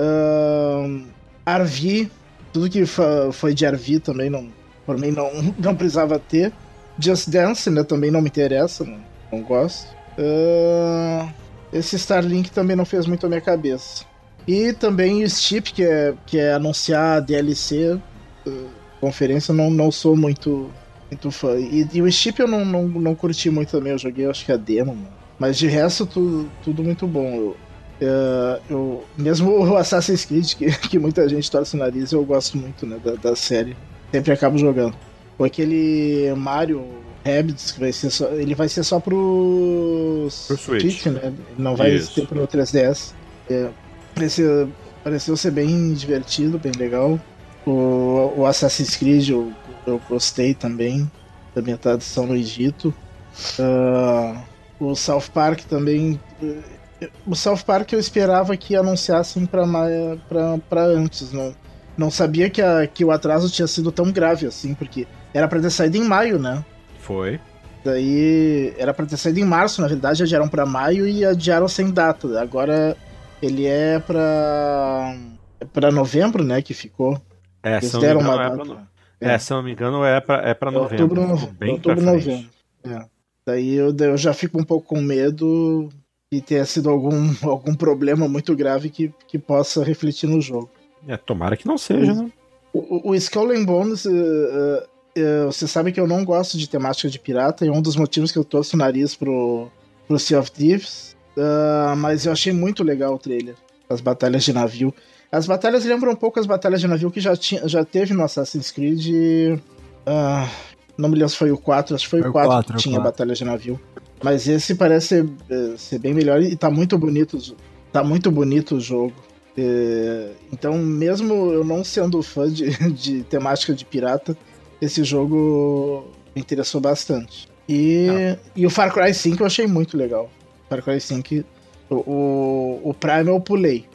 Uh, R V, tudo que foi de R V também, não, por mim não, não precisava ter. Just Dance, né? Também não me interessa, não, não gosto. Uh, esse Starlink também não fez muito a minha cabeça. E também o Steep, que é, que é anunciar a D L C, uh, conferência, não, não sou muito, muito fã. E, e o Steep eu não, não, não curti muito também, eu joguei acho que a demo, mano. Mas de resto, tudo, tudo muito bom. Eu, uh, eu, mesmo o Assassin's Creed, que, que muita gente torce o nariz, eu gosto muito, né, da, da série. Sempre acabo jogando. Ou aquele Mario Rabbids, que vai ser só, ele vai ser só pro Switch, né? Ele não vai Isso. ter pro três D S. É, pareceu, pareceu ser bem divertido, bem legal. O, o Assassin's Creed eu, eu gostei também, da minha tradição no Egito. Uh, o South Park também. O South Park eu esperava que anunciassem pra, pra, pra antes, não, não sabia que, a, que o atraso tinha sido tão grave assim, porque era pra ter saído em maio, né? Foi. Daí era pra ter saído em março, na verdade adiaram pra maio e adiaram sem data. Agora ele é pra, é pra novembro, né, que ficou. É, Eles se não me deram engano, uma é, data. pra, no... é. é, se não me engano, é pra, é pra novembro. Outubro, nove... Bem outubro pra frente. novembro. É. Daí eu, eu já fico um pouco com medo de ter sido algum, algum problema muito grave que, que possa refletir no jogo. É, tomara que não seja, né? O, o Skull and Bones, uh, uh, uh, você sabe que eu não gosto de temática de pirata, e é um dos motivos que eu torço o nariz pro, pro Sea of Thieves, uh, mas eu achei muito legal o trailer, as batalhas de navio. As batalhas lembram um pouco as batalhas de navio que já, tinha, já teve no Assassin's Creed. Uh, não me lembro se foi o quatro, acho que foi, foi o quatro, quatro que tinha quatro. Batalha de navio. Mas esse parece ser, ser bem melhor e tá muito bonito, tá muito bonito o jogo. É, então, mesmo eu não sendo fã de, de temática de pirata, esse jogo me interessou bastante. E, e o Far Cry cinco eu achei muito legal. Far Cry cinco, o, o, o Prime eu pulei.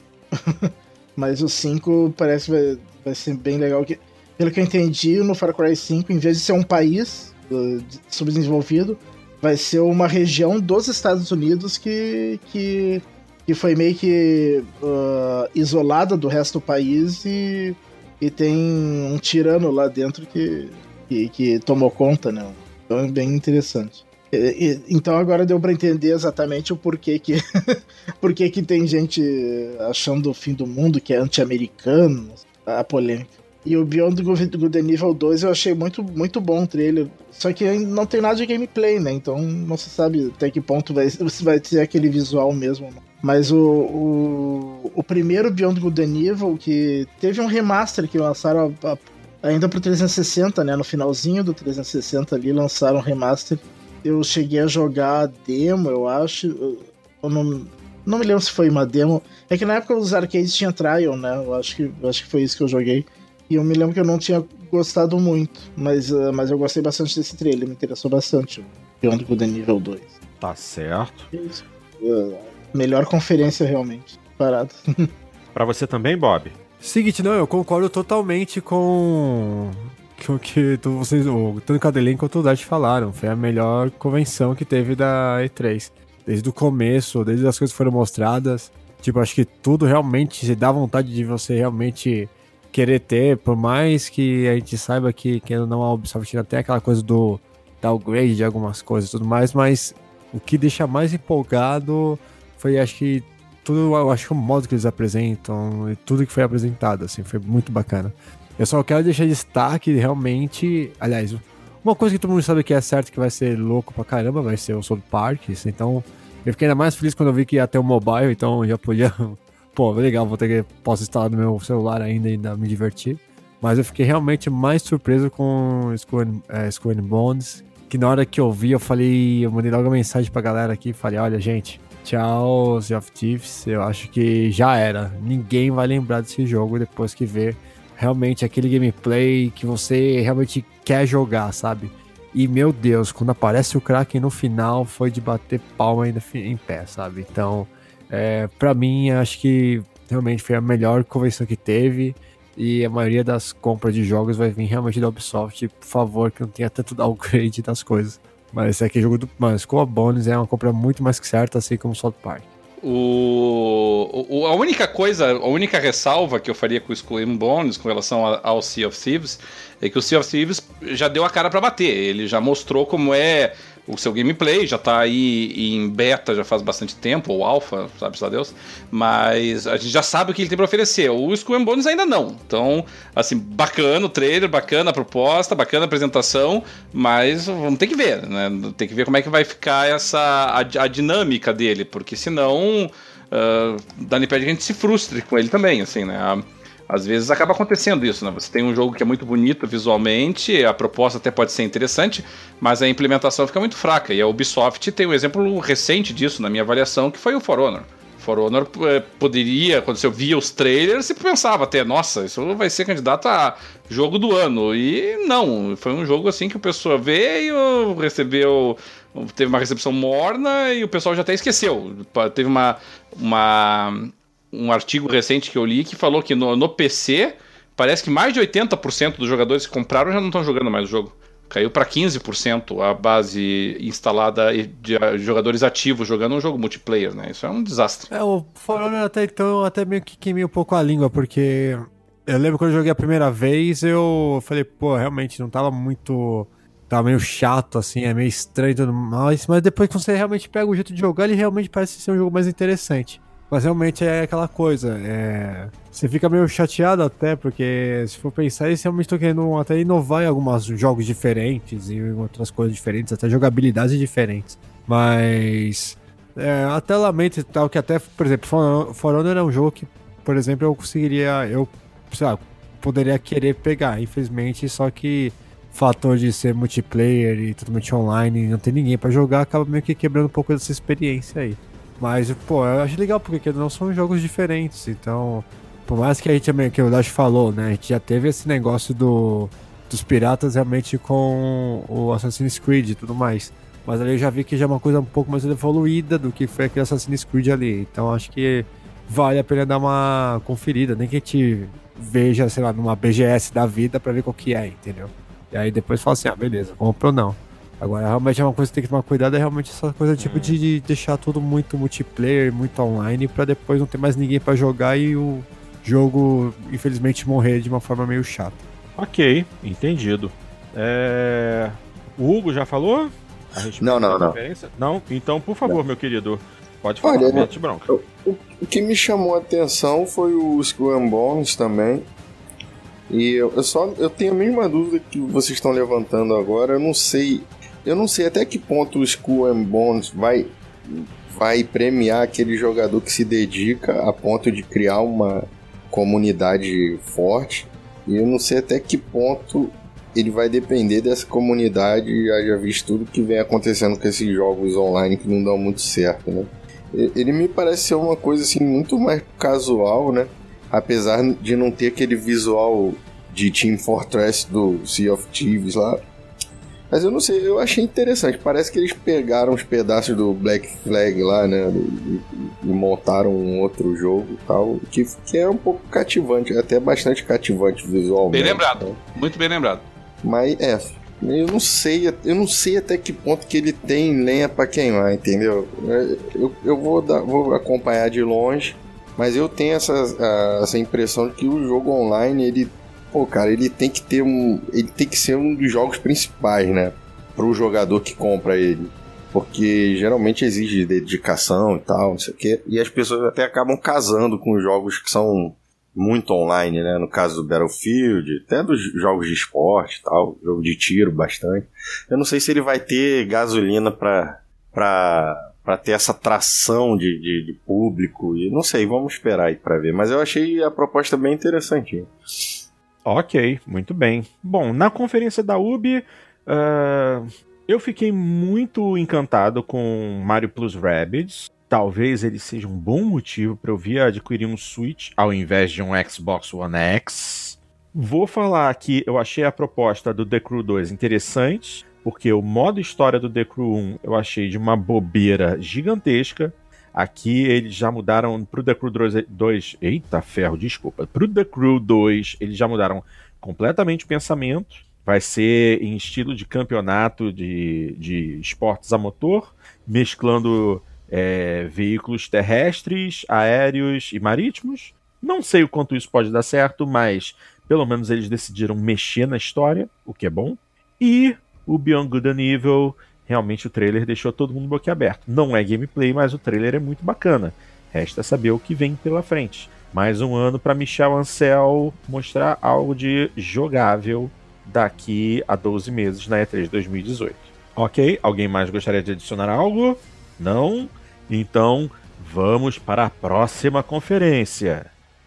Mas o cinco parece que vai, vai ser bem legal. Pelo que eu entendi, no Far Cry cinco, em vez de ser um país uh, subdesenvolvido, vai ser uma região dos Estados Unidos que, que, que foi meio que uh, isolada do resto do país e, e tem um tirano lá dentro que, que, que tomou conta, né? Então é bem interessante. E, e, então agora deu pra entender exatamente o porquê que, porquê que tem gente achando o fim do mundo, que é anti-americano, a polêmica. E o Beyond Good and Evil dois eu achei muito, muito bom o trailer. Só que não tem nada de gameplay, né? Então não se sabe até que ponto vai, vai ter aquele visual mesmo. Né? Mas o, o, o primeiro Beyond Good and Evil, que teve um remaster que lançaram a, a, ainda pro trezentos e sessenta, né? No finalzinho do trezentos e sessenta ali, lançaram um remaster. Eu cheguei a jogar a demo, eu acho. Eu, eu não, não me lembro se foi uma demo. É que na época os arcades tinham trial, né? Eu acho que, eu acho que foi isso que eu joguei. E eu me lembro que eu não tinha gostado muito, mas, uh, mas eu gostei bastante desse trailer, me interessou bastante. Beyond Good and Evil dois. Tá certo. Isso. Uh, melhor conferência, realmente. Parado. Pra você também, Bob? Seguinte, não, eu concordo totalmente com o que tu, vocês, o, tanto o Cadelin quanto o Dash falaram. Foi a melhor convenção que teve da E três. Desde o começo, desde as coisas que foram mostradas. Tipo, acho que tudo realmente se dá vontade de você realmente querer ter, por mais que a gente saiba que, que não a Ubisoft ainda tem aquela coisa do downgrade de algumas coisas e tudo mais, mas o que deixa mais empolgado foi, acho que, tudo, eu acho que o modo que eles apresentam e tudo que foi apresentado, assim, foi muito bacana. Eu só quero deixar destaque realmente, aliás, uma coisa que todo mundo sabe que é certo, que vai ser louco pra caramba, vai ser o South Park, então eu fiquei ainda mais feliz quando eu vi que ia ter o mobile, então já podia... Pô, legal, vou ter que posso instalar no meu celular ainda e ainda me divertir. Mas eu fiquei realmente mais surpreso com Skull and, é, Skull and Bones, que na hora que eu vi, eu falei, eu mandei logo uma mensagem pra galera aqui, falei, olha, gente, tchau, Sea of Thieves, eu acho que já era. Ninguém vai lembrar desse jogo depois que ver realmente aquele gameplay que você realmente quer jogar, sabe? E, meu Deus, quando aparece o Kraken no final, foi de bater palma ainda em pé, sabe? Então, é, pra mim, acho que realmente foi a melhor convenção que teve. E a maioria das compras de jogos vai vir realmente da Ubisoft. Por favor, que não tenha tanto downgrade das coisas. Mas esse aqui é jogo do... Mas com a Bones é uma compra muito mais que certa, assim como o South Park. O, o, a única coisa, a única ressalva que eu faria com o Skull and Bones com relação a, ao Sea of Thieves é que o Sea of Thieves já deu a cara pra bater. Ele já mostrou como é o seu gameplay, já tá aí em beta já faz bastante tempo, ou alpha, sabe-se lá Deus, mas a gente já sabe o que ele tem pra oferecer. O Skull and Bones ainda não. Então, assim, bacana o trailer, bacana a proposta, bacana a apresentação, mas vamos ter que ver, né? Tem que ver como é que vai ficar essa, a, a dinâmica dele, porque senão uh, dá nem pede que a gente se frustre com ele também, assim, né? A, Às vezes acaba acontecendo isso, né? Você tem um jogo que é muito bonito visualmente, a proposta até pode ser interessante, mas a implementação fica muito fraca. E a Ubisoft tem um exemplo recente disso, na minha avaliação, que foi o For Honor. For Honor é, poderia, quando você via os trailers, você pensava até, nossa, isso vai ser candidato a jogo do ano. E não, foi um jogo assim que a pessoa veio, recebeu, teve uma recepção morna e o pessoal já até esqueceu. Teve uma... uma um artigo recente que eu li que falou que no, no P C parece que mais de oitenta por cento dos jogadores que compraram já não estão jogando mais o jogo. Caiu para quinze por cento a base instalada de jogadores ativos jogando um jogo multiplayer, né? Isso é um desastre. É, o For Honor até então até meio que queimei um pouco a língua, porque eu lembro quando eu joguei a primeira vez, eu falei, pô, realmente não tava muito... Tava meio chato, assim, é meio estranho e tudo mais, mas depois que você realmente pega o jeito de jogar, ele realmente parece ser um jogo mais interessante. Mas realmente é aquela coisa, é... você fica meio chateado até, porque se for pensar, eles realmente estão querendo até inovar em alguns jogos diferentes e em outras coisas diferentes, até jogabilidades diferentes. Mas é, até lamento e tal, que até, por exemplo, For Honor é um jogo que, por exemplo, eu conseguiria, eu, sei lá, poderia querer pegar, infelizmente, só que o fator de ser multiplayer e totalmente online e não ter ninguém pra jogar, acaba meio que quebrando um pouco dessa experiência aí. Mas, pô, eu acho legal, porque não são jogos diferentes, então, por mais que a gente também, que o Dash falou, né, a gente já teve esse negócio do, dos piratas realmente com o Assassin's Creed e tudo mais, mas ali eu já vi que já é uma coisa um pouco mais evoluída do que foi aquele Assassin's Creed ali, então acho que vale a pena dar uma conferida, nem que a gente veja, sei lá, numa B G S da vida pra ver qual que é, entendeu? E aí depois fala assim, ah, beleza, compra ou não. Agora, realmente é uma coisa que tem que tomar cuidado, é realmente essa coisa tipo hum. de, de deixar tudo muito multiplayer, muito online, pra depois não ter mais ninguém pra jogar e o jogo, infelizmente, morrer de uma forma meio chata. Ok, entendido. É... O Hugo já falou? A não, não, não. Não? Então, por favor, não. meu querido, pode falar, Olha, mete bronca. O, o que me chamou a atenção foi o Skull and Bones também. E eu, eu só eu tenho a mesma dúvida que vocês estão levantando agora, eu não sei... Eu não sei até que ponto o Skull and Bones vai, vai premiar aquele jogador que se dedica a ponto de criar uma comunidade forte. E eu não sei até que ponto ele vai depender dessa comunidade, já visto tudo que vem acontecendo com esses jogos online que não dão muito certo, né? Ele me parece ser uma coisa assim muito mais casual, né? Apesar de não ter aquele visual de Team Fortress do Sea of Thieves lá. Mas eu não sei, eu achei interessante. Parece que eles pegaram os pedaços do Black Flag lá, né? E, e montaram um outro jogo e tal. Que, que é um pouco cativante, até bastante cativante visualmente. Bem lembrado, né? Muito bem lembrado. Mas é, eu não sei, eu não sei até que ponto que ele tem lenha pra queimar, entendeu? Eu, eu vou, dar, vou acompanhar de longe, mas eu tenho essa, essa impressão de que o jogo online, ele. Pô, cara, ele tem que ter um. Ele tem que ser um dos jogos principais, né? Pro jogador que compra ele. Porque geralmente exige dedicação e tal, não sei o quê. E as pessoas até acabam casando com jogos que são muito online, né? No caso do Battlefield, até dos jogos de esporte e tal. Jogo de tiro bastante. Eu não sei se ele vai ter gasolina pra. pra para ter essa tração de, de, de público. E não sei, vamos esperar aí pra ver. Mas eu achei a proposta bem interessante. Ok, muito bem. Bom, na conferência da Ubi, uh, eu fiquei muito encantado com Mario Plus Rabbids. Talvez ele seja um bom motivo para eu vir adquirir um Switch ao invés de um Xbox One X. Vou falar que eu achei a proposta do The Crew dois interessante, porque o modo história do The Crew um eu achei de uma bobeira gigantesca. Aqui eles já mudaram pro The Crew dois. Eita ferro, desculpa. Pro The Crew dois, eles já mudaram completamente o pensamento. Vai ser em estilo de campeonato de, de esportes a motor, mesclando é, veículos terrestres, aéreos e marítimos. Não sei o quanto isso pode dar certo, mas pelo menos eles decidiram mexer na história, o que é bom. E o Beyond Good and Evil, realmente o trailer deixou todo mundo boquiaberto. Não é gameplay, mas o trailer é muito bacana. Resta saber o que vem pela frente. Mais um ano para Michel Ancel mostrar algo de jogável daqui a doze meses na E três de dois mil e dezoito. Ok? Alguém mais gostaria de adicionar algo? Não? Então vamos para a próxima conferência.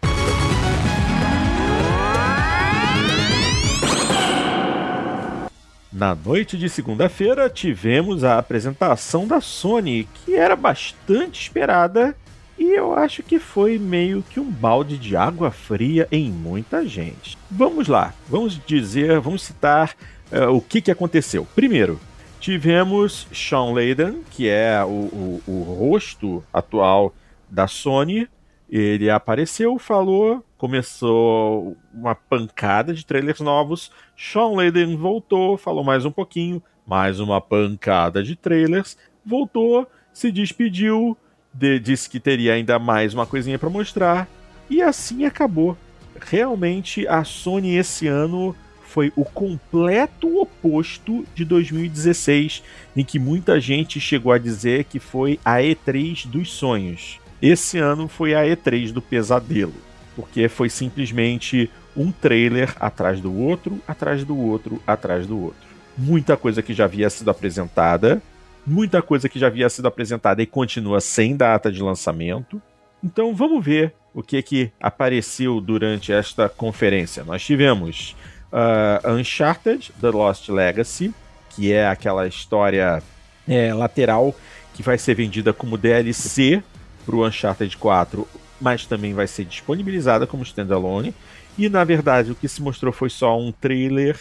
Na noite de segunda-feira, tivemos a apresentação da Sony, que era bastante esperada, e eu acho que foi meio que um balde de água fria em muita gente. Vamos lá, vamos dizer, vamos citar uh, o que, que aconteceu. Primeiro, tivemos Shawn Layden, que é o, o, o rosto atual da Sony. Ele apareceu, falou, começou uma pancada de trailers novos. Shawn Layden voltou, falou mais um pouquinho, mais uma pancada de trailers. Voltou, se despediu, de, disse que teria ainda mais uma coisinha para mostrar. E assim acabou. Realmente a Sony esse ano foi o completo oposto de dois mil e dezesseis, em que muita gente chegou a dizer que foi a E três dos sonhos. Esse ano foi a E três do pesadelo, porque foi simplesmente um trailer atrás do outro, atrás do outro, atrás do outro. Muita coisa que já havia sido apresentada, muita coisa que já havia sido apresentada e continua sem data de lançamento. Então vamos ver o que, que apareceu durante esta conferência. Nós tivemos uh, Uncharted The Lost Legacy, que é aquela história é, lateral que vai ser vendida como D L C para o Uncharted quatro, mas também vai ser disponibilizada como standalone. E na verdade o que se mostrou foi só um trailer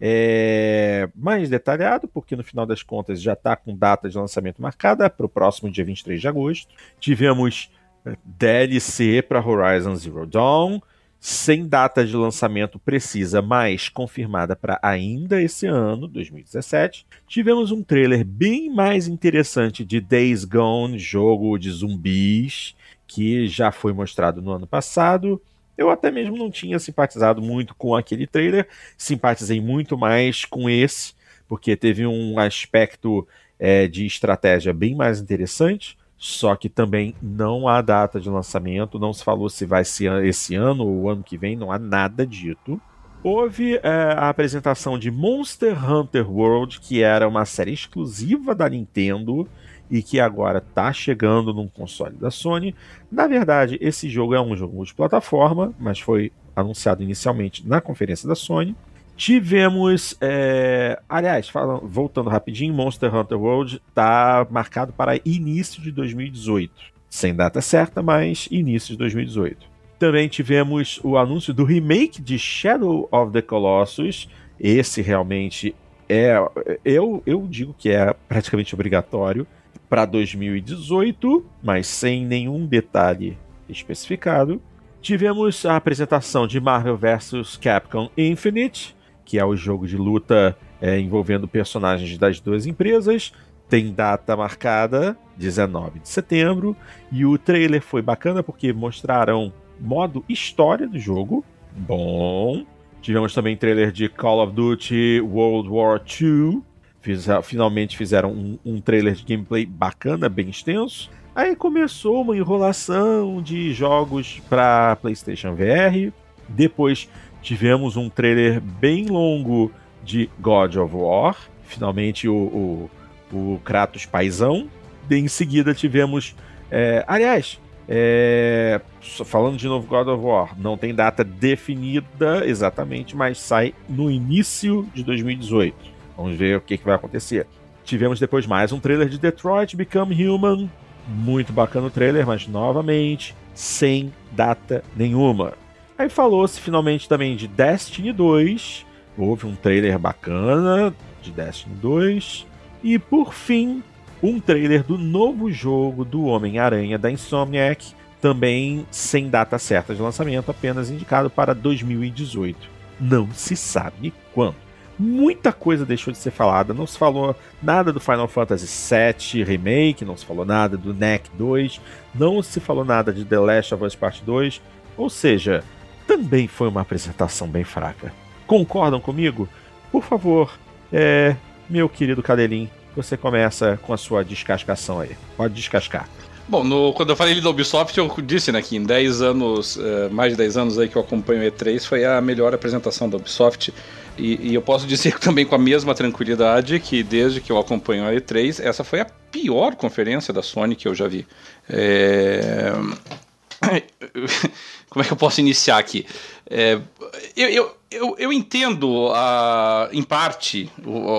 é, mais detalhado, porque no final das contas já está com data de lançamento marcada para o próximo dia vinte e três de agosto. Tivemos D L C para Horizon Zero Dawn, sem data de lançamento precisa, mas confirmada para ainda esse ano, dois mil e dezessete. Tivemos um trailer bem mais interessante de Days Gone, jogo de zumbis, que já foi mostrado no ano passado. Eu até mesmo não tinha simpatizado muito com aquele trailer, simpatizei muito mais com esse, porque teve um aspecto é, de estratégia bem mais interessante. Só que também não há data de lançamento, não se falou se vai ser esse ano ou o ano que vem, não há nada dito. Houve é, a apresentação de Monster Hunter World, que era uma série exclusiva da Nintendo e que agora está chegando num console da Sony. Na verdade, esse jogo é um jogo multiplataforma, mas foi anunciado inicialmente na conferência da Sony. Tivemos, é... aliás, falando, voltando rapidinho, Monster Hunter World está marcado para início de dois mil e dezoito. Sem data certa, mas início de dois mil e dezoito. Também tivemos o anúncio do remake de Shadow of the Colossus. Esse realmente é, eu, eu digo que é praticamente obrigatório para dois mil e dezoito, mas sem nenhum detalhe especificado. Tivemos a apresentação de Marvel versus. Capcom Infinite, que é o jogo de luta é, envolvendo personagens das duas empresas. Tem data marcada, dezenove de setembro, e o trailer foi bacana porque mostraram modo história do jogo, bom. Tivemos também trailer de Call of Duty World War dois, Fiz, finalmente fizeram um, um trailer de gameplay bacana, bem extenso. Aí começou uma enrolação de jogos para PlayStation V R, depois tivemos um trailer bem longo de God of War, finalmente o, o, o Kratos paizão. Em seguida tivemos, é, aliás, é, falando de novo God of War, não tem data definida exatamente, mas sai no início de dois mil e dezoito. Vamos ver o que, que vai acontecer. Tivemos depois mais um trailer de Detroit Become Human, muito bacana o trailer, mas novamente sem data nenhuma. Aí falou-se finalmente também de Destiny dois, houve um trailer bacana, de Destiny dois. E por fim, um trailer do novo jogo do Homem-Aranha da Insomniac, também sem data certa de lançamento, apenas indicado para dois mil e dezoito. Não se sabe quando. Muita coisa deixou de ser falada, não se falou nada do Final Fantasy sete Remake, não se falou nada do N E C dois, não se falou nada de The Last of Us Part dois, ou seja, também foi uma apresentação bem fraca. Concordam comigo? Por favor, é, meu querido Cadelinho, você começa com a sua descascação aí. Pode descascar. Bom, no, quando eu falei ali da Ubisoft, eu disse, né, que em dez anos, uh, mais de dez anos aí que eu acompanho o E três, foi a melhor apresentação da Ubisoft. E, e eu posso dizer também com a mesma tranquilidade que desde que eu acompanho a E três, essa foi a pior conferência da Sony que eu já vi. É... Como é que eu posso iniciar aqui? É, eu, eu, eu, eu entendo, uh, em parte,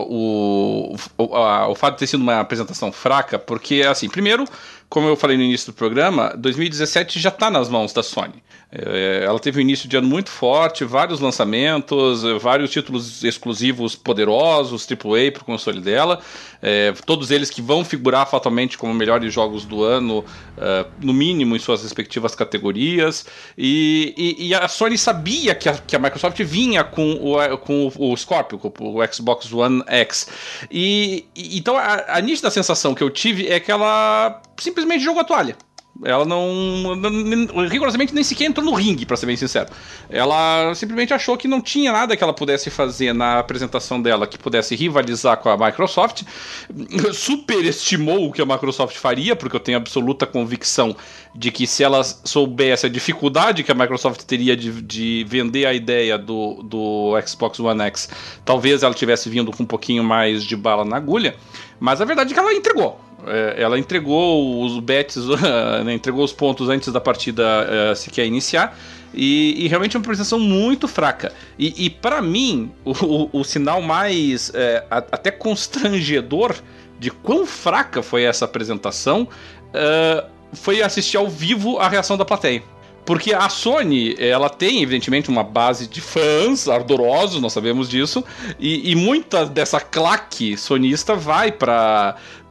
o, o, o, a, o fato de ter sido uma apresentação fraca, porque, assim, primeiro, como eu falei no início do programa, dois mil e dezessete já está nas mãos da Sony. É, ela teve um início de ano muito forte, vários lançamentos, vários títulos exclusivos poderosos, triplo A para o console dela, é, todos eles que vão figurar fatalmente como melhores jogos do ano, uh, no mínimo em suas respectivas categorias, e, e, e a Sony sabia que a, que a Microsoft vinha com o, com o Scorpio, com o Xbox One X, e, e então a, a nítida sensação que eu tive é que ela simplesmente jogou a toalha. Ela não, não, rigorosamente nem sequer entrou no ringue, pra ser bem sincero. Ela simplesmente achou que não tinha nada que ela pudesse fazer na apresentação dela que pudesse rivalizar com a Microsoft. Superestimou o que a Microsoft faria, porque eu tenho absoluta convicção de que se ela soubesse a dificuldade que a Microsoft teria de, de vender a ideia do, do Xbox One X, talvez ela tivesse vindo com um pouquinho mais de bala na agulha. Mas a verdade é que ela entregou. Ela entregou os bets, né, entregou os pontos antes da partida uh, sequer iniciar, e, e realmente é uma apresentação muito fraca. E, e para mim, o, o, o sinal mais é, até constrangedor de quão fraca foi essa apresentação uh, foi assistir ao vivo a reação da plateia. Porque a Sony, ela tem, evidentemente, uma base de fãs ardorosos, nós sabemos disso, e, e muita dessa claque sonista vai para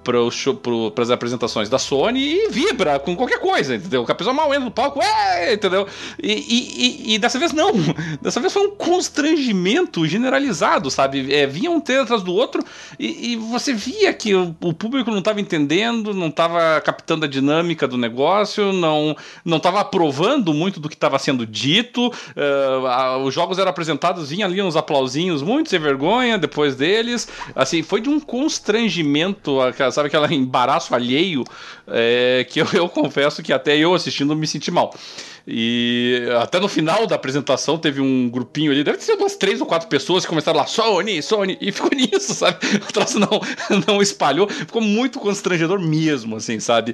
para as apresentações da Sony e vibra com qualquer coisa, entendeu? Que a pessoa mal entra no palco, é, entendeu? E, e, e dessa vez não, dessa vez foi um constrangimento generalizado, sabe? É, vinha um trailer atrás do outro e, e você via que o, o público não estava entendendo, não estava captando a dinâmica do negócio, não não estava aprovando muito do que estava sendo dito, uh, a, os jogos eram apresentados, vinha ali uns aplausinhos muito sem vergonha depois deles, assim, foi de um constrangimento, a, sabe, aquele embaraço alheio, é, que eu, eu confesso que até eu assistindo me senti mal. E até no final da apresentação teve um grupinho ali, deve ter sido umas três ou quatro pessoas que começaram lá, Sony, Sony, e ficou nisso, sabe? O troço não, não espalhou, ficou muito constrangedor mesmo, assim, sabe?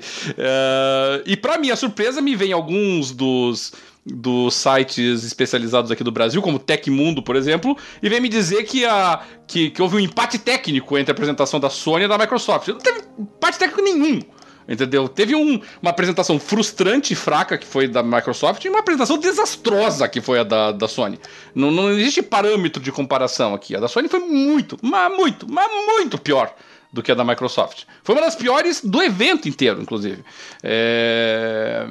É, e pra minha surpresa me vem alguns dos... dos sites especializados aqui do Brasil, como Tecmundo, por exemplo, e vem me dizer que, a, que, que houve um empate técnico entre a apresentação da Sony e da Microsoft. Não teve empate técnico nenhum, entendeu? Teve um, uma apresentação frustrante e fraca, que foi da Microsoft, e uma apresentação desastrosa, que foi a da, da Sony. Não, não existe parâmetro de comparação aqui. A da Sony foi muito, mas muito, mas muito pior do que a da Microsoft. Foi uma das piores do evento inteiro, inclusive. É...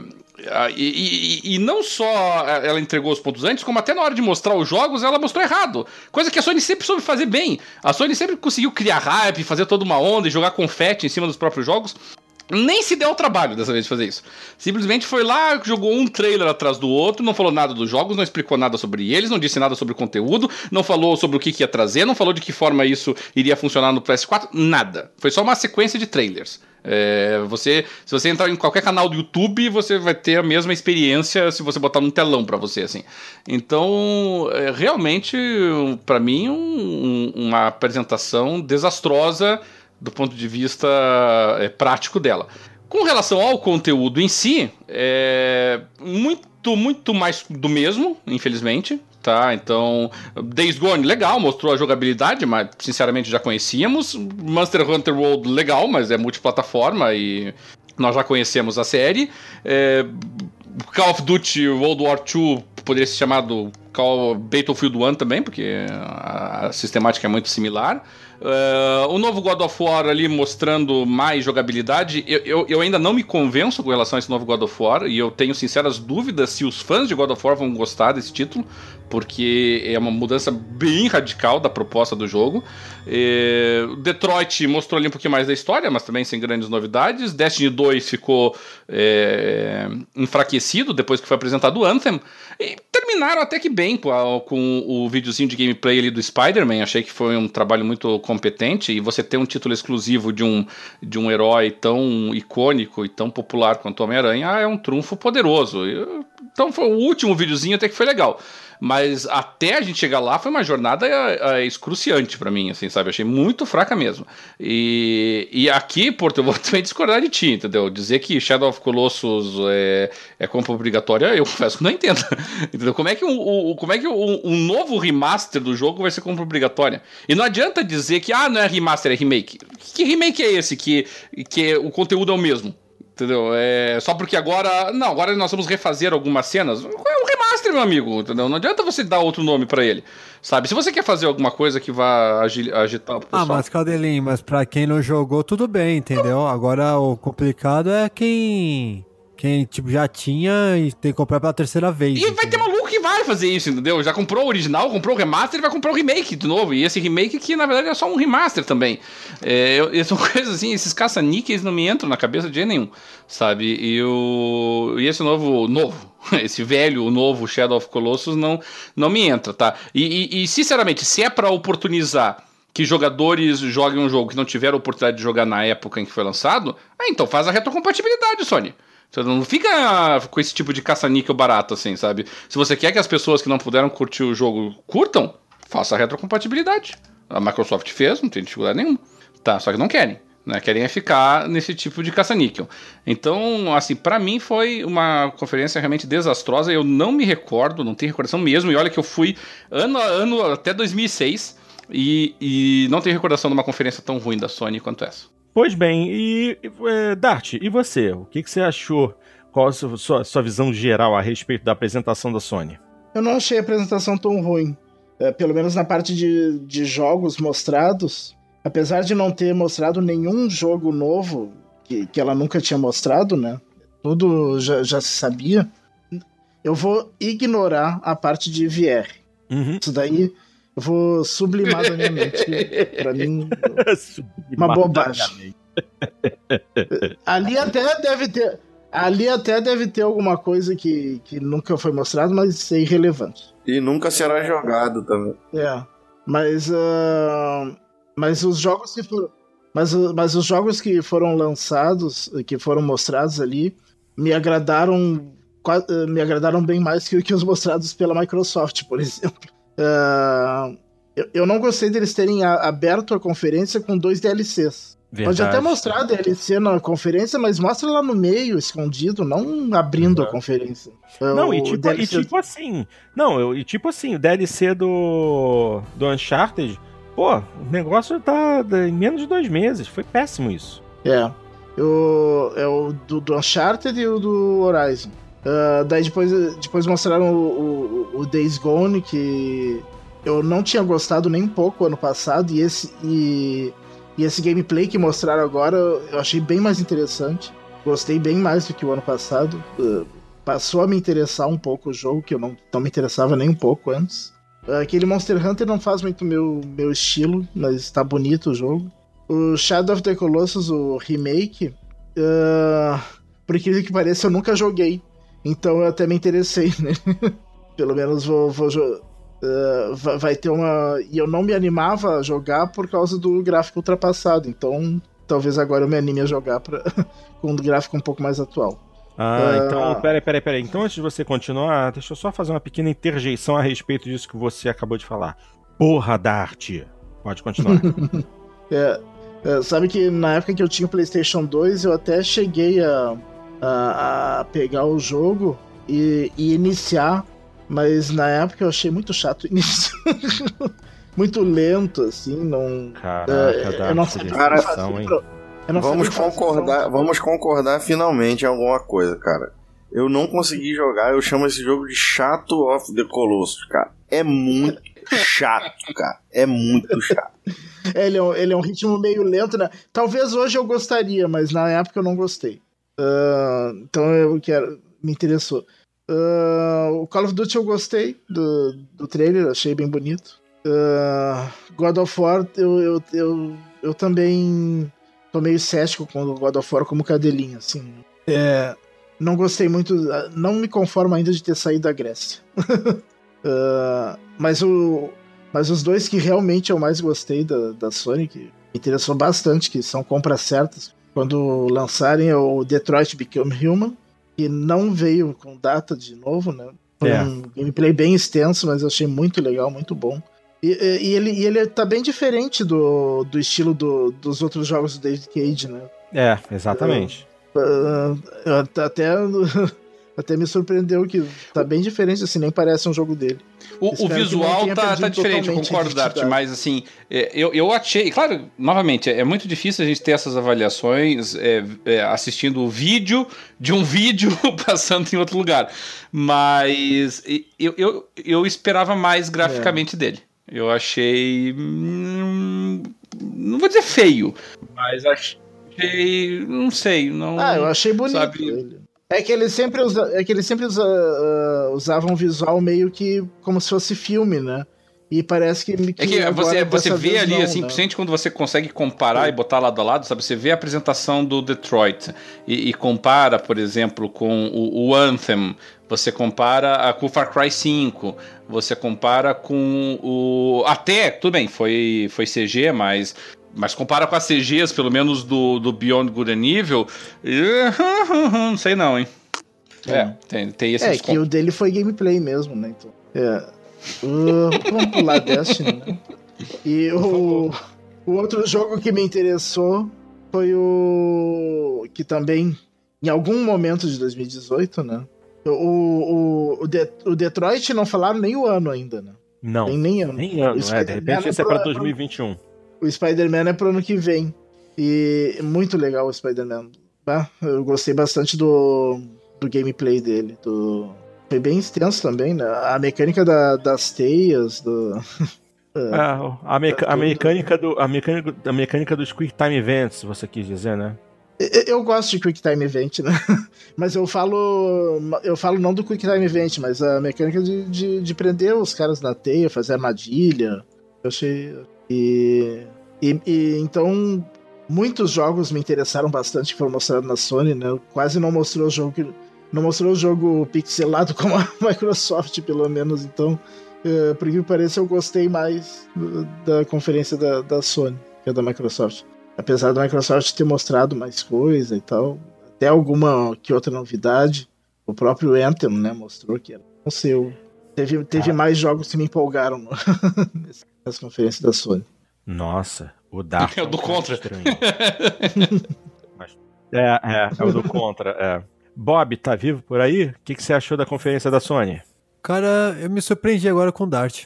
E, e, e não só ela entregou os pontos antes, como até na hora de mostrar os jogos ela mostrou errado, coisa que a Sony sempre soube fazer bem. A Sony sempre conseguiu criar hype, fazer toda uma onda e jogar confete em cima dos próprios jogos. Nem se deu o trabalho dessa vez de fazer isso. Simplesmente foi lá, jogou um trailer atrás do outro, não falou nada dos jogos, não explicou nada sobre eles, não disse nada sobre o conteúdo, não falou sobre o que, que ia trazer, não falou de que forma isso iria funcionar no P S quatro, nada. Foi só uma sequência de trailers. É, você, se você entrar em qualquer canal do YouTube, você vai ter a mesma experiência se você botar num telão pra você, assim. Então, é, realmente, pra mim, um, uma apresentação desastrosa do ponto de vista é, prático dela. Com relação ao conteúdo em si, é muito, muito mais do mesmo, infelizmente. Tá, então, Days Gone, legal, mostrou a jogabilidade, mas sinceramente já conhecíamos. Monster Hunter World, legal, mas é multiplataforma e nós já conhecemos a série. É, Call of Duty World War dois poderia ser chamado Call Battlefield um também, porque a sistemática é muito similar. Uh, o novo God of War ali mostrando mais jogabilidade. Eu, eu, eu ainda não me convenço com relação a esse novo God of War, e eu tenho sinceras dúvidas se os fãs de God of War vão gostar desse título, porque é uma mudança bem radical da proposta do jogo. É, Detroit mostrou ali um pouquinho mais da história, mas também sem grandes novidades. Destiny dois ficou é, enfraquecido depois que foi apresentado o Anthem. E terminaram até que bem com, a, com o videozinho de gameplay ali do Spider-Man. Achei que foi um trabalho muito competente, e você ter um título exclusivo de um, de um herói tão icônico e tão popular quanto o Homem-Aranha é um trunfo poderoso. Então foi o último videozinho até que foi legal. Mas até a gente chegar lá foi uma jornada é, é, excruciante pra mim, assim, sabe? Achei muito fraca mesmo. E, e aqui, Porto, eu vou também discordar de ti, entendeu? Dizer que Shadow of Colossus é, é compra obrigatória, eu confesso que não entendo. Entendeu? Como é que, um, o, como é que um, um novo remaster do jogo vai ser compra obrigatória? E não adianta dizer que, ah, não é remaster, é remake. Que remake é esse que, que o conteúdo é o mesmo? Entendeu? É, só porque agora... Não, agora nós vamos refazer algumas cenas. É um remaster, meu amigo, entendeu? Não adianta você dar outro nome pra ele, sabe? Se você quer fazer alguma coisa que vá agitar o pessoal... Ah, mas Caldelim, mas pra quem não jogou, tudo bem, entendeu? Agora o complicado é quem... Quem, tipo, já tinha e tem que comprar pela terceira vez. E entendeu? Vai ter maluco que vai fazer isso, entendeu? Já comprou o original, comprou o remaster e vai comprar o remake de novo. E esse remake que, na verdade, é só um remaster também. É, eu, são coisas assim, esses caça-níqueis não me entram na cabeça de jeito nenhum, sabe? E, o, e esse novo, novo, esse velho, o novo Shadow of Colossus não, não me entra, tá? E, e, e sinceramente, se é pra oportunizar que jogadores joguem um jogo que não tiveram oportunidade de jogar na época em que foi lançado, ah, então faz a retrocompatibilidade, Sony. Você não fica com esse tipo de caça-níquel barato, assim, sabe? Se você quer que as pessoas que não puderam curtir o jogo curtam, faça a retrocompatibilidade. A Microsoft fez, não tem dificuldade nenhuma. Tá, só que não querem, né? Querem é ficar nesse tipo de caça-níquel. Então, assim, pra mim foi uma conferência realmente desastrosa. Eu não me recordo, não tenho recordação mesmo. E olha que eu fui ano a ano até dois mil e seis e, e não tenho recordação de uma conferência tão ruim da Sony quanto essa. Pois bem, e é, Dart, e você? O que, que você achou? Qual a sua, sua, sua visão geral a respeito da apresentação da Sony? Eu não achei a apresentação tão ruim. É, pelo menos na parte de, de jogos mostrados. Apesar de não ter mostrado nenhum jogo novo, que, que ela nunca tinha mostrado, né? Tudo já, já se sabia. Eu vou ignorar a parte de V R. Uhum. Isso daí... Eu vou sublimar da minha mente. Pra mim, uma bobagem. Ali até deve ter. Ali até deve ter alguma coisa que, que nunca foi mostrado, mas é irrelevante. E nunca será jogado também. É. Mas. Uh, mas os jogos que foram. Mas, mas os jogos que foram lançados, que foram mostrados ali, me agradaram. Me agradaram bem mais que, que os mostrados pela Microsoft, por exemplo. Uh, eu, eu não gostei deles terem a, aberto a conferência com dois D L Cs. Verdade. Pode até mostrar a D L C na conferência, mas mostra lá no meio, escondido, não abrindo uhum. a conferência. Não, o e tipo, D L C... e tipo assim. Não, eu, e tipo assim, o D L C do, do Uncharted, pô, o negócio tá em menos de dois meses. Foi péssimo isso. É. Eu, é o do, do Uncharted e o do Horizon. Uh, daí depois, depois mostraram o, o, o Days Gone, que eu não tinha gostado nem um pouco ano passado, e esse, e, e esse gameplay que mostraram agora eu achei bem mais interessante. Gostei bem mais do que o ano passado. Uh, passou a me interessar um pouco o jogo, que eu não, não me interessava nem um pouco antes. Uh, aquele Monster Hunter não faz muito meu, meu estilo, mas tá bonito o jogo. O Shadow of the Colossus, o remake, uh, por incrível que pareça, eu nunca joguei. Então eu até me interessei, né? Pelo menos vou, vou uh, vai ter uma... E eu não me animava a jogar por causa do gráfico ultrapassado. Então talvez agora eu me anime a jogar pra... com um gráfico um pouco mais atual. Ah, uh... então... Peraí, peraí, peraí. Então antes de você continuar, deixa eu só fazer uma pequena interjeição a respeito disso que você acabou de falar. Porra da arte! Pode continuar. é, é, sabe que na época que eu tinha o PlayStation dois, eu até cheguei a... A, a pegar o jogo e, e iniciar, mas na época eu achei muito chato iniciar. Muito lento, assim, não... Caraca, é, eu não sabia cara, fazer, hein? Eu não vamos concordar, vamos concordar finalmente em alguma coisa, cara. Eu não consegui jogar, eu chamo esse jogo de Chato of the Colossus, cara. É muito chato, cara. É muito chato. É, ele, é um, ele é um ritmo meio lento, né? Talvez hoje eu gostaria, mas na época eu não gostei. Uh, então eu quero... Me interessou. Uh, o Call of Duty eu gostei do, do trailer, achei bem bonito. Uh, God of War, eu, eu, eu, eu também tô meio cético com o God of War como cadelinha, assim. É, não gostei muito, não me conformo ainda de ter saído da Grécia. uh, mas, o, mas os dois que realmente eu mais gostei da, da Sony, que me interessou bastante, que são compras certas, quando lançarem é o Detroit Become Human, que não veio com data de novo, né? Foi é. um gameplay bem extenso, mas eu achei muito legal, muito bom. E, e, e, ele, e ele tá bem diferente do, do estilo do, dos outros jogos do David Cage, né? É, exatamente. Eu, eu, até, até me surpreendeu que tá bem diferente, assim, nem parece um jogo dele. O, o visual tá, tá diferente, eu concordo, Dart, mas assim, eu, eu achei, claro, novamente, é muito difícil a gente ter essas avaliações é, é, assistindo o vídeo de um vídeo passando em outro lugar, mas eu, eu, eu esperava mais graficamente é. dele. Eu achei, hum, não vou dizer feio, mas achei, não sei, não... Ah, eu achei bonito sabe? ele. É que ele sempre, usa, é que ele sempre usa, uh, usava um visual meio que como se fosse filme, né? E parece que... que é que você, você vê ali, não, assim, né? principalmente quando você consegue comparar é. e botar lado a lado, sabe? Você vê a apresentação do Detroit e, e compara, por exemplo, com o, o Anthem, você compara a, com o Far Cry cinco, você compara com o... Até, tudo bem, foi, foi C G, mas... Mas compara com as C Gs, pelo menos do, do Beyond Good and Evil, não sei não, hein? É, é tem, tem esse É, desconto. que o dele foi gameplay mesmo, né? Então, é. Uh, vamos pular Destiny, né? E o, o outro jogo que me interessou foi o... que também, em algum momento de dois mil e dezoito, né? O, o, o, De, o Detroit não falaram nem o ano ainda, né? Não, nem, nem ano. Nem ano, é, de repente esse é pra dois mil e vinte e um. O Spider-Man é pro ano que vem. E muito legal o Spider-Man. Ah, eu gostei bastante do, do gameplay dele. Do... Foi bem extenso também, né? A mecânica da, das teias, do... é, a, meca a, mecânica do, a, mecânica, a mecânica dos Quick Time Events, você quis dizer, né? Eu gosto de Quick Time Event, né? Mas eu falo. Eu falo não do Quick Time Event, mas a mecânica de, de, de prender os caras na teia, fazer armadilha. Eu achei. E, e, e então muitos jogos me interessaram bastante que foram mostrados na Sony, né? Quase não mostrou o jogo que, não mostrou o jogo pixelado como a Microsoft, pelo menos. Então, uh, por que pareça, eu gostei mais do, da conferência da, da Sony que a da Microsoft. Apesar da Microsoft ter mostrado mais coisa e tal, até alguma que outra novidade, o próprio Anthem, né, mostrou que era o seu. Teve, teve ah. mais jogos que me empolgaram no, nessa conferência da Sony. Nossa, o Dark é o do Contra. Mas, é, é, é o do Contra. É. Bob, tá vivo por aí? O que, que você achou da conferência da Sony? Cara, eu me surpreendi agora com o Dart.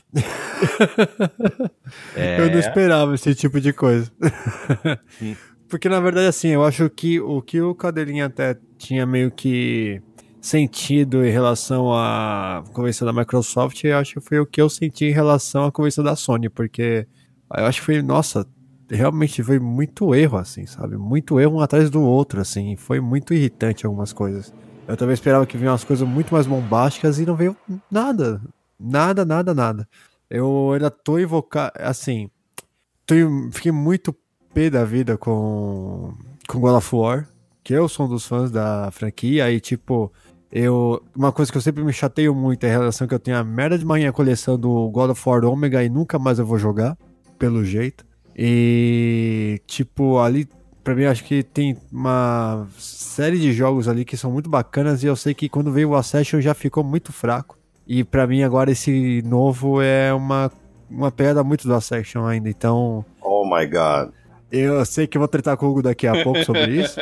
É... Eu não esperava esse tipo de coisa. Porque, na verdade, assim, eu acho que o que o Cadelinha até tinha meio que sentido em relação à convenção da Microsoft, eu acho que foi o que eu senti em relação à convenção da Sony, porque eu acho que foi, nossa, realmente foi muito erro, assim, sabe? Muito erro um atrás do outro, assim, foi muito irritante algumas coisas. Eu também esperava que vinham umas coisas muito mais bombásticas e não veio nada. Nada, nada, nada. Eu ainda tô invocando, assim, tô, fiquei muito pé da vida com, com God of War, que eu sou um dos fãs da franquia, e tipo, eu, uma coisa que eu sempre me chateio muito é a relação que eu tenho a merda de minha coleção do God of War Omega e nunca mais eu vou jogar, pelo jeito. E, tipo, ali... Pra mim, acho que tem uma série de jogos ali que são muito bacanas e eu sei que quando veio o Ascension já ficou muito fraco. E pra mim agora esse novo é uma, uma pegada muito do Ascension ainda, então... Oh my god. Eu sei que vou tratar com o Hugo daqui a pouco sobre isso.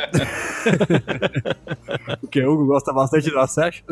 Porque o Hugo gosta bastante do Ascension.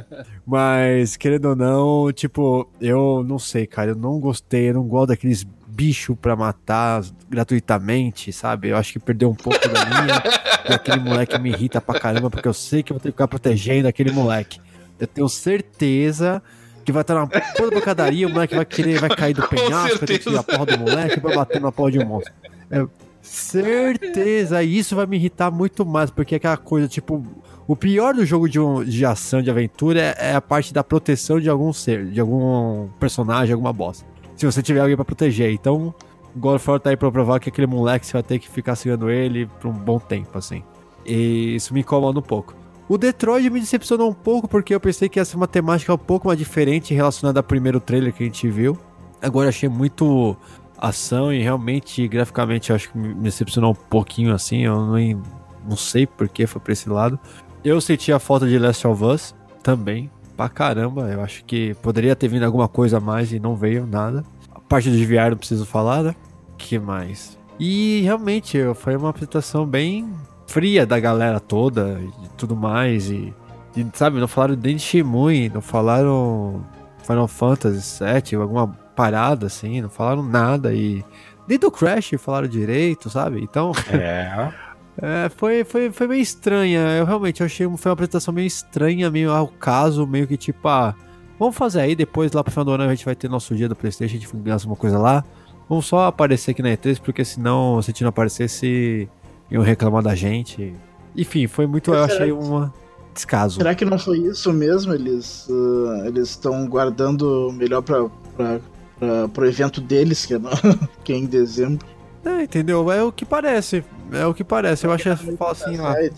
Mas, querendo ou não, tipo, eu não sei, cara, eu não gostei, eu não gosto daqueles bicho pra matar gratuitamente, sabe? Eu acho que perdeu um pouco da linha. E aquele moleque me irrita pra caramba, porque eu sei que eu vou ter que ficar protegendo aquele moleque. Eu tenho certeza que vai estar na porra da pancadaria, o moleque vai querer, vai cair do penhasco, vai ter que tirar a porra do moleque e vai bater na porra de um monstro. É, certeza, e isso vai me irritar muito mais, porque é aquela coisa, tipo, o pior do jogo de, um, de ação, de aventura, é, é a parte da proteção de algum ser, de algum personagem, alguma bosta. Se você tiver alguém pra proteger, então o God of War tá aí pra provar que aquele moleque você vai ter que ficar segurando ele por um bom tempo, assim. E isso me incomoda um pouco. O Detroit me decepcionou um pouco, porque eu pensei que ia ser uma temática um pouco mais diferente relacionada ao primeiro trailer que a gente viu. Agora achei muito ação e realmente, graficamente, eu acho que me decepcionou um pouquinho, assim. Eu não, não sei por que foi pra esse lado. Eu senti a falta de Last of Us também, pra caramba. Eu acho que poderia ter vindo alguma coisa a mais e não veio nada. A parte do V R não preciso falar, né? Que mais? E realmente foi uma apresentação bem fria da galera toda e tudo mais. E, e sabe, não falaram nem de Shimui, não falaram Final Fantasy sete, alguma parada assim, não falaram nada. E nem do Crash falaram direito, sabe? Então. É. É, foi, foi, foi meio estranha. Eu realmente achei foi uma apresentação meio estranha, meio ao caso, meio que tipo, ah, vamos fazer aí, depois lá pro final do ano a gente vai ter nosso dia do PlayStation, a gente lança uma coisa lá. Vamos só aparecer aqui na E três, porque senão, se a gente não aparecesse, iam reclamar da gente. Enfim, foi muito, eu achei um descaso. Será que não foi isso mesmo? Eles uh, eles estão guardando melhor pra, pra, pra, pro evento deles, que é, no, que é em dezembro. É, entendeu? É o que parece. É o que parece. Eu acho que fala assim lá. É.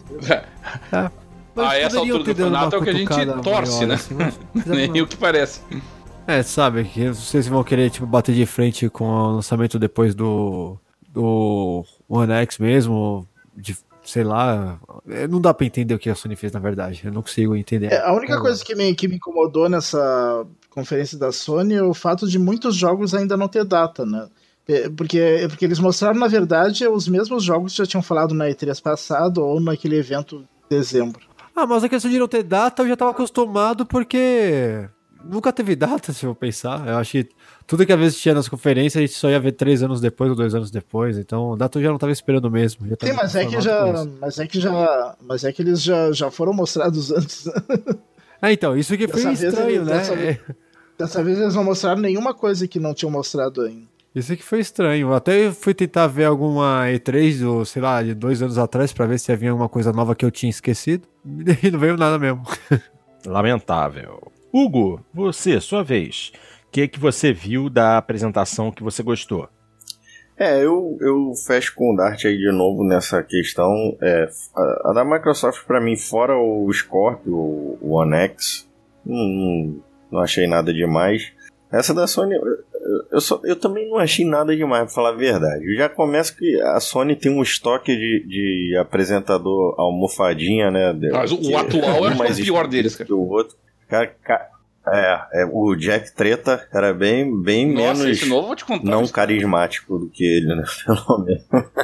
A essa altura do campeonato é o que a gente torce, maior, né? assim, mas... Nem o que parece. É, sabe, que vocês vão querer tipo, bater de frente com o lançamento depois do, do One X mesmo, de, sei lá, não dá pra entender o que a Sony fez na verdade, eu não consigo entender. É, a única coisa que me, que me incomodou nessa conferência da Sony é o fato de muitos jogos ainda não ter data, né? Porque, porque eles mostraram, na verdade, os mesmos jogos que já tinham falado na E três passado ou naquele evento de dezembro. Ah, mas a questão de não ter data eu já tava acostumado porque nunca teve data, se eu pensar. Eu acho que tudo que às vezes tinha nas conferências a gente só ia ver três anos depois ou dois anos depois, então data eu já não tava esperando mesmo. Sim, mas é que já, mas é que já, mas é que eles já, já foram mostrados antes. Ah, então, isso que foi dessa estranho, vez, né? Dessa, vez, dessa vez eles não mostraram nenhuma coisa que não tinham mostrado ainda. Isso que foi estranho. Até fui tentar ver alguma E três, ou sei lá, de dois anos atrás, pra ver se havia alguma coisa nova que eu tinha esquecido. E não veio nada mesmo. Lamentável. Hugo, você, sua vez. O que, que você viu da apresentação que você gostou? É, eu, eu fecho com o Dart aí de novo nessa questão. É, a, a da Microsoft, pra mim, fora o Scorpio, o One X, não, não achei nada demais. Essa da Sony, eu, eu, só, eu também não achei nada demais, pra falar a verdade. Eu já começo que a Sony tem um estoque de, de apresentador almofadinha, né? Mas o, o atual é o pior deles, cara. O outro, cara, cara é, é, o Jack Treta era bem, bem Nossa, menos esse novo, vou te contar, não carismático do que ele, né? Pelo menos.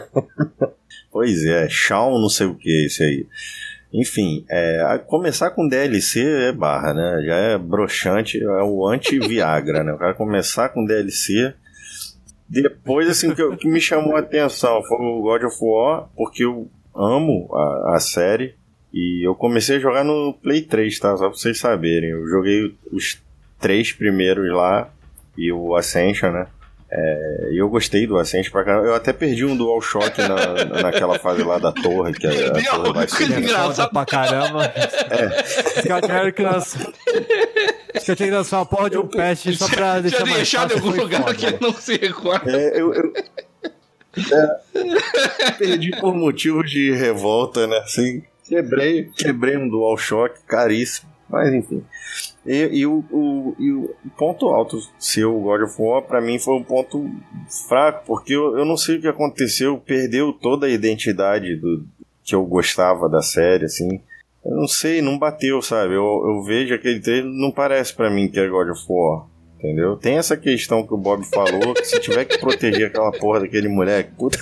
Pois é, Shawn não sei o que esse aí. Enfim, é, começar com D L C é barra, né? Já é broxante, é o anti-Viagra, né? O cara começar com D L C. Depois, assim, o que, o que me chamou a atenção foi o God of War, porque eu amo a, a série. E eu comecei a jogar no Play três, tá? Só pra vocês saberem. Eu joguei os três primeiros lá e o Ascension, né? É, eu gostei do Ascension pra caramba. Eu até perdi um DualShock na, naquela fase lá da torre, que a, a torre vai ser engraçado pra caramba. É. Os caras tiveram que lançar. Os caras tinham que lançar uma porra de um patch só pra deixar tinha mais deixado em algum lugar foda, que ele não se recorda. É, eu... eu... É, perdi por motivos de revolta, né? Assim, quebrei, quebrei um DualShock caríssimo, mas enfim. E, e, o, o, e o ponto alto seu, God of War, pra mim foi um ponto fraco, porque eu, eu não sei o que aconteceu, perdeu toda a identidade do que eu gostava da série, assim. Eu não sei, não bateu, sabe? Eu, eu vejo aquele trailer, não parece pra mim que é God of War. Entendeu? Tem essa questão que o Bob falou, que se tiver que proteger aquela porra daquele moleque, puta.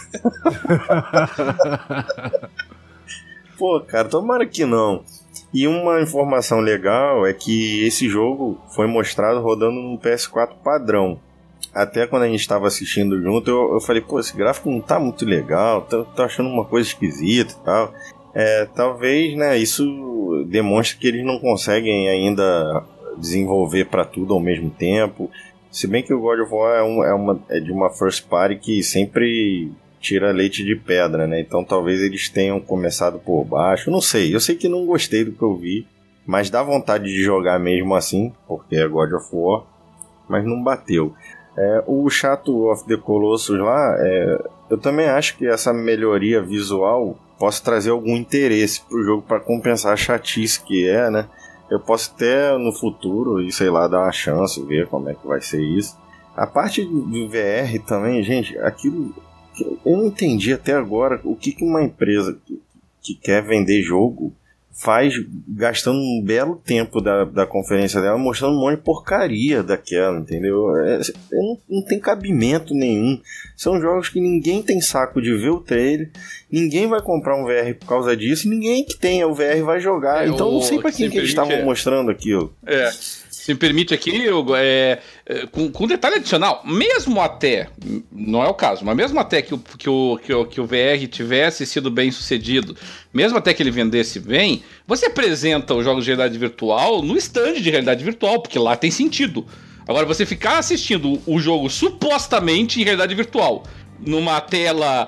Pô, cara, tomara que não. E uma informação legal é que esse jogo foi mostrado rodando no P S quatro padrão. até quando a gente estava assistindo junto, eu, eu falei, pô, esse gráfico não tá muito legal, tô, tô achando uma coisa esquisita e tal. É, talvez, né, isso demonstre que eles não conseguem ainda desenvolver para tudo ao mesmo tempo. Se bem que o God of War é, um, é, uma, é de uma first party que sempre tira leite de pedra, né? Então talvez eles tenham começado por baixo. Não sei, eu sei que não gostei do que eu vi, mas dá vontade de jogar mesmo assim, porque é God of War, mas não bateu. É, o Shadow of the Colossus lá, é, eu também acho que essa melhoria visual possa trazer algum interesse pro jogo para compensar a chatice que é, né? Eu posso até no futuro, e sei lá, dar uma chance, ver como é que vai ser isso. A parte do V R também, gente, aquilo... Eu não entendi até agora o que, que uma empresa que, que quer vender jogo faz gastando um belo tempo da, da conferência dela mostrando um monte de porcaria daquela, entendeu? É, não, não tem cabimento nenhum. São jogos que ninguém tem saco de ver o trailer, ninguém vai comprar um V R por causa disso, ninguém que tenha o V R vai jogar. É, então eu não sei pra quem que eles estavam é... mostrando aquilo. É. Se me permite aqui, eu, é, é, com, com detalhe adicional, mesmo até, não é o caso, mas mesmo até que o, que, o, que, o, que o V R tivesse sido bem sucedido, mesmo até que ele vendesse bem, você apresenta os jogos de realidade virtual no stand de realidade virtual, porque lá tem sentido. Agora, você ficar assistindo o jogo supostamente em realidade virtual, numa tela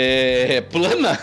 é, plana,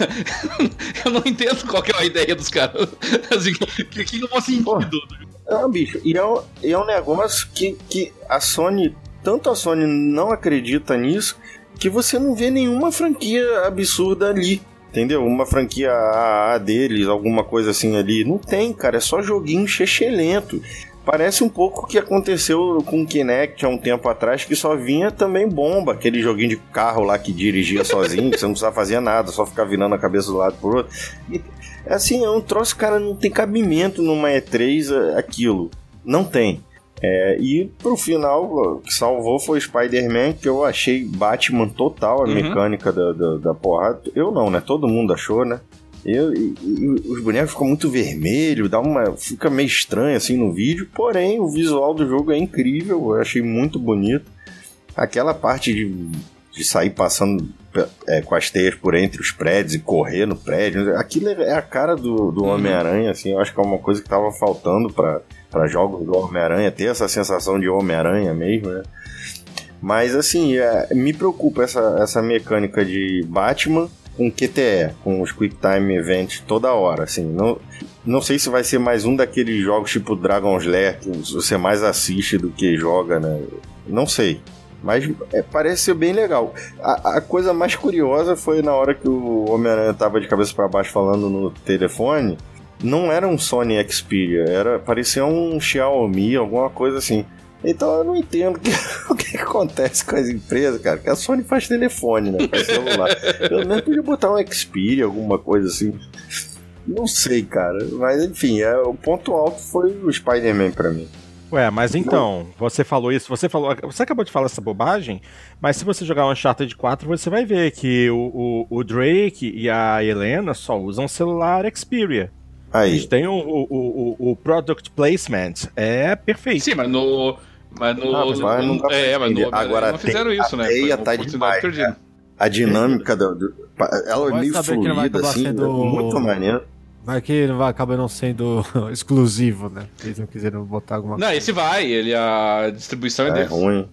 eu não entendo qual que é a ideia dos caras. Assim, que, que não faz sentido. É, bicho, e é um, é um negócio que, que a Sony, tanto a Sony não acredita nisso, que você não vê nenhuma franquia absurda ali, entendeu? Uma franquia A A deles, alguma coisa assim ali. Não tem, cara, é só joguinho chechelento. Parece um pouco o que aconteceu com o Kinect há um tempo atrás, que só vinha também bomba, aquele joguinho de carro lá que dirigia sozinho, que você não precisava fazer nada, só ficar virando a cabeça do lado pro outro. E, assim, é um troço, cara, não tem cabimento numa E três aquilo. Não tem. É, e pro final, o que salvou foi o Spider-Man, que eu achei Batman total, a uhum. mecânica da, da, da porrada. Eu não, né? Todo mundo achou, né? Eu, e, e, os bonecos ficam muito vermelhos, dá uma, fica meio estranho assim no vídeo, porém o visual do jogo é incrível, eu achei muito bonito. Aquela parte de, de sair passando é, com as teias por entre os prédios e correr no prédio, aquilo é a cara do, do Homem-Aranha, assim, eu acho que é uma coisa que estava faltando para jogos do Homem-Aranha, ter essa sensação de Homem-Aranha mesmo, né? Mas assim, é, me preocupa essa, essa mecânica de Batman com Q T E, com os Quick Time Events toda hora, assim, não, não sei se vai ser mais um daqueles jogos tipo Dragon's Lair, que você mais assiste do que joga, né, não sei, mas é, parece ser bem legal. A, a coisa mais curiosa foi na hora que o Homem-Aranha tava de cabeça para baixo falando no telefone, não era um Sony Xperia, era, parecia um Xiaomi, alguma coisa assim. Então eu não entendo que, o que acontece com as empresas, cara. Que a Sony faz telefone, né? Faz celular. Eu nem podia botar um Xperia, alguma coisa assim. Não sei, cara. Mas enfim, é, o ponto alto foi o Spider-Man pra mim. Ué, mas então, você falou isso, você falou. Você acabou de falar essa bobagem, mas se você jogar o Uncharted quatro, você vai ver que o, o, o Drake e a Helena só usam celular Xperia. Aí. Eles têm o, o, o, o product placement. É perfeito. Sim, mas no. Mas no. Ah, mas no, não é, mas no, agora não fizeram tem, isso, né? Foi uma tá demais, perdida. A dinâmica do, do, ela é meio fluida, assim, sendo... muito maneiro. Mas que não vai acabar não sendo exclusivo, né? Eles não quiseram botar alguma não, coisa. Não, esse vai, ele, a distribuição é, é deles. É ruim.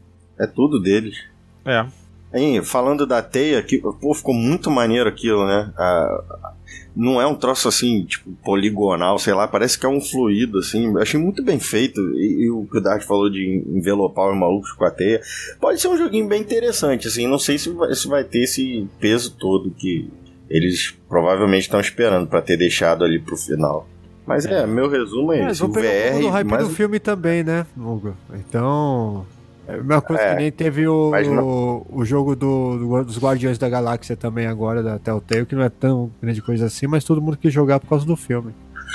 É tudo deles. É. Aí, falando da teia, que, pô, ficou muito maneiro aquilo, né? A, não é um troço assim, tipo, poligonal, sei lá, parece que é um fluido, assim, achei muito bem feito, e, e o que o Dart falou de envelopar os malucos com a teia, pode ser um joguinho bem interessante, assim, não sei se vai, se vai ter esse peso todo que eles provavelmente estão esperando pra ter deixado ali pro final. Mas é, é meu resumo é, é esse, o V R... O hype mas... do filme também, né, Hugo? Então... É a mesma coisa é, que nem teve o, não... o jogo do, do, dos Guardiões da Galáxia também agora, da Telltale, que não é tão grande coisa assim, mas todo mundo quis jogar por causa do filme.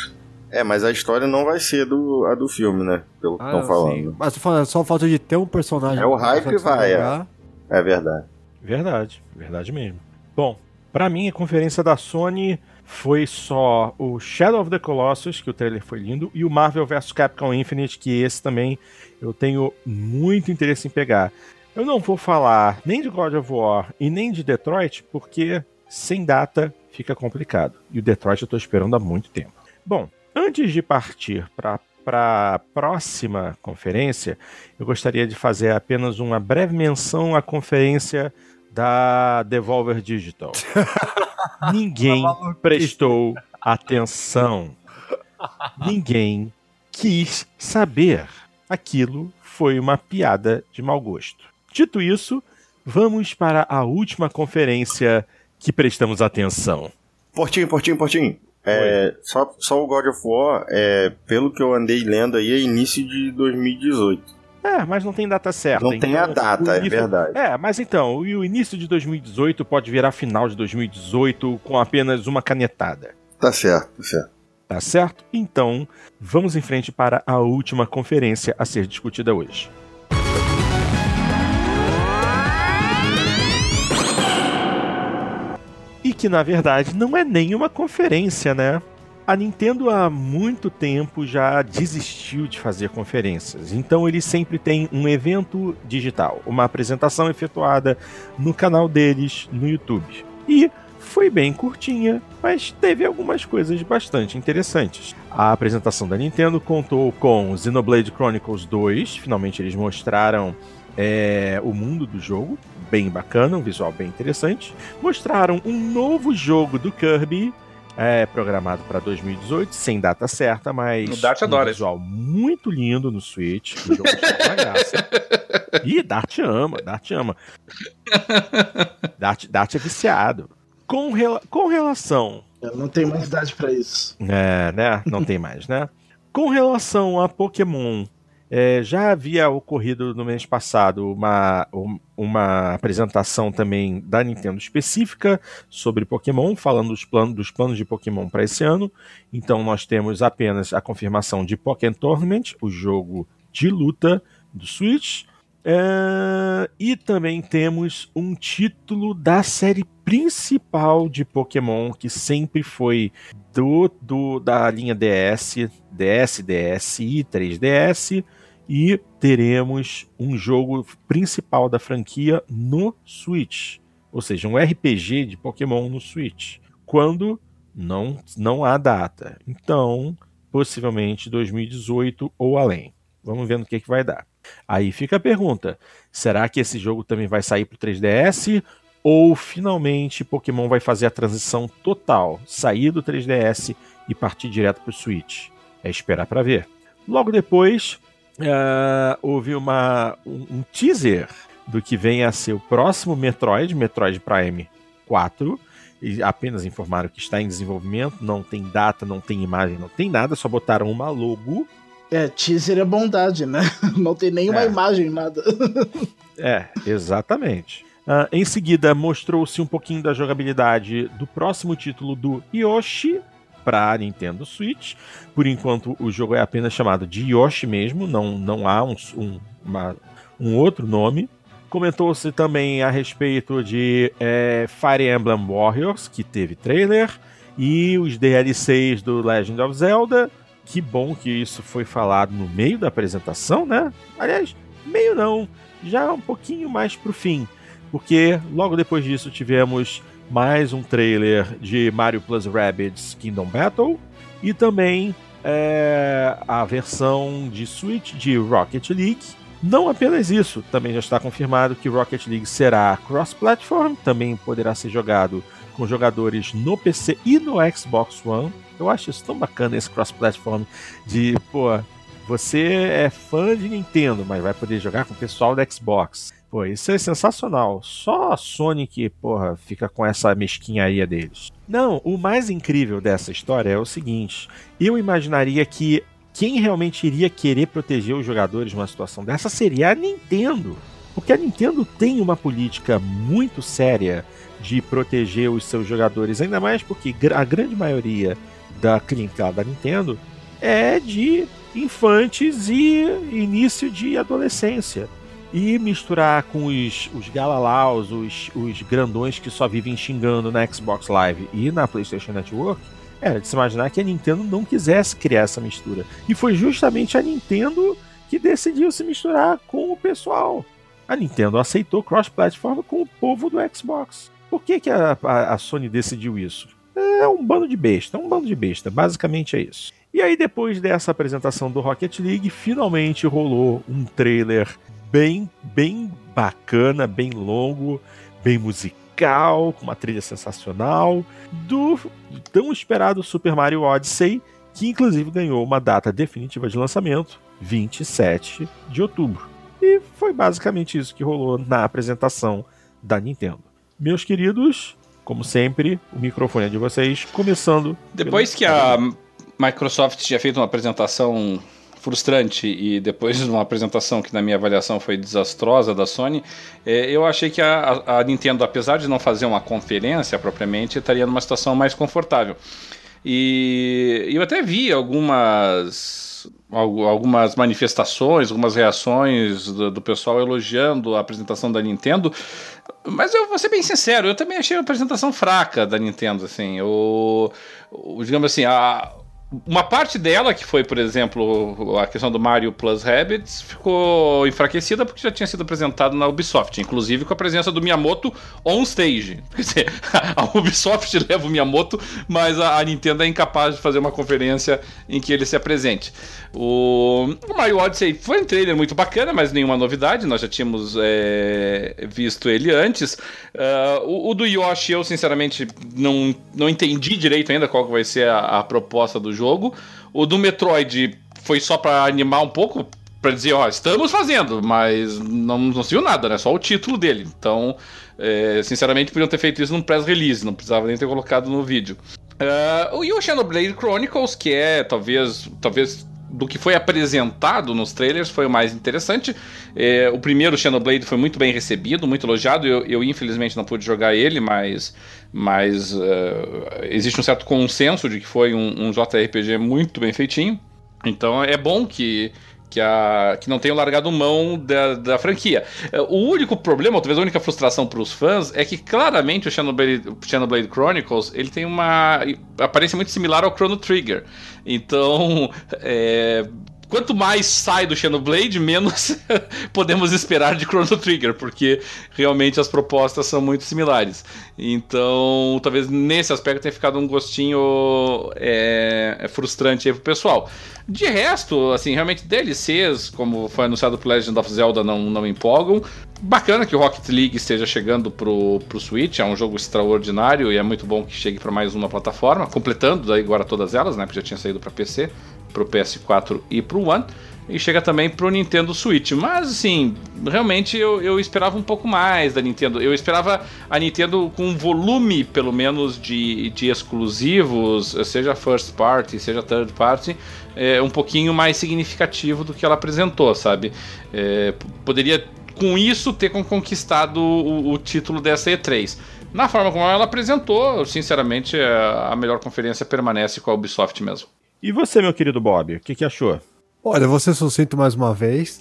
É, mas a história não vai ser do, a do filme, né? Pelo que estão ah, falando. Sim. Mas só falta de ter um personagem... É o hype vai, é. É verdade. Verdade, verdade mesmo. Bom, pra mim a conferência da Sony foi só o Shadow of the Colossus, que o trailer foi lindo, e o Marvel versus. Capcom Infinite, que esse também eu tenho muito interesse em pegar. Eu não vou falar nem de God of War e nem de Detroit, porque sem data fica complicado. E o Detroit eu tô esperando há muito tempo. Bom, antes de partir para a próxima conferência, eu gostaria de fazer apenas uma breve menção à conferência da Devolver Digital. Ninguém prestou atenção. Ninguém quis saber. Aquilo foi uma piada de mau gosto. Dito isso, vamos para a última conferência que prestamos atenção. Portinho, Portinho, Portinho. É, só, só o God of War, é, pelo que eu andei lendo aí, é início de dois mil e dezoito. É, mas não tem data certa. Não então, tem a data, início... é verdade. É, mas então, o início de dois mil e dezoito pode virar final de dois mil e dezoito com apenas uma canetada. Tá certo, tá certo. Tá certo? Então, vamos em frente para a última conferência a ser discutida hoje. E que, na verdade, não é nenhuma conferência, né? A Nintendo há muito tempo já desistiu de fazer conferências, então eles sempre têm um evento digital, uma apresentação efetuada no canal deles no YouTube. E foi bem curtinha, mas teve algumas coisas bastante interessantes. A apresentação da Nintendo contou com Xenoblade Chronicles dois, finalmente eles mostraram é, o mundo do jogo, bem bacana, um visual bem interessante. Mostraram um novo jogo do Kirby, é, programado para dois mil e dezoito, sem data certa, mas o Dart um adora visual muito lindo no Switch. O jogo está uma graça. Ih, Dart ama, Dart ama. Dart, Dart é viciado. Com, rela- com relação... Eu não tenho mais idade pra isso. É, né? Não tem mais, né? Com relação a Pokémon, é, já havia ocorrido no mês passado uma, um, uma apresentação também da Nintendo específica sobre Pokémon, falando dos, plan- dos planos de Pokémon para esse ano. Então nós temos apenas a confirmação de Pokémon Tournament, o jogo de luta do Switch. É, e também temos um título da série principal de Pokémon, que sempre foi do, do, da linha D S, D S, D S e três D S, e teremos um jogo principal da franquia no Switch, ou seja, um R P G de Pokémon no Switch, quando não, não há data. Então, possivelmente dois mil e dezoito ou além. Vamos ver no que, que vai dar. Aí fica a pergunta, será que esse jogo também vai sair para o três D S? Ou finalmente Pokémon vai fazer a transição total, sair do três D S e partir direto para o Switch? É esperar para ver. Logo depois, uh, houve uma, um, um teaser do que vem a ser o próximo Metroid, Metroid Prime quatro. E apenas informaram que está em desenvolvimento, não tem data, não tem imagem, não tem nada, só botaram uma logo. É, teaser é bondade, né? Não tem nenhuma É. imagem, nada. É, exatamente. Uh, em seguida, mostrou-se um pouquinho da jogabilidade do próximo título do Yoshi para Nintendo Switch. Por enquanto, o jogo é apenas chamado de Yoshi mesmo, não, não há um, um, uma, um outro nome. Comentou-se também a respeito de é, Fire Emblem Warriors, que teve trailer, e os D L Cs do Legend of Zelda. Que bom que isso foi falado no meio da apresentação, né? Aliás, meio não, já um pouquinho mais pro fim, porque logo depois disso tivemos mais um trailer de Mario plus Rabbids Kingdom Battle e também é, a versão de Switch de Rocket League. Não apenas isso, também já está confirmado que Rocket League será cross-platform, também poderá ser jogado com jogadores no P C e no Xbox One. Eu acho isso tão bacana, esse cross-platform de, pô, você é fã de Nintendo, mas vai poder jogar com o pessoal da Xbox. Pô, isso é sensacional. Só a Sony que, porra, fica com essa mesquinharia deles. Não, o mais incrível dessa história é o seguinte, eu imaginaria que quem realmente iria querer proteger os jogadores numa situação dessa seria a Nintendo. Porque a Nintendo tem uma política muito séria de proteger os seus jogadores, ainda mais porque a grande maioria da clientela da Nintendo é de infantes e início de adolescência. E misturar com os, os galalaus, os, os grandões que só vivem xingando na Xbox Live e na PlayStation Network, era de se imaginar que a Nintendo não quisesse criar essa mistura. E foi justamente a Nintendo que decidiu se misturar com o pessoal. A Nintendo aceitou cross-platform com o povo do Xbox. Por que, que a, a, a Sony decidiu isso? É um bando de besta, um bando de besta, basicamente é isso. E aí depois dessa apresentação do Rocket League, finalmente rolou um trailer bem, bem bacana, bem longo, bem musical, com uma trilha sensacional, do tão esperado Super Mario Odyssey, que inclusive ganhou uma data definitiva de lançamento, vinte e sete de outubro. E foi basicamente isso que rolou na apresentação da Nintendo. Meus queridos, como sempre, o microfone é de vocês, começando... Depois pelo... que a Microsoft tinha feito uma apresentação frustrante e depois de uma apresentação que na minha avaliação foi desastrosa da Sony, eh, eu achei que a, a Nintendo, apesar de não fazer uma conferência propriamente, estaria numa situação mais confortável. E eu até vi algumas, algumas manifestações, algumas reações do, do pessoal elogiando a apresentação da Nintendo, mas eu vou ser bem sincero, eu também achei a apresentação fraca da Nintendo, assim, o, o, digamos assim, a... Uma parte dela, que foi, por exemplo, a questão do Mario Plus Rabbids, ficou enfraquecida porque já tinha sido apresentado na Ubisoft, inclusive com a presença do Miyamoto on stage. Quer dizer, a Ubisoft leva o Miyamoto, mas a Nintendo é incapaz de fazer uma conferência em que ele se apresente. O, o Mario Odyssey foi um trailer muito bacana, mas nenhuma novidade, nós já tínhamos é, visto ele antes. Uh, o, o do Yoshi, eu sinceramente não, não entendi direito ainda qual vai ser a, a proposta do jogo. O do Metroid foi só pra animar um pouco, pra dizer, ó, estamos fazendo, mas não, não se viu nada, né? Só o título dele. Então, é, sinceramente, podiam ter feito isso num press release, não precisava nem ter colocado no vídeo. Uh, e o Xenoblade Chronicles, que é talvez, talvez do que foi apresentado nos trailers, foi o mais interessante. É, o primeiro Xenoblade foi muito bem recebido, muito elogiado. Eu, eu infelizmente não pude jogar ele, mas, mas uh, existe um certo consenso de que foi um, um J R P G muito bem feitinho. Então é bom que, que, a, que não tenham largado mão da, da franquia. O único problema, ou talvez a única frustração para os fãs, é que claramente o Xenoblade, Xenoblade Chronicles ele tem uma aparência muito similar ao Chrono Trigger. Então, é, quanto mais sai do Xenoblade, menos podemos esperar de Chrono Trigger, porque realmente as propostas são muito similares. Então, talvez nesse aspecto tenha ficado um gostinho é, frustrante aí pro pessoal. De resto, assim, realmente D L Cs, como foi anunciado pro Legend of Zelda, não, não me empolgam. Bacana que o Rocket League esteja chegando pro, pro Switch, é um jogo extraordinário e é muito bom que chegue para mais uma plataforma, completando daí agora todas elas, né, porque já tinha saído para P C, pro P S quatro e pro One, e chega também pro Nintendo Switch. Mas, assim, realmente eu, eu esperava um pouco mais da Nintendo. Eu esperava a Nintendo com um volume, pelo menos, de, de exclusivos, seja first party, seja third party, é, um pouquinho mais significativo do que ela apresentou, sabe? É, poderia, com isso, ter conquistado o, o título dessa E três. Na forma como ela apresentou, sinceramente, a melhor conferência permanece com a Ubisoft mesmo. E você, meu querido Bob, o que, que achou? Olha, eu vou ser sucinto mais uma vez.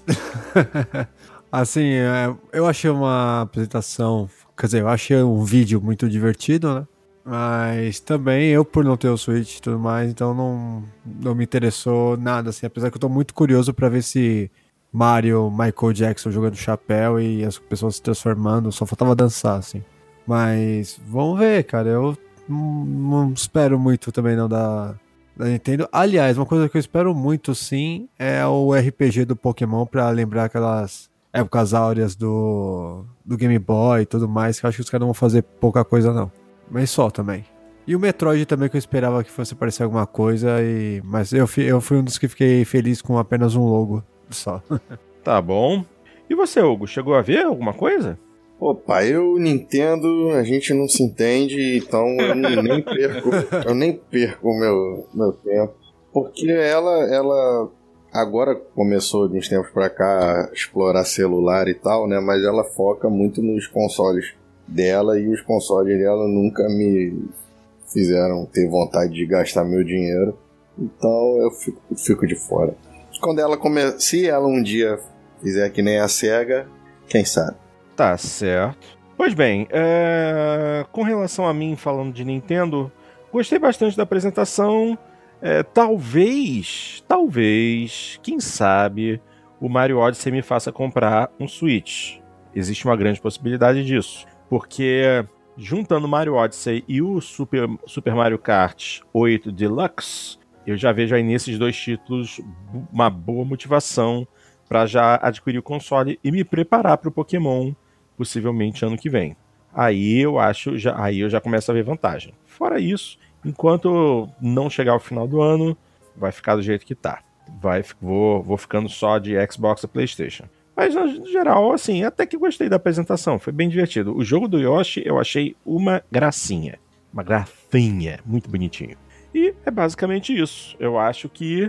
Assim, eu achei uma apresentação, quer dizer, eu achei um vídeo muito divertido, né? Mas também eu, por não ter o Switch e tudo mais, então não, não me interessou nada, assim. Apesar que eu tô muito curioso pra ver se Mario, Michael Jackson jogando chapéu e as pessoas se transformando, só faltava dançar, assim. Mas vamos ver, cara, eu não, não espero muito também não da... da Nintendo. Aliás, uma coisa que eu espero muito, sim, é o R P G do Pokémon pra lembrar aquelas épocas áureas do, do Game Boy e tudo mais, que eu acho que os caras não vão fazer pouca coisa, não. Mas só também. E o Metroid também, que eu esperava que fosse aparecer alguma coisa, e... mas eu, eu fui um dos que fiquei feliz com apenas um logo só. Tá bom. E você, Hugo, chegou a ver alguma coisa? Opa, eu, Nintendo, a gente não se entende, então eu nem perco, eu nem perco o meu, meu tempo. Porque ela, ela agora começou de uns tempos pra cá a explorar celular e tal, né? Mas ela foca muito nos consoles dela e os consoles dela nunca me fizeram ter vontade de gastar meu dinheiro. Então eu fico, fico de fora. Quando ela come... Se ela um dia fizer que nem a SEGA, quem sabe? Tá certo. Pois bem, é... com relação a mim falando de Nintendo, gostei bastante da apresentação. É, talvez, talvez, quem sabe, o Mario Odyssey me faça comprar um Switch. existe uma grande possibilidade disso. Porque juntando Mario Odyssey e o Super, Super Mario Kart oito Deluxe, eu já vejo aí nesses dois títulos uma boa motivação para já adquirir o console e me preparar para o Pokémon, possivelmente ano que vem. Aí eu acho, já, aí eu já começo a ver vantagem. Fora isso, enquanto não chegar ao final do ano, vai ficar do jeito que tá. Vai, vou, vou ficando só de Xbox e PlayStation. Mas no geral, assim, até que gostei da apresentação, foi bem divertido. O jogo do Yoshi eu achei uma gracinha, uma gracinha, muito bonitinho. E é basicamente isso. Eu acho que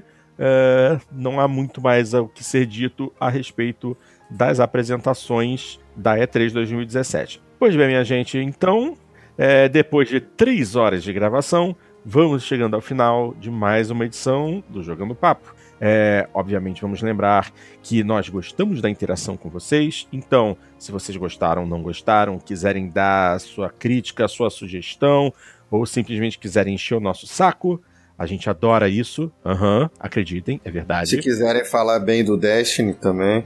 é, não há muito mais o que ser dito a respeito das apresentações da E três dois mil e dezessete. Pois bem, minha gente, então, é, depois de três horas de gravação, vamos chegando ao final de mais uma edição do Jogando Papo. É, obviamente vamos lembrar que nós gostamos da interação com vocês, então se vocês gostaram, não gostaram, quiserem dar a sua crítica, a sua sugestão, ou simplesmente quiserem encher o nosso saco, a gente adora isso, uhum, acreditem, é verdade. Se quiserem falar bem do Destiny também.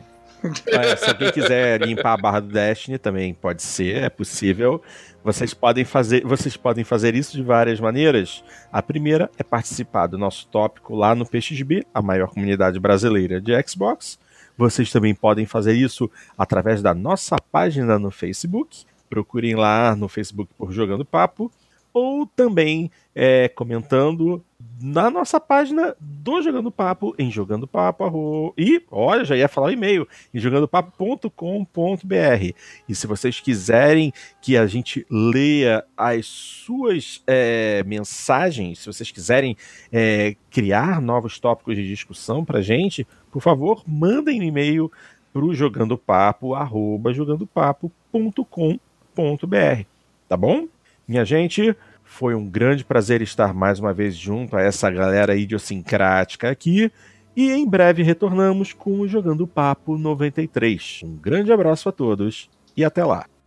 É, se alguém quiser limpar a barra do Destiny também pode ser, é possível. Vocês podem fazer, vocês podem fazer isso de várias maneiras. A primeira é participar do nosso tópico lá no P X B, a maior comunidade brasileira de Xbox. Vocês também podem fazer isso através da nossa página no Facebook. Procurem lá no Facebook por Jogando Papo. Ou também é, comentando na nossa página do Jogando Papo, em Jogando Papo, arro... e, olha, já ia falar o e-mail, em jogando papo ponto com ponto b r. E se vocês quiserem que a gente leia as suas é, mensagens, se vocês quiserem é, criar novos tópicos de discussão pra gente, por favor, mandem um e-mail pro jogandopapo, arroba jogandopapo ponto com ponto b r, tá bom? Minha gente, foi um grande prazer estar mais uma vez junto a essa galera idiosincrática aqui. E em breve retornamos com o Jogando Papo noventa e três. Um grande abraço a todos e até lá.